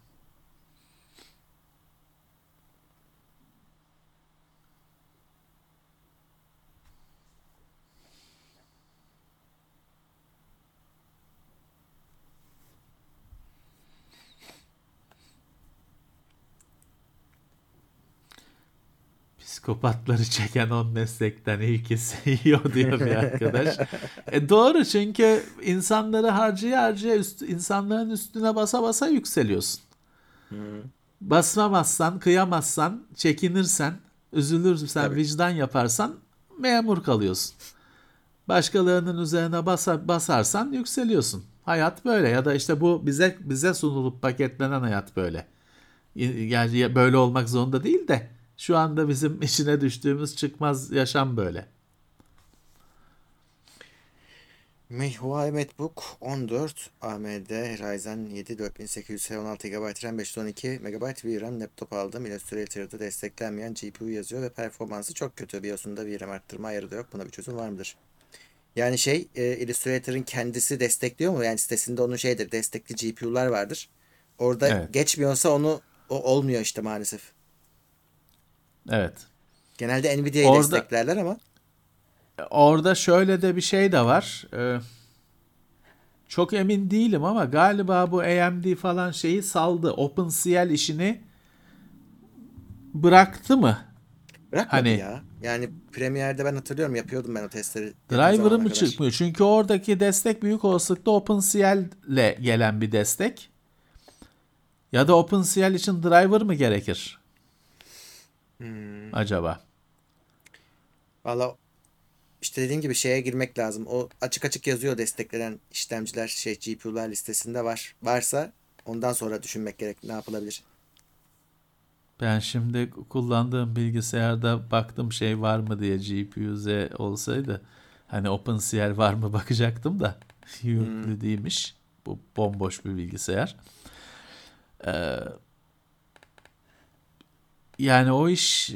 Psikopatları çeken 10 meslekten ilkisi CEO diyor bir arkadaş. Doğru, çünkü insanları harcaya harcaya insanların üstüne basa basa yükseliyorsun. Hmm, Basmamazsan, kıyamazsan, çekinirsen, üzülürsen, tabii. vicdan yaparsan memur kalıyorsun. Başkalarının üzerine basarsan yükseliyorsun. Hayat böyle, ya da işte bu bize sunulup paketlenen hayat böyle. Yani böyle olmak zorunda değil de şu anda bizim içine düştüğümüz çıkmaz yaşam böyle. Huawei MateBook 14 AMD Ryzen 7 4800 16 GB RAM 512 MB VRAM laptop aldım. Illustrator'da desteklenmeyen GPU yazıyor ve performansı çok kötü. BIOS'unda VRAM arttırma ayarı da yok. Buna bir çözüm var mıdır? Yani Illustrator'ın kendisi destekliyor mu? Yani sitesinde onun destekli GPU'lar vardır. Orada Evet. geçmiyorsa o olmuyor işte maalesef. Evet. Genelde Nvidia'yı Orada desteklerler ama orada şöyle de bir şey de var. Çok emin değilim ama galiba bu AMD falan şeyi saldı. OpenCL işini bıraktı mı? bırakmadı Hani ya. Yani Premiere'de ben hatırlıyorum, yapıyordum ben o testleri yakın driver'ı zamana mı kadar. çıkmıyor? Çünkü oradaki destek büyük olasılıkla OpenCL ile gelen bir destek. Ya da OpenCL için driver mı gerekir Hmm. acaba? Valla işte dediğim gibi şeye girmek lazım. O açık açık yazıyor, desteklenen işlemciler GPU'lar listesinde var. Varsa ondan sonra düşünmek gerek, ne yapılabilir. Ben şimdi kullandığım bilgisayarda baktım şey var mı diye GPU-Z olsaydı hani OpenCL var mı bakacaktım da Hmm. yüklü değilmiş. Bu bomboş bir bilgisayar. Yani o iş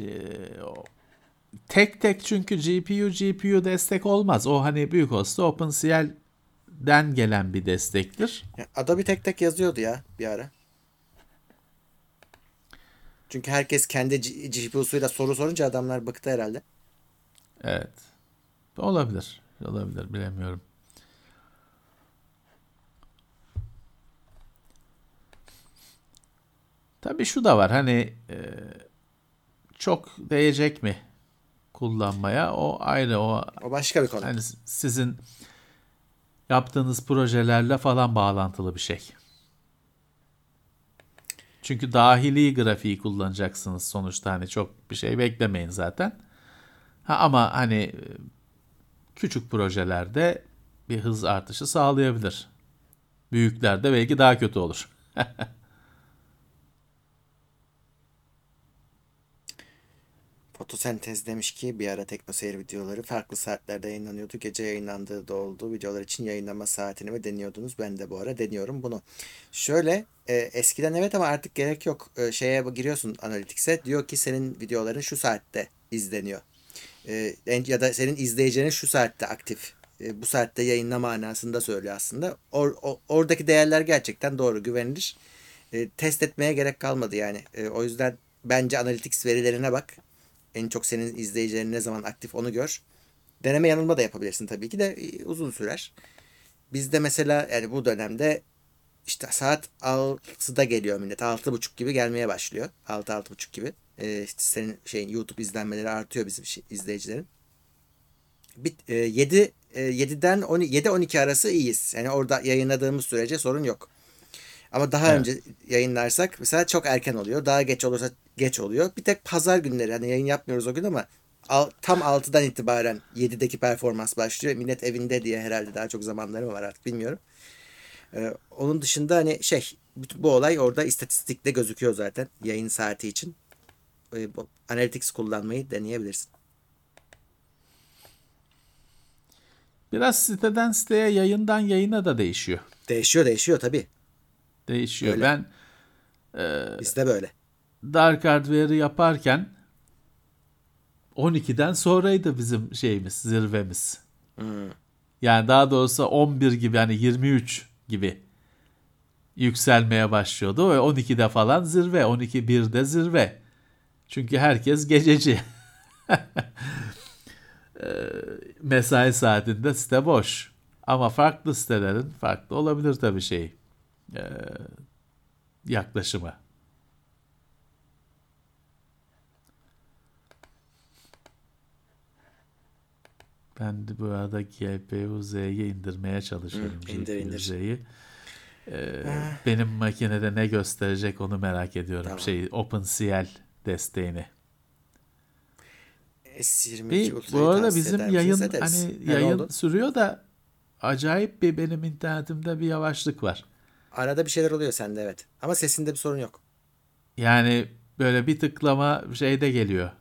tek tek çünkü GPU destek olmaz. O hani büyük olsa OpenCL'den gelen bir destektir. Ya Adobe tek tek yazıyordu ya bir ara. Çünkü herkes kendi GPU'suyla soru sorunca adamlar bıktı herhalde. Evet. Olabilir. Olabilir bilemiyorum. Tabii şu da var hani çok değecek mi kullanmaya? O ayrı o O başka bir konu. hani sizin yaptığınız projelerle falan bağlantılı bir şey. Çünkü dahili grafiği kullanacaksınız sonuçta hani çok bir şey beklemeyin zaten. Ha, ama hani küçük projelerde bir hız artışı sağlayabilir. Büyüklerde belki daha kötü olur. Fotosentez demiş ki bir ara TeknoSeyir videoları farklı saatlerde yayınlanıyordu. Gece yayınlandığı da oldu. Videolar için yayınlama saatini mi deniyordunuz? Ben de bu ara deniyorum bunu. Eskiden evet ama artık gerek yok. Giriyorsun Analytics'e, diyor ki senin videoların şu saatte izleniyor. Ya da senin izleyeceğin şu saatte aktif. Bu saatte yayınla manasında söylüyor aslında. Oradaki değerler gerçekten doğru, güvenilir. Test etmeye gerek kalmadı yani. O yüzden bence Analytics verilerine bak. En çok senin izleyicilerin ne zaman aktif onu gör. Deneme yanılma da yapabilirsin tabii ki de, uzun sürer. Bizde mesela yani bu dönemde işte saat 6'da geliyor millet. 6.30 gibi gelmeye başlıyor. 6-6.30 gibi. İşte senin YouTube izlenmeleri artıyor bizim izleyicilerin. 7'den 7-12 arası iyiyiz. Yani orada yayınladığımız sürece sorun yok. Ama daha Evet. önce yayınlarsak mesela çok erken oluyor. Daha geç olursa geç oluyor. Bir tek pazar günleri hani yayın yapmıyoruz o gün ama tam 6'dan itibaren 7'deki performans başlıyor. Millet evinde diye herhalde daha çok zamanları mı var artık bilmiyorum. Onun dışında bu olay orada istatistikte gözüküyor zaten yayın saati için. Bu Analytics kullanmayı deneyebilirsin. Biraz siteden siteye, yayından yayına da değişiyor. Değişiyor tabii. Değişiyor. Öyle. Ben Bizde böyle. Dark Hardware'ı yaparken 12'den sonraydı bizim şeyimiz, zirvemiz. Hmm. Yani daha doğrusu 11 gibi hani 23 gibi yükselmeye başlıyordu. Ve 12'de falan zirve, 12-1'de zirve. Çünkü herkes gececi. Mesai saatinde site boş. Ama farklı sitelerin farklı olabilir tabii yaklaşımı. Ben de bu arada GPU-Z'yi indirmeye çalışıyorum, İndir indir. GPU-Z'yi. Ah, Benim makinede ne gösterecek onu merak ediyorum. tamam. OpenCL desteğini. S22 Bu Ultra'yı arada tavsiye bizim eder misiniz? yayın Ederiz. hani Ne yayın oldu? sürüyor da acayip bir benim internetimde bir yavaşlık var. Arada bir şeyler oluyor sende, evet. Ama sesinde bir sorun yok. Yani böyle bir tıklama şeyde geliyor.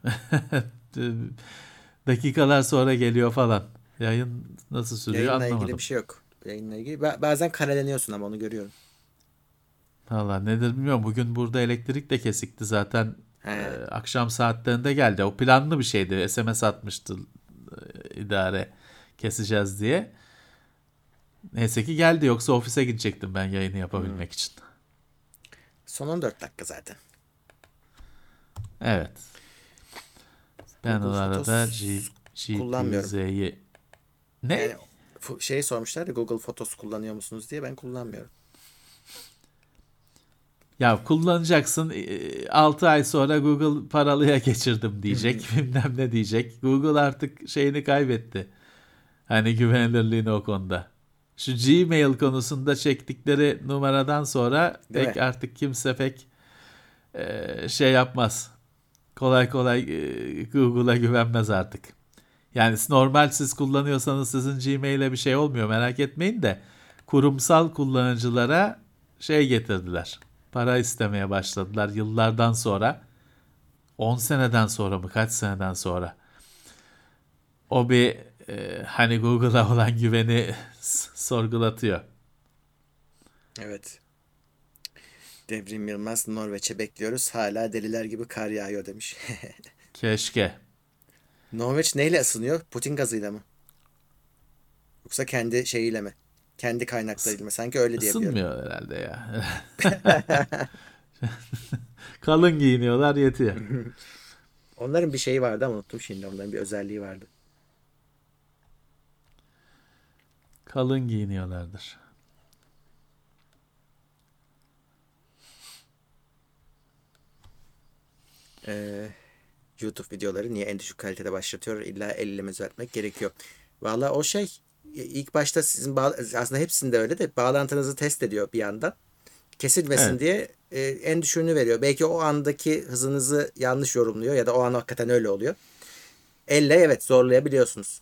Dakikalar sonra geliyor falan. Yayın nasıl sürüyor Yayınla ilgili anlamadım. bir şey yok. Yayınla ilgili. Bazen kareleniyorsun ama onu görüyorum. Valla nedir bilmiyorum. Bugün burada elektrik de kesikti zaten. He. Akşam saatlerinde geldi. O planlı bir şeydi. SMS atmıştı idare. keseceğiz diye. Neyse ki geldi, yoksa ofise gidecektim ben yayını yapabilmek için. Son 14 dakika zaten. Evet. Ben o Google arada Photos kullanmıyorum. GPZ'yi... Ne? Yani şey sormuşlar ya, Google Photos kullanıyor musunuz diye, ben kullanmıyorum. Ya kullanacaksın, 6 ay sonra Google paralıya geçirdim diyecek, bilmem ne diyecek. Google artık şeyini kaybetti. Hani güvenilirliğini o konuda. Şu Gmail konusunda çektikleri numaradan sonra Değil mi? artık kimse pek şey yapmaz. Kolay kolay Google'a güvenmez artık. Yani normal siz kullanıyorsanız sizin Gmail'e bir şey olmuyor, merak etmeyin de kurumsal kullanıcılara şey getirdiler. Para istemeye başladılar yıllardan sonra. 10 seneden sonra mı, kaç seneden sonra. O bir hani Google'a olan güveni sorgulatıyor. Evet. Devrim Yılmaz, Norveç'e bekliyoruz. Hala deliler gibi kar yağıyor demiş. Keşke. Norveç neyle ısınıyor? Putin gazıyla mı? Yoksa kendi şeyiyle mi? Kendi kaynaklarıyla mı? Sanki öyle diye biliyorum. Isınmıyor herhalde ya. Kalın giyiniyorlar, yetiyor. Onların bir şeyi vardı ama unuttum şimdi. Onların bir özelliği vardı. Kalın giyiniyorlardır. Ee, YouTube videoları niye en düşük kalitede başlatıyor? İlla elle mi düzeltmek gerekiyor? Valla o şey, ilk başta sizin aslında hepsinde öyle de bağlantınızı test ediyor bir yandan. Kesilmesin Evet. diye en düşüğünü veriyor. Belki o andaki hızınızı yanlış yorumluyor ya da o an hakikaten öyle oluyor. Elle evet zorlayabiliyorsunuz.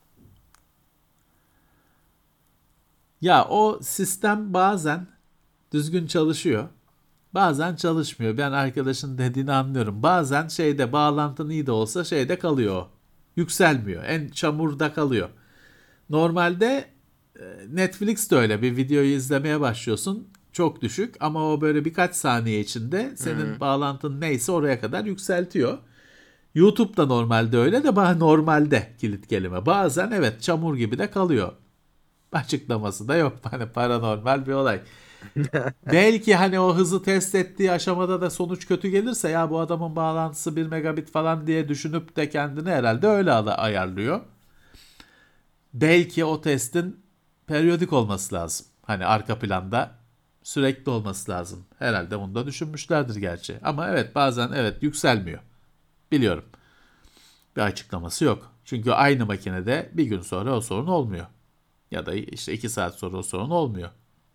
Ya o sistem bazen düzgün çalışıyor. Bazen çalışmıyor. Ben arkadaşın dediğini anlıyorum. Bazen şeyde bağlantın iyi de olsa şeyde kalıyor o. Yükselmiyor. En çamurda kalıyor. Normalde Netflix de öyle. Bir videoyu izlemeye başlıyorsun. Çok düşük ama o böyle birkaç saniye içinde senin bağlantın neyse oraya kadar yükseltiyor. YouTube da normalde öyle de normalde kilit kelime. Bazen evet çamur gibi de kalıyor. Açıklaması da yok. Hani paranormal bir olay. Belki hani o hızı test ettiği aşamada da sonuç kötü gelirse ya bu adamın bağlantısı 1 megabit falan diye düşünüp de kendini herhalde öyle ayarlıyor. Belki o testin periyodik olması lazım. Hani arka planda sürekli olması lazım. Herhalde bunu da düşünmüşlerdir gerçi. Ama evet bazen evet yükselmiyor. Biliyorum. Bir açıklaması yok. Çünkü aynı makinede bir gün sonra o sorun olmuyor. Ya da işte 2 saat sonra o sorun olmuyor.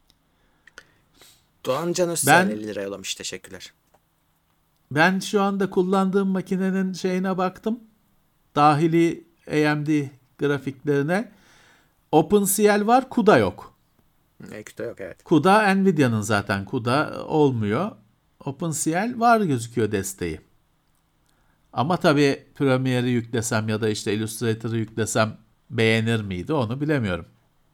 Doğan Can Özsal Ben 50 lira yollamış. Teşekkürler. ben şu anda kullandığım makinenin şeyine baktım. Dahili AMD grafiklerine. OpenCL var, CUDA yok. EQ'da yok evet. CUDA Nvidia'nın zaten, CUDA olmuyor. OpenCL var gözüküyor desteği. Ama tabii Premiere'i yüklesem ya da işte Illustrator'ı yüklesem beğenir miydi onu bilemiyorum.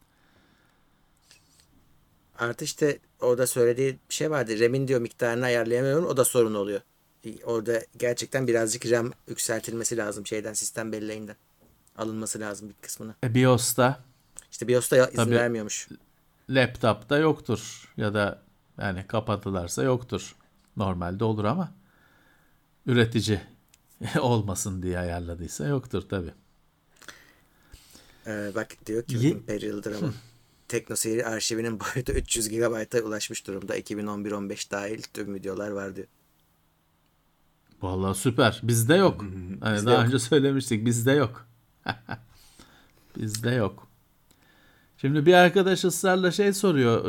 Artı işte orada söylediği bir şey vardı. RAM'in diyor miktarını ayarlayamıyorum. O da sorun oluyor. Orada gerçekten birazcık RAM yükseltilmesi lazım şeyden, sistem belleğinden. Alınması lazım bir kısmını. BIOS'ta İşte BIOS'ta izin tabii vermiyormuş. laptop'ta yoktur ya da yani kapatılarsa yoktur. Normalde olur ama üretici olmasın diye ayarladıysa yoktur tabii. Bak diyor ki Ye- Imperial Dram'ın TeknoSeyir arşivinin boyutu 300 GB'a ulaşmış durumda. 2011-15 dahil tüm videolar var diyor. Vallahi süper. Bizde yok. Hani Bizde daha yok. önce söylemiştik, bizde yok. Bizde yok. Şimdi bir arkadaş ısrarla şey soruyor.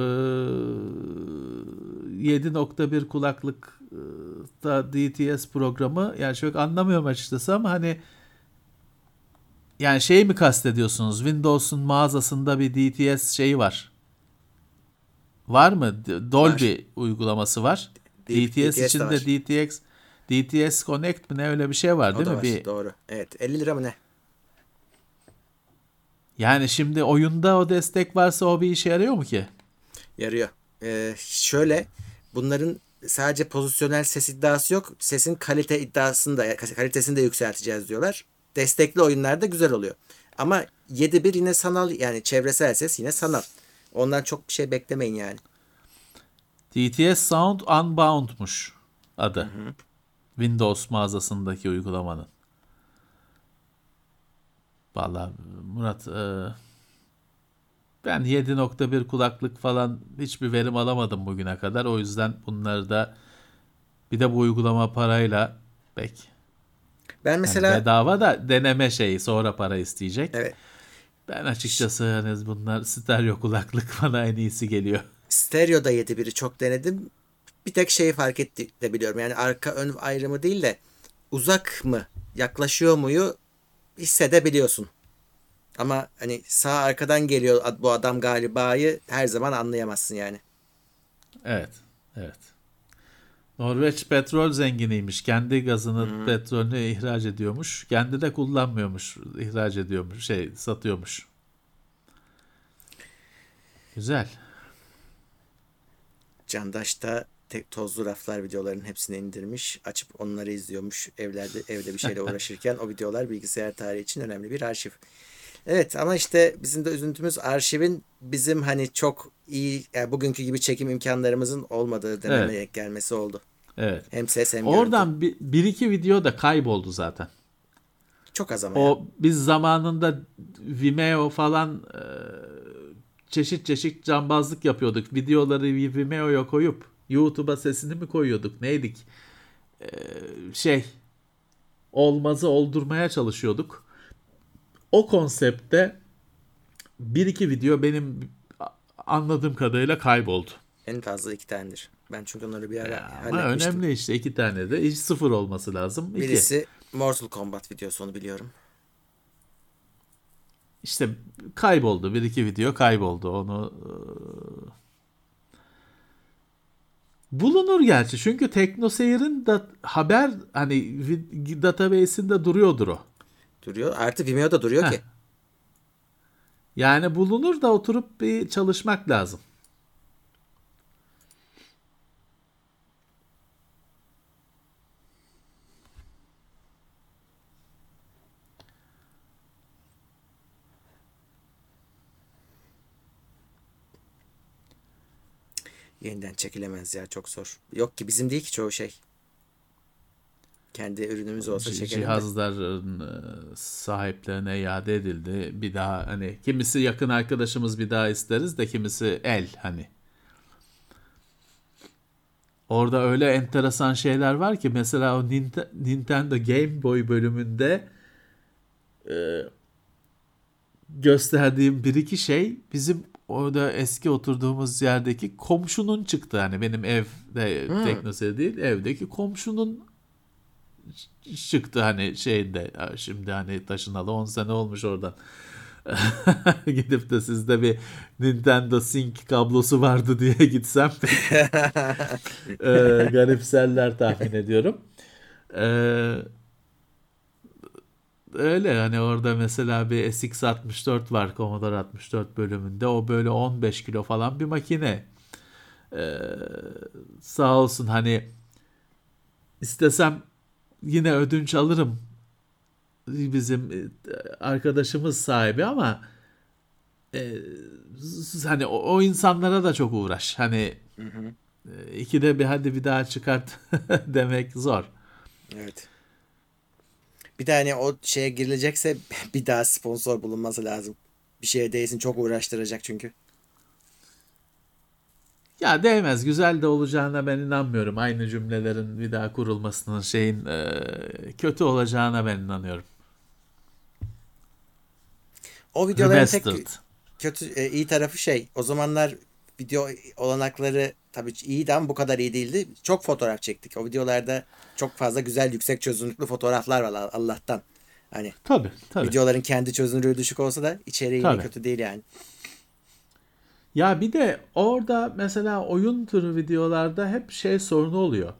7.1 kulaklık da DTS programı, yani çok anlamıyorum açıkçası ama hani yani şey mi kastediyorsunuz? Windows'un mağazasında bir DTS şeyi var. Var mı? Var. Dolby uygulaması var. DTS DTS de içinde var. DTS Connect mi ne, öyle bir şey var O değil da mi? var. Doğru. Evet. 50 lira mı ne? Yani şimdi oyunda o destek varsa o bir işe yarıyor mu ki? Yarıyor. Şöyle, bunların sadece pozisyonel ses iddiası yok. Sesin kalite iddiasını da, kalitesini de yükselteceğiz diyorlar. Destekli oyunlarda güzel oluyor. Ama 7.1 yine sanal, yani çevresel ses yine sanal. Ondan çok bir şey beklemeyin yani. TTS Sound Unbound'muş Hı adı. hı. Windows mağazasındaki uygulamanın. Vallahi Murat, ben 7.1 kulaklık falan hiçbir verim alamadım bugüne kadar. O yüzden bunları da, bir de bu uygulama parayla pek, Ben yani mesela bedava da deneme şeyi, sonra para isteyecek. evet, Ben ş- açıkçası hani bunlar stereo kulaklık bana en iyisi geliyor. stereo'da 7.1'i çok denedim. Bir tek şeyi fark etti de biliyorum. Yani arka ön ayrımı değil de uzak mı, yaklaşıyor muyu hissedebiliyorsun. Ama hani sağ arkadan geliyor bu adam galiba'yı her zaman anlayamazsın yani. Evet, evet. Norveç petrol zenginiymiş. Kendi gazını, Hmm. petrolünü ihraç ediyormuş. Kendi de kullanmıyormuş. İhraç ediyormuş. Satıyormuş. Güzel. Candaş da tozlu raflar videolarının hepsini indirmiş. Açıp onları izliyormuş. Evde bir şeyle uğraşırken o videolar bilgisayar tarihi için önemli bir arşiv. Evet ama işte bizim de üzüntümüz arşivin bizim hani çok iyi, yani bugünkü gibi çekim imkanlarımızın olmadığı döneme Evet, denk gelmesi oldu. evet. Hem ses hem görüntü. Oradan bir iki video da kayboldu zaten. Çok az ama ya. O biz zamanında Vimeo falan, çeşit çeşit cambazlık yapıyorduk. Videoları Vimeo'ya koyup YouTube'a sesini mi koyuyorduk? Neydik? Şey, olmazı oldurmaya çalışıyorduk. O konseptte bir iki video benim anladığım kadarıyla kayboldu. En fazla iki tanedir. Ben çünkü onları bir ara Ya, ama halletmiştim. önemli işte, iki tane de. Hiç sıfır olması lazım. İki. Birisi Mortal Kombat videosu, onu biliyorum. İşte kayboldu. Bir iki video kayboldu. Onu bulunur gerçi. Çünkü TeknoSeyir'in da haber, hani database'inde duruyordur o. Duruyor. Artı Vimeo'da duruyor Heh. ki. Yani bulunur da oturup bir çalışmak lazım. Yeniden çekilemez ya, çok zor. Yok ki, bizim değil ki çoğu şey. Kendi ürünümüz olsa çekelim de. Cihazların sahiplerine iade edildi. Bir daha, hani kimisi yakın arkadaşımız bir daha isteriz de, kimisi el hani. Orada öyle enteresan şeyler var ki, mesela o Nintendo Game Boy bölümünde gösterdiğim bir iki şey bizim orada eski oturduğumuz yerdeki komşunun çıktı. Hani benim evde Hmm. teknoseyir değil, evdeki komşunun çıktı, hani şeyde, şimdi hani taşınalı 10 sene olmuş oradan. Gidip de sizde bir Nintendo Sync kablosu vardı diye gitsem pek garipserler tahmin ediyorum. E, Öyle hani, orada mesela bir SX64 var, Commodore 64 bölümünde. O böyle 15 kilo falan bir makine. E, Sağ olsun, hani istesem yine ödünç alırım, bizim arkadaşımız sahibi, ama e, hani o insanlara da çok uğraş. Hani Hı hı. ikide bir hadi bir daha çıkart demek zor. Evet. Bir de hani o şeye girilecekse bir daha sponsor bulunması lazım. Bir şeye değsin, çok uğraştıracak çünkü. Ya değmez. Güzel de olacağına ben inanmıyorum. Aynı cümlelerin bir daha kurulmasının şeyin kötü olacağına ben inanıyorum. O videoların tek Remastered. kötü iyi tarafı şey. O zamanlar video olanakları tabii iyiydi ama bu kadar iyi değildi. Çok fotoğraf çektik. O videolarda çok fazla güzel yüksek çözünürlüklü fotoğraflar var Allah'tan. Hani Tabii, tabii, videoların kendi çözünürlüğü düşük olsa da içeriği yine tabii. kötü değil yani. Ya bir de orada mesela oyun türü videolarda hep şey sorunu oluyor.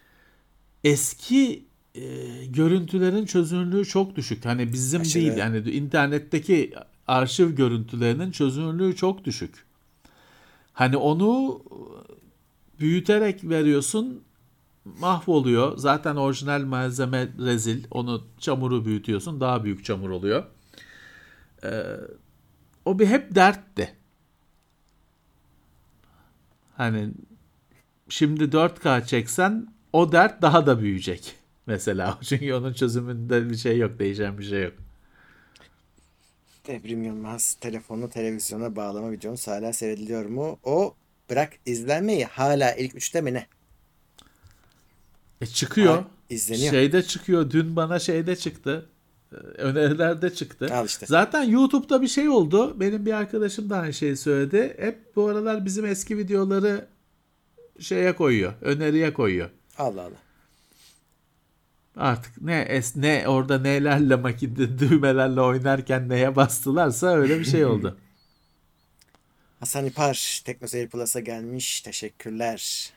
Eski görüntülerin çözünürlüğü çok düşük. Hani bizim değil, Aşırı. yani internetteki arşiv görüntülerinin çözünürlüğü çok düşük. Hani onu büyüterek veriyorsun, mahvoluyor. Zaten orijinal malzeme rezil. Onu, çamuru büyütüyorsun, daha büyük çamur oluyor. O bir hep dertti. Hani şimdi 4K çeksen o dert daha da büyüyecek. Mesela çünkü onun çözümünde bir şey yok, değişen bir şey yok. Devrim Yılmaz telefonu televizyona bağlama videomuz hala seyrediliyor mu? O bırak izlenmeyi hala ilk üçte mi ne? Çıkıyor. İzleniyor. Şeyde çıkıyor. Dün bana şeyde çıktı. Önerilerde çıktı. Al işte. Zaten YouTube'da bir şey oldu. Benim bir arkadaşım da aynı şeyi söyledi. Hep bu aralar bizim eski videoları şeye koyuyor. Öneriye koyuyor. Allah Allah. Artık ne orada nelerle makine düğmelerle oynarken neye bastılarsa öyle bir şey oldu. Hasan İpar TeknoSeyir Plus'a gelmiş. Teşekkürler.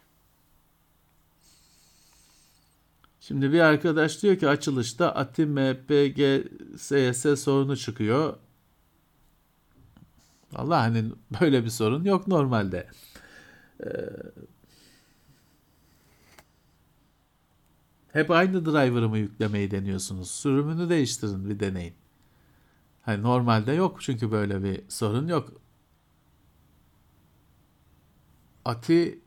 Şimdi bir arkadaş diyor ki açılışta ATI MPGSS sorunu çıkıyor. Allah hani böyle bir sorun yok normalde. Hep aynı driver'ı mı yüklemeyi deniyorsunuz? Sürümünü değiştirin, bir deneyin. Hani normalde yok çünkü böyle bir sorun yok. ATI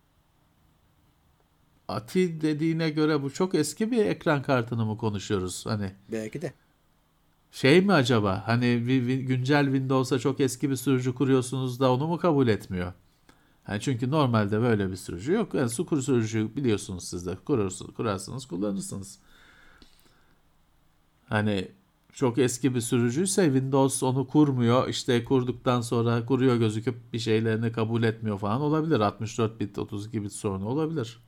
ATI dediğine göre bu çok eski bir ekran kartını mı konuşuyoruz? Hani Belki de. şey mi acaba? Hani güncel Windows'a çok eski bir sürücü kuruyorsunuz da onu mu kabul etmiyor? Yani çünkü normalde böyle bir sürücü yok. Yani su sürücü biliyorsunuz siz de kurarsınız, kullanırsınız. Hani çok eski bir sürücüyse Windows onu kurmuyor. İşte kurduktan sonra kuruyor gözüküp bir şeylerini kabul etmiyor falan olabilir. 64 bit, 32 bit sorunu olabilir.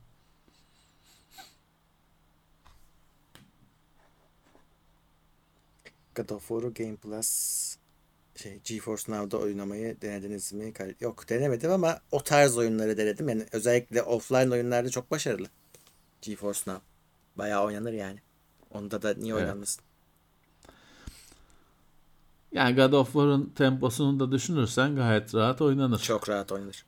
God of War Game Plus GeForce Now'da oynamayı denediniz mi? Yok denemedim ama o tarz oyunları denedim. Yani özellikle offline oyunlarda çok başarılı. GeForce Now. Bayağı oynanır yani. Onda da niye Evet. oynanmasın? Yani God of War'ın temposunu da düşünürsen gayet rahat oynanır. Çok rahat oynanır.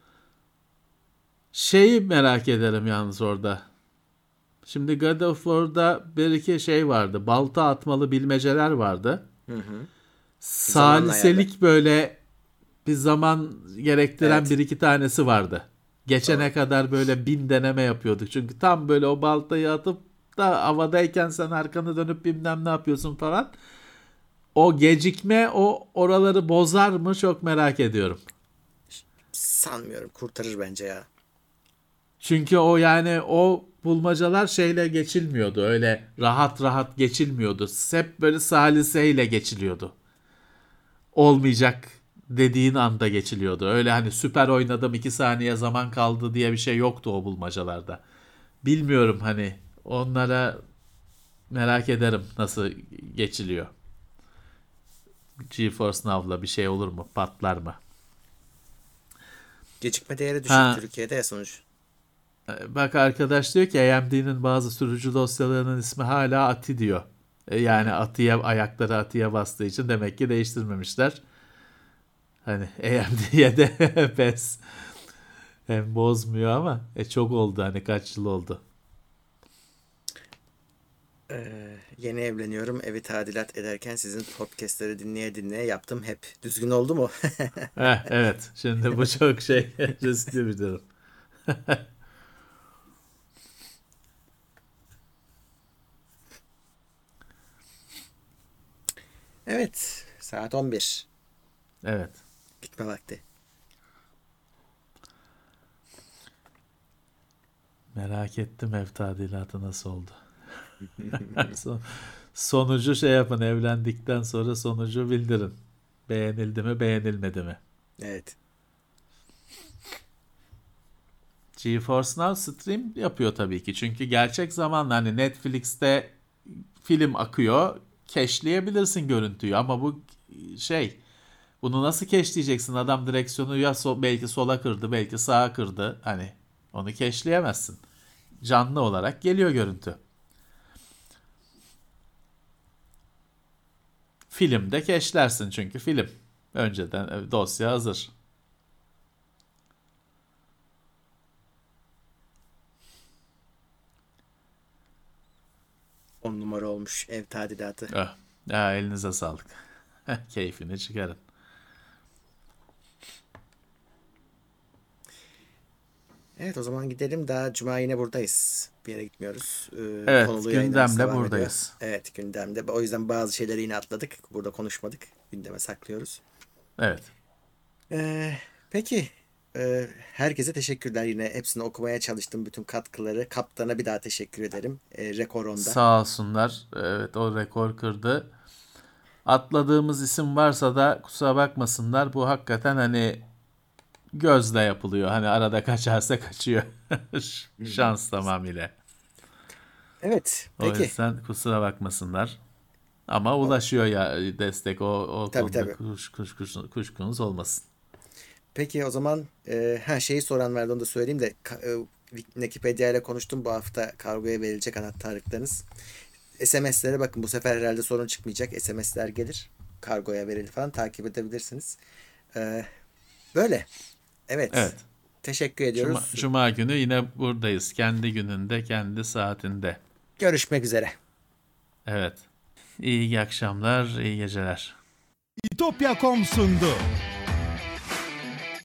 Şeyi merak ederim yalnız orada. Şimdi God of War'da bir iki şey vardı. Balta atmalı bilmeceler vardı. Hı hı. Zamanla ayarlı. Saliselik böyle bir zaman gerektiren Evet. bir iki tanesi vardı. Doğru. Geçene kadar böyle 1000 deneme yapıyorduk. Çünkü tam böyle o baltayı atıp da havadayken sen arkanı dönüp bilmem ne yapıyorsun falan. O gecikme o oraları bozar mı çok merak ediyorum. Sanmıyorum. Kurtarır bence ya. Çünkü o yani o bulmacalar şeyle geçilmiyordu. Öyle rahat rahat geçilmiyordu. Hep böyle saliseyle geçiliyordu. Olmayacak dediğin anda geçiliyordu. Öyle hani süper oynadım 2 saniye zaman kaldı diye bir şey yoktu o bulmacalarda. Bilmiyorum hani onlara merak ederim nasıl geçiliyor. GeForce Now'la bir şey olur mu? Patlar mı? Gecikme değeri düşük Ha, Türkiye'de ya sonuç. bak arkadaş diyor ki AMD'nin bazı sürücü dosyalarının ismi hala ATI diyor. Yani ATI'ye ayakları ATI'ye bastığı için demek ki değiştirmemişler. Hani AMD'ye de pes. Hem bozmuyor ama çok oldu hani kaç yıl oldu. Yeni evleniyorum. Evi tadilat ederken sizin podcastleri dinleye dinleye yaptım hep. Düzgün oldu mu? Evet şimdi bu çok şey riskli bir durum. Evet. Saat 11. Evet. Gitme vakti. Merak ettim ev tadilatı nasıl oldu. Son- Sonucu şey yapın evlendikten sonra sonucu bildirin. Beğenildi mi beğenilmedi mi? Evet. GeForce Now stream yapıyor tabii ki. Çünkü gerçek zamanlı hani Netflix'te film akıyor. Cache'leyebilirsin görüntüyü ama bu şey bunu nasıl cache'leyeceksin? Adam direksiyonu ya belki sola kırdı, belki sağa kırdı. Hani onu cache'leyemezsin. Canlı olarak geliyor görüntü. Filmde cache'lersin çünkü film. Önceden dosya hazır. 10 numara olmuş ev tadilatı. Ya elinize sağlık. Keyfini çıkarın. Evet, o zaman gidelim. Daha Cuma yine buradayız. Bir yere gitmiyoruz. Evet, Konulu yayınlarımız gündemle devam ediyor. buradayız. Evet, gündemde. O yüzden bazı şeyleri yine atladık. Burada konuşmadık. Gündeme saklıyoruz. Evet. Ee, peki. Herkese teşekkürler. Yine hepsini okumaya çalıştım. Bütün katkıları. Kaptana bir daha teşekkür ederim. Rekor onda. Sağ olsunlar. Evet, o rekor kırdı. Atladığımız isim varsa da kusura bakmasınlar. Bu hakikaten hani gözle yapılıyor. Hani arada kaçarsa kaçıyor. Şans tamamıyla. Evet. O Peki. yüzden kusura bakmasınlar. Ama ulaşıyor ya destek. O Tabii konuda tabii. kuşkunuz olmasın. Peki o zaman her şeyi soran vardı, onu da söyleyeyim de Wikipedia ile konuştum, bu hafta kargoya verilecek anahtarlıklarınız. SMS'lere bakın, bu sefer herhalde sorun çıkmayacak. SMS'ler gelir. Kargoya verilir falan, takip edebilirsiniz. E, Böyle. Evet. Evet. Teşekkür Cuma, ediyoruz. Cuma günü yine buradayız. Kendi gününde, kendi saatinde. Görüşmek üzere. Evet. İyi akşamlar, iyi geceler. İtopya.com sundu.